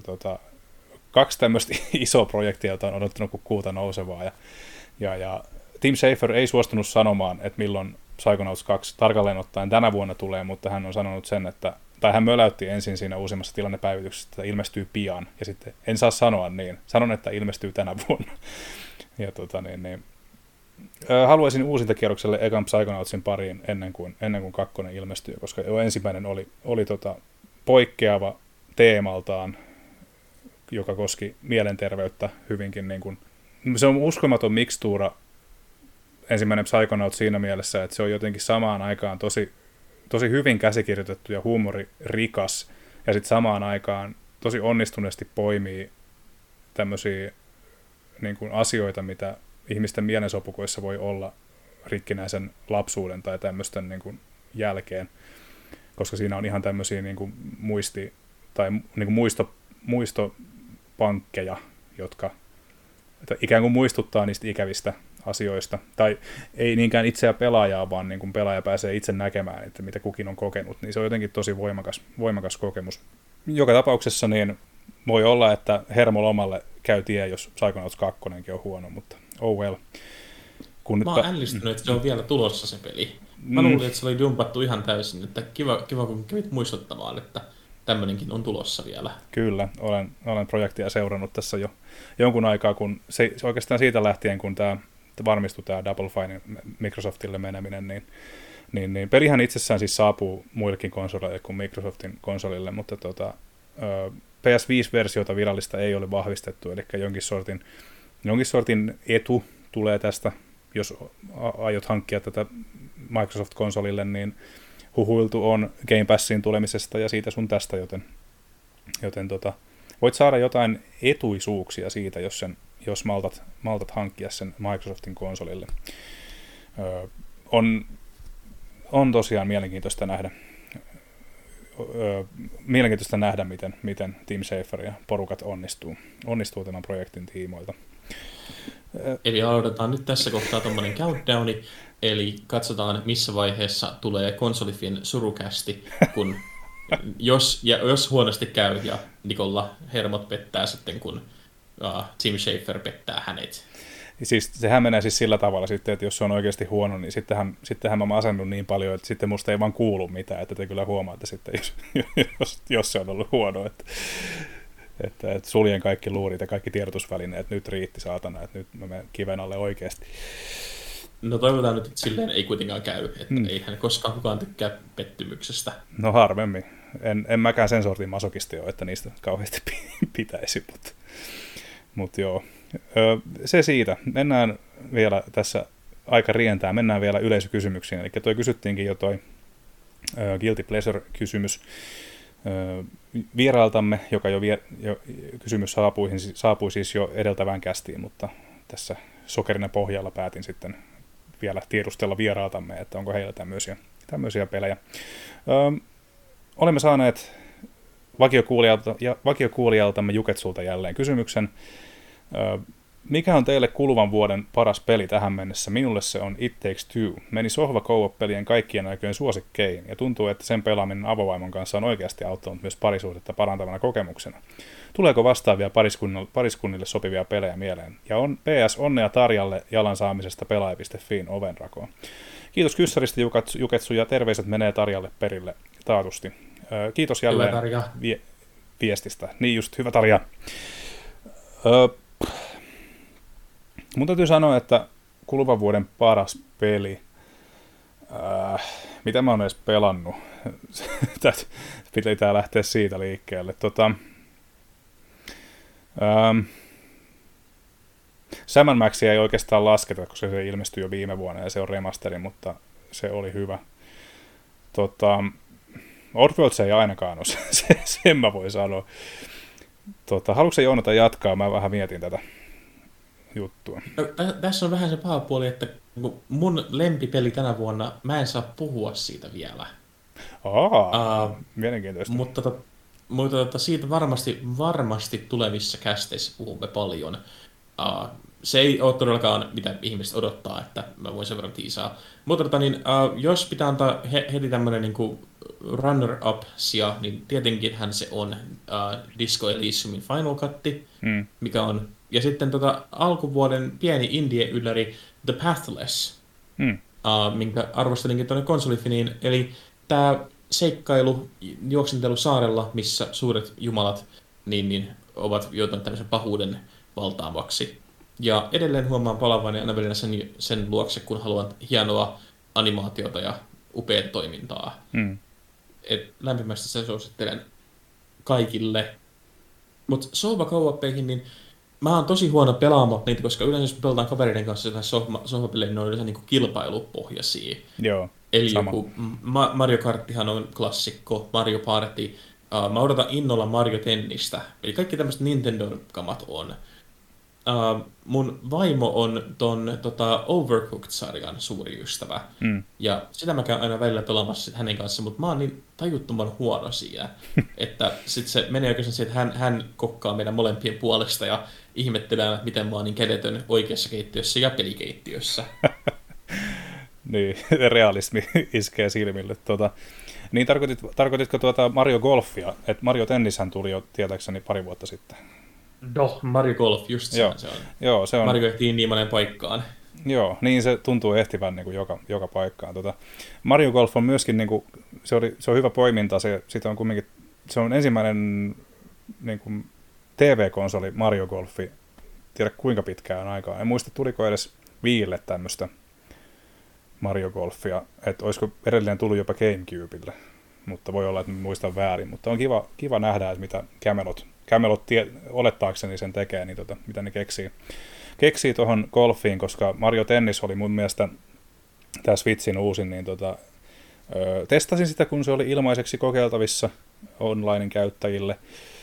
2 tämmöistä isoa projektia, jota on odottanut kuin kuuta nousevaa. Ja Tim Schafer ei suostunut sanomaan, että milloin Psychonauts 2 tarkalleen ottaen tänä vuonna tulee, mutta hän on sanonut sen, tai hän möläytti ensin siinä uusimmassa tilannepäivityksessä, että ilmestyy pian, ja sitten en saa sanoa niin. Sanon, että ilmestyy tänä vuonna. Ja haluaisin uusintakierrokselle ekan Psychonautsin pariin ennen kuin 2 ilmestyy, koska jo ensimmäinen oli poikkeava teemaltaan, joka koski mielenterveyttä hyvinkin. Niin kuin, se on uskomaton mikstuura ensimmäinen Psychonauts siinä mielessä, että se on jotenkin samaan aikaan tosi hyvin käsikirjoitettu ja huumoririkas, ja sitten samaan aikaan tosi onnistuneesti poimii tämmöisiä niin kuin asioita, mitä ihmisten mielensopukoissa voi olla rikkinäisen lapsuuden tai tämmöisten niin kuin jälkeen, koska siinä on ihan tämmöisiä niin kuin muistopankkeja, jotka ikään kuin muistuttaa niistä ikävistä asioista, tai ei niinkään itseä pelaajaa, vaan niin kuin pelaaja pääsee itse näkemään, että mitä kukin on kokenut, niin se on jotenkin tosi voimakas kokemus. Joka tapauksessa niin voi olla, että hermolomalle käy tie, jos Psychonauts 2 on huono, mutta oh well. Mä oon ällistynyt, että se on vielä tulossa se peli. Mä luulin, että se oli dumpattu ihan täysin, että kiva kun kävit muistuttamaan, että tämmöinenkin on tulossa vielä. Kyllä, olen projektia seurannut tässä jo jonkun aikaa, kun se oikeastaan siitä lähtien, kun tämä varmistui tämä Double Fine Microsoftille meneminen, niin pelihän itsessään siis saapuu muillekin konsoleille kuin Microsoftin konsolille, mutta PS5-versiota virallista ei ole vahvistettu, eli jonkin sortin etu tulee tästä, jos aiot hankkia tätä Microsoft-konsolille, niin huhuiltu on Game Passin tulemisesta ja siitä sun tästä, joten voit saada jotain etuisuuksia siitä, jos maltat hankkia sen Microsoftin konsolille. On tosiaan mielenkiintoista nähdä, miten Tim Schafer ja porukat onnistuu tämän projektin tiimoilta. Eli aloitetaan nyt tässä kohtaa tuommoinen countdowni, eli katsotaan missä vaiheessa tulee konsolifien surukästi, kun jos huonosti käy ja Nikolla hermot pettää sitten, kun Tim Schafer pettää hänet. Siis, sehän menee siis sillä tavalla sitten, että jos se on oikeasti huono, niin sittenhän mä masennun niin paljon, että sitten musta ei vaan kuulu mitään, että te kyllä huomaatte sitten, jos se on ollut huono, että suljen kaikki luurit ja kaikki tiedotusvälineet, nyt riitti saatana, että nyt mä menen kiven alle oikeasti. No toivotaan nyt, että silleen ei kuitenkaan käy, että eihän koskaan kukaan tykkää pettymyksestä. No harvemmin. En mäkään sen sortin masokisti ole, että niistä kauheasti pitäisi, mutta joo. Se siitä. Mennään vielä tässä aika rientää. Mennään vielä yleisökysymyksiin. Eli toi kysyttiinkin jo toi Guilty Pleasure-kysymys vierailtamme, joka jo kysymys saapui siis jo edeltävään kästiin, mutta tässä sokerina pohjalla päätin sitten vielä tiedustella vierailtamme, että onko heillä tämmöisiä pelejä. Olemme saaneet vakiokuulijaltamme Juketsulta jälleen kysymyksen. Mikä on teille kuluvan vuoden paras peli tähän mennessä? Minulle se on It Takes Two. Meni sohva co-op-pelien kaikkien aikojen suosikkeihin, ja tuntuu, että sen pelaaminen avovaimon kanssa on oikeasti auttanut myös parisuhdetta parantavana kokemuksena. Tuleeko vastaavia pariskunnille sopivia pelejä mieleen? Ja on PS onnea Tarjalle jalan saamisesta pelaaja.fiin ovenrakoon. Kiitos kyssäristä Juketsu, ja terveiset menee Tarjalle perille taatusti. Kiitos jälleen viestistä. Niin just, hyvä Tarja. Mun täytyy sanoa, että kuluvan vuoden paras peli, mitä mä oon edes pelannut, pitää lähteä siitä liikkeelle. Sam & Maxia ei oikeastaan lasketa, koska se ilmestyi jo viime vuonna ja se on remasteri, mutta se oli hyvä. Oddworld se ei ainakaan ole, sen mä voin sanoa. Haluatko se Joonata jatkaa? Mä vähän mietin tätä juttua. No, tässä on vähän se paha puoli, että mun lempipeli tänä vuonna, mä en saa puhua siitä vielä. Mielenkiintoista. Mutta siitä varmasti tulevissa kästeissä puhumme paljon. Se ei ole todellakaan, mitä ihmiset odottaa, että mä voin sen verran tiisaa. Mutta jos pitää antaa heti tämmöinen niin runner-up-sija, niin tietenkinhän se on Disco Elysiumin Final Cut, mikä on. Ja sitten alkuvuoden pieni indie-ylläri The Pathless, minkä arvostelinkin tuonne konsolifiniin. Eli tämä seikkailu juoksentelu saarella, missä suuret jumalat niin ovat joutuneet tämmöisen pahuuden valtaavaksi. Ja edelleen huomaan palaavani aina välillä sen luokse, kun haluan hienoa animaatiota ja upeaa toimintaa. Lämpimästi sen suosittelen kaikille. Mutta sohva co-oppeihin, niin mä oon tosi huono pelaamaan niitä, koska yleensä jos pelataan kavereiden kanssa sohvapelejä, niin ne on yleensä niin kilpailupohjaisia. Joo, eli sama. Joku Mario Karttihan on klassikko, Mario Party. Mä odotan innolla Mario Tennistä. Eli kaikki tämmöiset Nintendo-kamat on. Mun vaimo on ton Overcooked-sarjan suuri ystävä. Ja sitä mä käyn aina välillä pelaamassa hänen kanssa, mutta mä oon niin tajuttoman huono siinä, että sit se menee oikeastaan siihen, että hän kokkaa meidän molempien puolesta ja ihmettelee, miten mä oon niin kädetön oikeassa keittiössä ja pelikeittiössä. Niin, realismi iskee silmille. Niin tarkoititko Mario Golfia? Että Mario Tennishän tuli jo tietääkseni pari vuotta sitten. No, Mario Golf, just se on. Joo, se on. Mario ehtii niin monen paikkaan. Joo, niin se tuntuu ehtivän niin kuin joka paikkaan. Mario Golf on myöskin, niin kuin, se on hyvä poiminta, se on ensimmäinen niin kuin, TV-konsoli Mario Golfi, tiedä kuinka pitkään aikaa. En muista, tuliko edes Wiille tämmöistä Mario Golfia, että olisiko edelleen tullut jopa GameCubelle, mutta voi olla, että muistan väärin, mutta on kiva nähdä, että mitä Camelot olettaakseni sen tekee, niin mitä ne keksii tuohon golfiin, koska Mario Tennis oli mun mielestä tämä Switchin uusin, niin testasin sitä, kun se oli ilmaiseksi kokeiltavissa onlinein käyttäjille.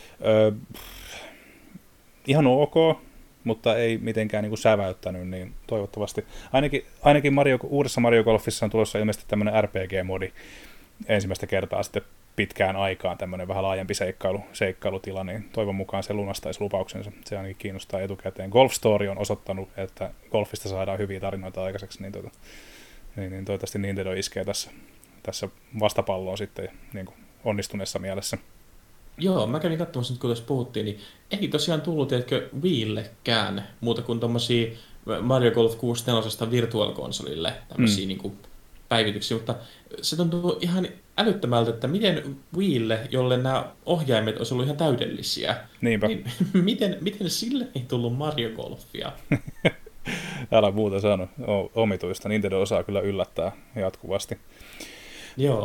Ihan ok, mutta ei mitenkään niin kuin säväyttänyt, niin toivottavasti. Ainakin uudessa Mario Golfissa on tulossa ilmeisesti tämmöinen RPG-modi ensimmäistä kertaa sitten pitkään aikaan, tämmöinen vähän laajempi seikkailutila, niin toivon mukaan se lunastaisi lupauksensa. Se ainakin kiinnostaa etukäteen. Golf Story on osoittanut, että golfista saadaan hyviä tarinoita aikaiseksi, niin toivottavasti Nintendo iskee tässä vastapalloon sitten niin kuin onnistuneessa mielessä. Joo, mä kävin katsomassa nyt, kun tässä puhuttiin, niin ei tosiaan tullut, tiedätkö, Wiillekään muuta kuin tommosia Mario Golf 64 Virtual-konsolille tämmöisiä niin kuin päivityksiä, mutta se tuntuu ihan älyttömältä, että miten Wiille, jolle nämä ohjaimet olisi ollut ihan täydellisiä, Niinpä. Niin miten sille ei tullut Mario Golfia? Älä muuta sano, omituista. Nintendo osaa kyllä yllättää jatkuvasti. Joo,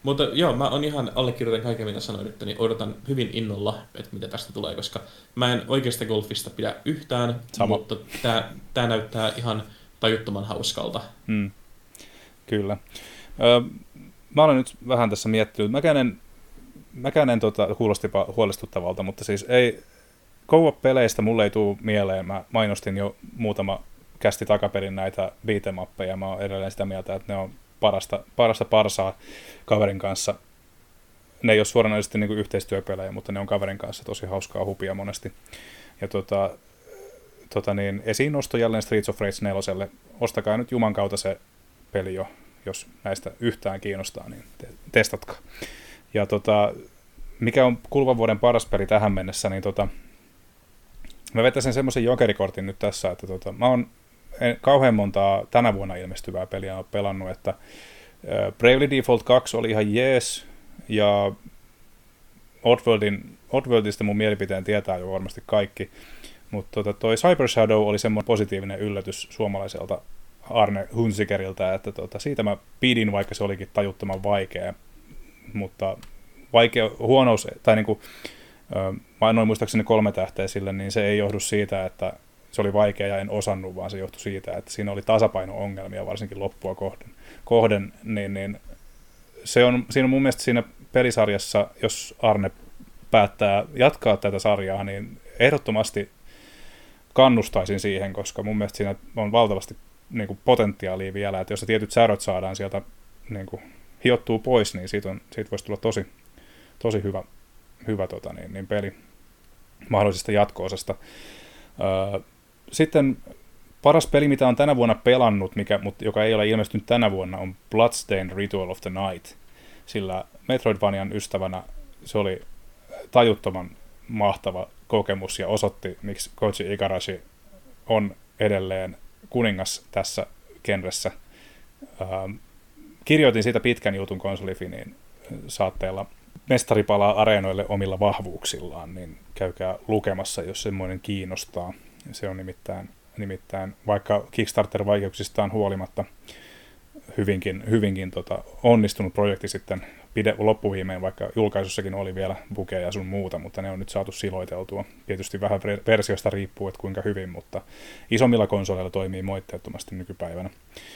Mutta joo, mä on ihan allekirjoitan kaiken, mitä sanoin nyt, niin odotan hyvin innolla, että mitä tästä tulee, koska mä en oikeasta golfista pidä yhtään, mutta tää näyttää ihan tajuttoman hauskalta. Kyllä. Mä olen nyt vähän tässä miettinyt, mäkään en kuulosti huolestuttavalta, mutta siis ei, co-op-peleistä mulle ei tule mieleen, mä mainostin jo muutama kästi takaperin näitä beatemappeja, mä oon edelleen sitä mieltä, että ne on parasta parsaa kaverin kanssa. Ne ei ole suoranaisesti niin kuin yhteistyöpelejä, mutta ne on kaverin kanssa tosi hauskaa hupia monesti. Ja esiin nosto jälleen Streets of Rage 4. Ostakaa nyt Juman kautta se peli jo, jos näistä yhtään kiinnostaa, niin testatkaa. Ja mikä on kuluvan vuoden paras peli tähän mennessä, niin mä vetäisin semmoisen jokerikortin nyt tässä, että mä oon kauhean montaa tänä vuonna ilmestyvää peliä olen pelannut, että Bravely Default 2 oli ihan jees, ja Oddworldista mun mielipiteen tietää jo varmasti kaikki, mutta toi Cyber Shadow oli semmoinen positiivinen yllätys suomalaiselta Arne Hunsikeriltä, että siitä mä pidin, vaikka se olikin tajuttoman vaikea, mutta huonous, tai niinku, mä annoin muistaakseni 3 tähteä sille, niin se ei johdu siitä, että se oli vaikea ja en osannut, vaan se johtui siitä, että siinä oli tasapaino-ongelmia, varsinkin loppua kohden niin siinä on mun mielestä siinä pelisarjassa, jos Arne päättää jatkaa tätä sarjaa, niin ehdottomasti kannustaisin siihen, koska mun mielestä siinä on valtavasti niin kuin potentiaalia vielä, että jos se tietyt säröt saadaan sieltä niin kuin hiottuu pois, niin siitä voisi tulla tosi hyvä peli mahdollisesta jatko-osasta. Sitten paras peli, mitä on tänä vuonna pelannut, joka ei ole ilmestynyt tänä vuonna, on Bloodstained Ritual of the Night. Sillä Metroidvanian ystävänä se oli tajuttoman mahtava kokemus ja osoitti, miksi Koji Igarashi on edelleen kuningas tässä genressä. Kirjoitin siitä pitkän jutun Konsolifinin saatteella. Mestari palaa areenoille omilla vahvuuksillaan, niin käykää lukemassa, jos semmoinen kiinnostaa. Se on nimittäin vaikka Kickstarter-vaikeuksistaan huolimatta hyvinkin onnistunut projekti sitten loppuviimeen, vaikka julkaisussakin oli vielä bugeja ja sun muuta, mutta ne on nyt saatu siloiteltua. Tietysti vähän versiosta riippuu, että kuinka hyvin, mutta isommilla konsoleilla toimii moitteettomasti nykypäivänä.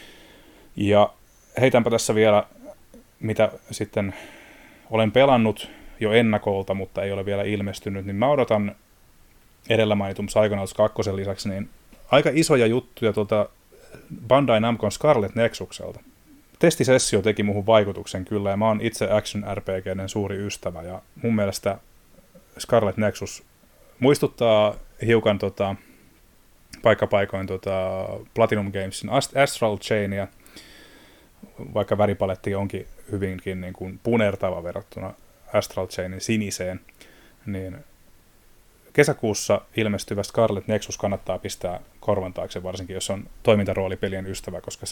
Ja heitänpä tässä vielä, mitä sitten olen pelannut jo ennakolta, mutta ei ole vielä ilmestynyt, niin mä odotan edellä mainitun Psychonauts 2 lisäksi niin aika isoja juttuja Bandai Namcon Scarlet Nexukselta. Testisessio teki muuhun vaikutuksen kyllä, ja mä oon itse Action RPG:den suuri ystävä, ja mun mielestä Scarlet Nexus muistuttaa hiukan paikkapaikoin Platinum Gamesin Astral Chainia, vaikka väripaletti onkin hyvinkin niin kuin punertava verrattuna Astral Chainin siniseen, niin kesäkuussa ilmestyvä Scarlet Nexus kannattaa pistää korvan taakse, varsinkin jos on toimintaroolipelien ystävä, koska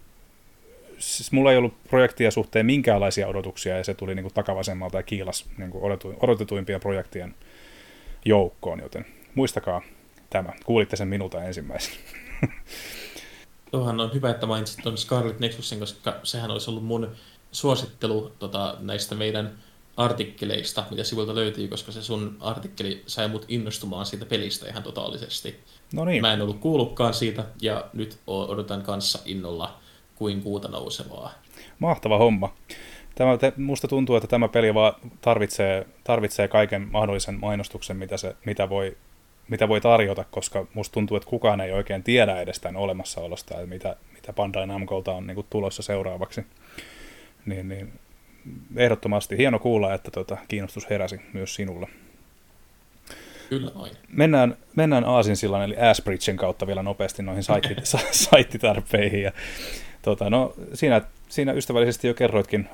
siis mulla ei ollut projektia suhteen minkäänlaisia odotuksia, ja se tuli niin kuin takavasemmalta ja kiilas niin kuin odotetuimpia projektien joukkoon, joten muistakaa tämä. Kuulitte sen minulta ensimmäisenä. Tuohan on hyvä, että mainitsit tuon Scarlet Nexusin, koska sehän olisi ollut mun suosittelu näistä meidän artikkeleista, mitä sivulta löytyy, koska se sun artikkeli sai mut innostumaan siitä pelistä ihan totaalisesti. No niin. Mä en ollut kuullutkaan siitä, ja nyt odotan kanssa innolla kuin kuuta nousevaa. Mahtava homma. Musta tuntuu, että tämä peli vaan tarvitsee kaiken mahdollisen mainostuksen, mitä voi tarjota, koska musta tuntuu, että kukaan ei oikein tiedä edes tämän olemassaolosta, ja mitä Bandai Namcolta on niin kuin tulossa seuraavaksi. Niin ehdottomasti hieno kuulla, että kiinnostus heräsi myös sinulla. Kyllä vain. Mennään aasinsillan eli Ashbridgen kautta vielä nopeasti noihin saittitarpeihin. Ja, siinä ystävällisesti jo kerroitkin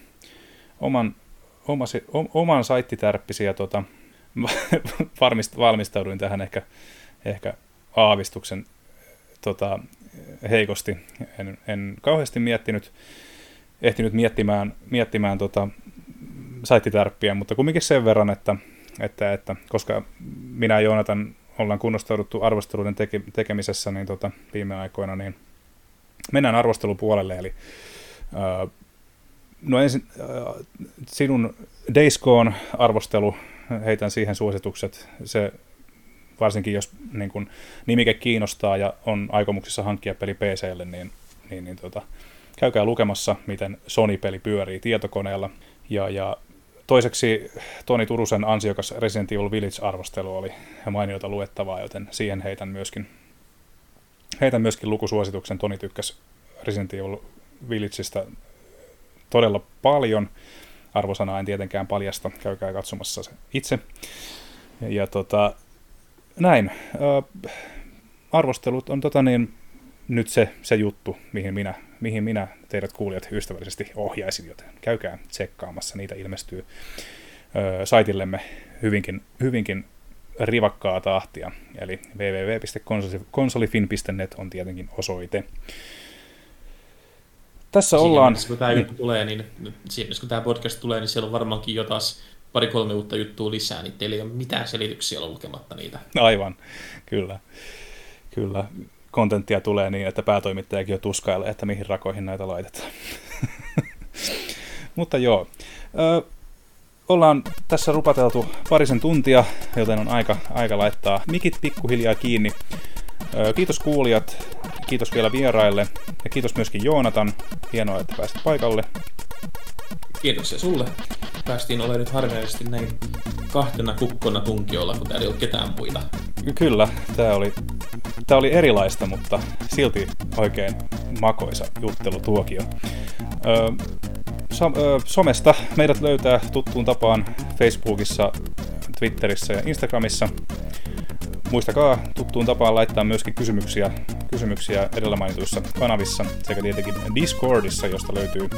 oman saittitärppisi ja valmistauduin tähän ehkä aavistuksen heikosti. En kauheasti ehtinyt miettimään saittitärppiä, mutta kumminkin sen verran, että koska minä ja Joonatan ollaan kunnostauduttu arvosteluiden tekemisessä niin viime aikoina, niin mennään arvostelupuolelle, eli no ensin sinun Days Gone -arvostelu, heitän siihen suositukset. Se, varsinkin jos niin kun nimike kiinnostaa ja on aikomuksissa hankkia peli PC:lle, niin käykää lukemassa, miten Sony-peli pyörii tietokoneella. Ja toiseksi Toni Turusen ansiokas Resident Evil Village-arvostelu oli mainiota luettavaa, joten siihen heitän myöskin lukusuosituksen. Toni tykkäsi Resident Evil Villageista todella paljon. Arvosanaa en tietenkään paljasta, käykää katsomassa se itse. Ja näin. Arvostelut on nyt se juttu, mihin minä teidät kuulijat ystävällisesti ohjaisin, joten käykää tsekkaamassa. Niitä ilmestyy saitillemme hyvinkin rivakkaa tahtia, eli www.konsolifin.net on tietenkin osoite. Tässä ollaan. Kun tämä juttu tulee, niin kun tämä podcast tulee, niin siellä on varmaankin jo taas 2-3 uutta juttua lisää, niin teillä ei ole mitään selityksiä olla lukematta niitä. Aivan, kyllä. Kontenttia tulee niin, että päätoimittajakin jo tuskailee, että mihin rakoihin näitä laitetaan. Mutta joo, ollaan tässä rupateltu parisen tuntia, joten on aika laittaa mikit pikkuhiljaa kiinni. Kiitos kuulijat, kiitos vielä vieraille ja kiitos myöskin Joonatan. Hienoa, että pääsit paikalle. Kiitoksia sulle. Päästiin olemaan nyt harvinaisesti näin kahtena kukkona tunkiolla, kun täällä ei ole ketään muita. Kyllä, tää oli erilaista, mutta silti oikein makoisa juttelutuokio. Somesta meidät löytää tuttuun tapaan Facebookissa, Twitterissä ja Instagramissa. Muistakaa tuttuun tapaan laittaa myöskin kysymyksiä edellä mainituissa kanavissa sekä tietenkin Discordissa, josta löytyy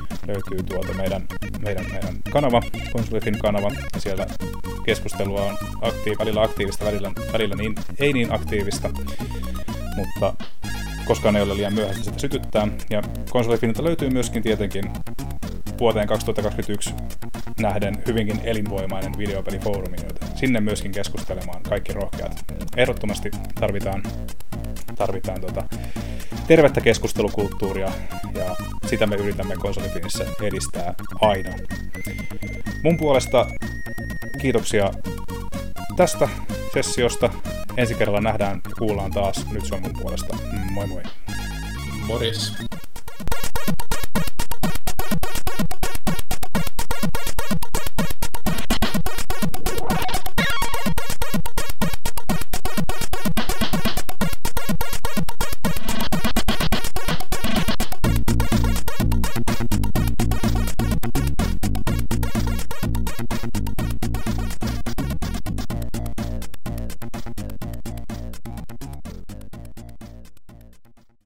meidän kanava, Konsolifin kanava, ja siellä keskustelua on välillä aktiivista, välillä ei niin aktiivista, mutta koskaan ei ole liian myöhäistä sitä sytyttää. Ja Konsolifinilta löytyy myöskin tietenkin vuoteen 2021 nähden hyvinkin elinvoimainen videopelifoorumi, joten sinne myöskin keskustelemaan kaikki rohkeat. Ehdottomasti tarvitaan tervettä keskustelukulttuuria, ja sitä me yritämme Konsolifinissä edistää aina. Mun puolesta kiitoksia tästä sessiosta. Ensi kerralla nähdään ja kuullaan taas. Nyt se on mun puolesta. Moi moi. Morjes.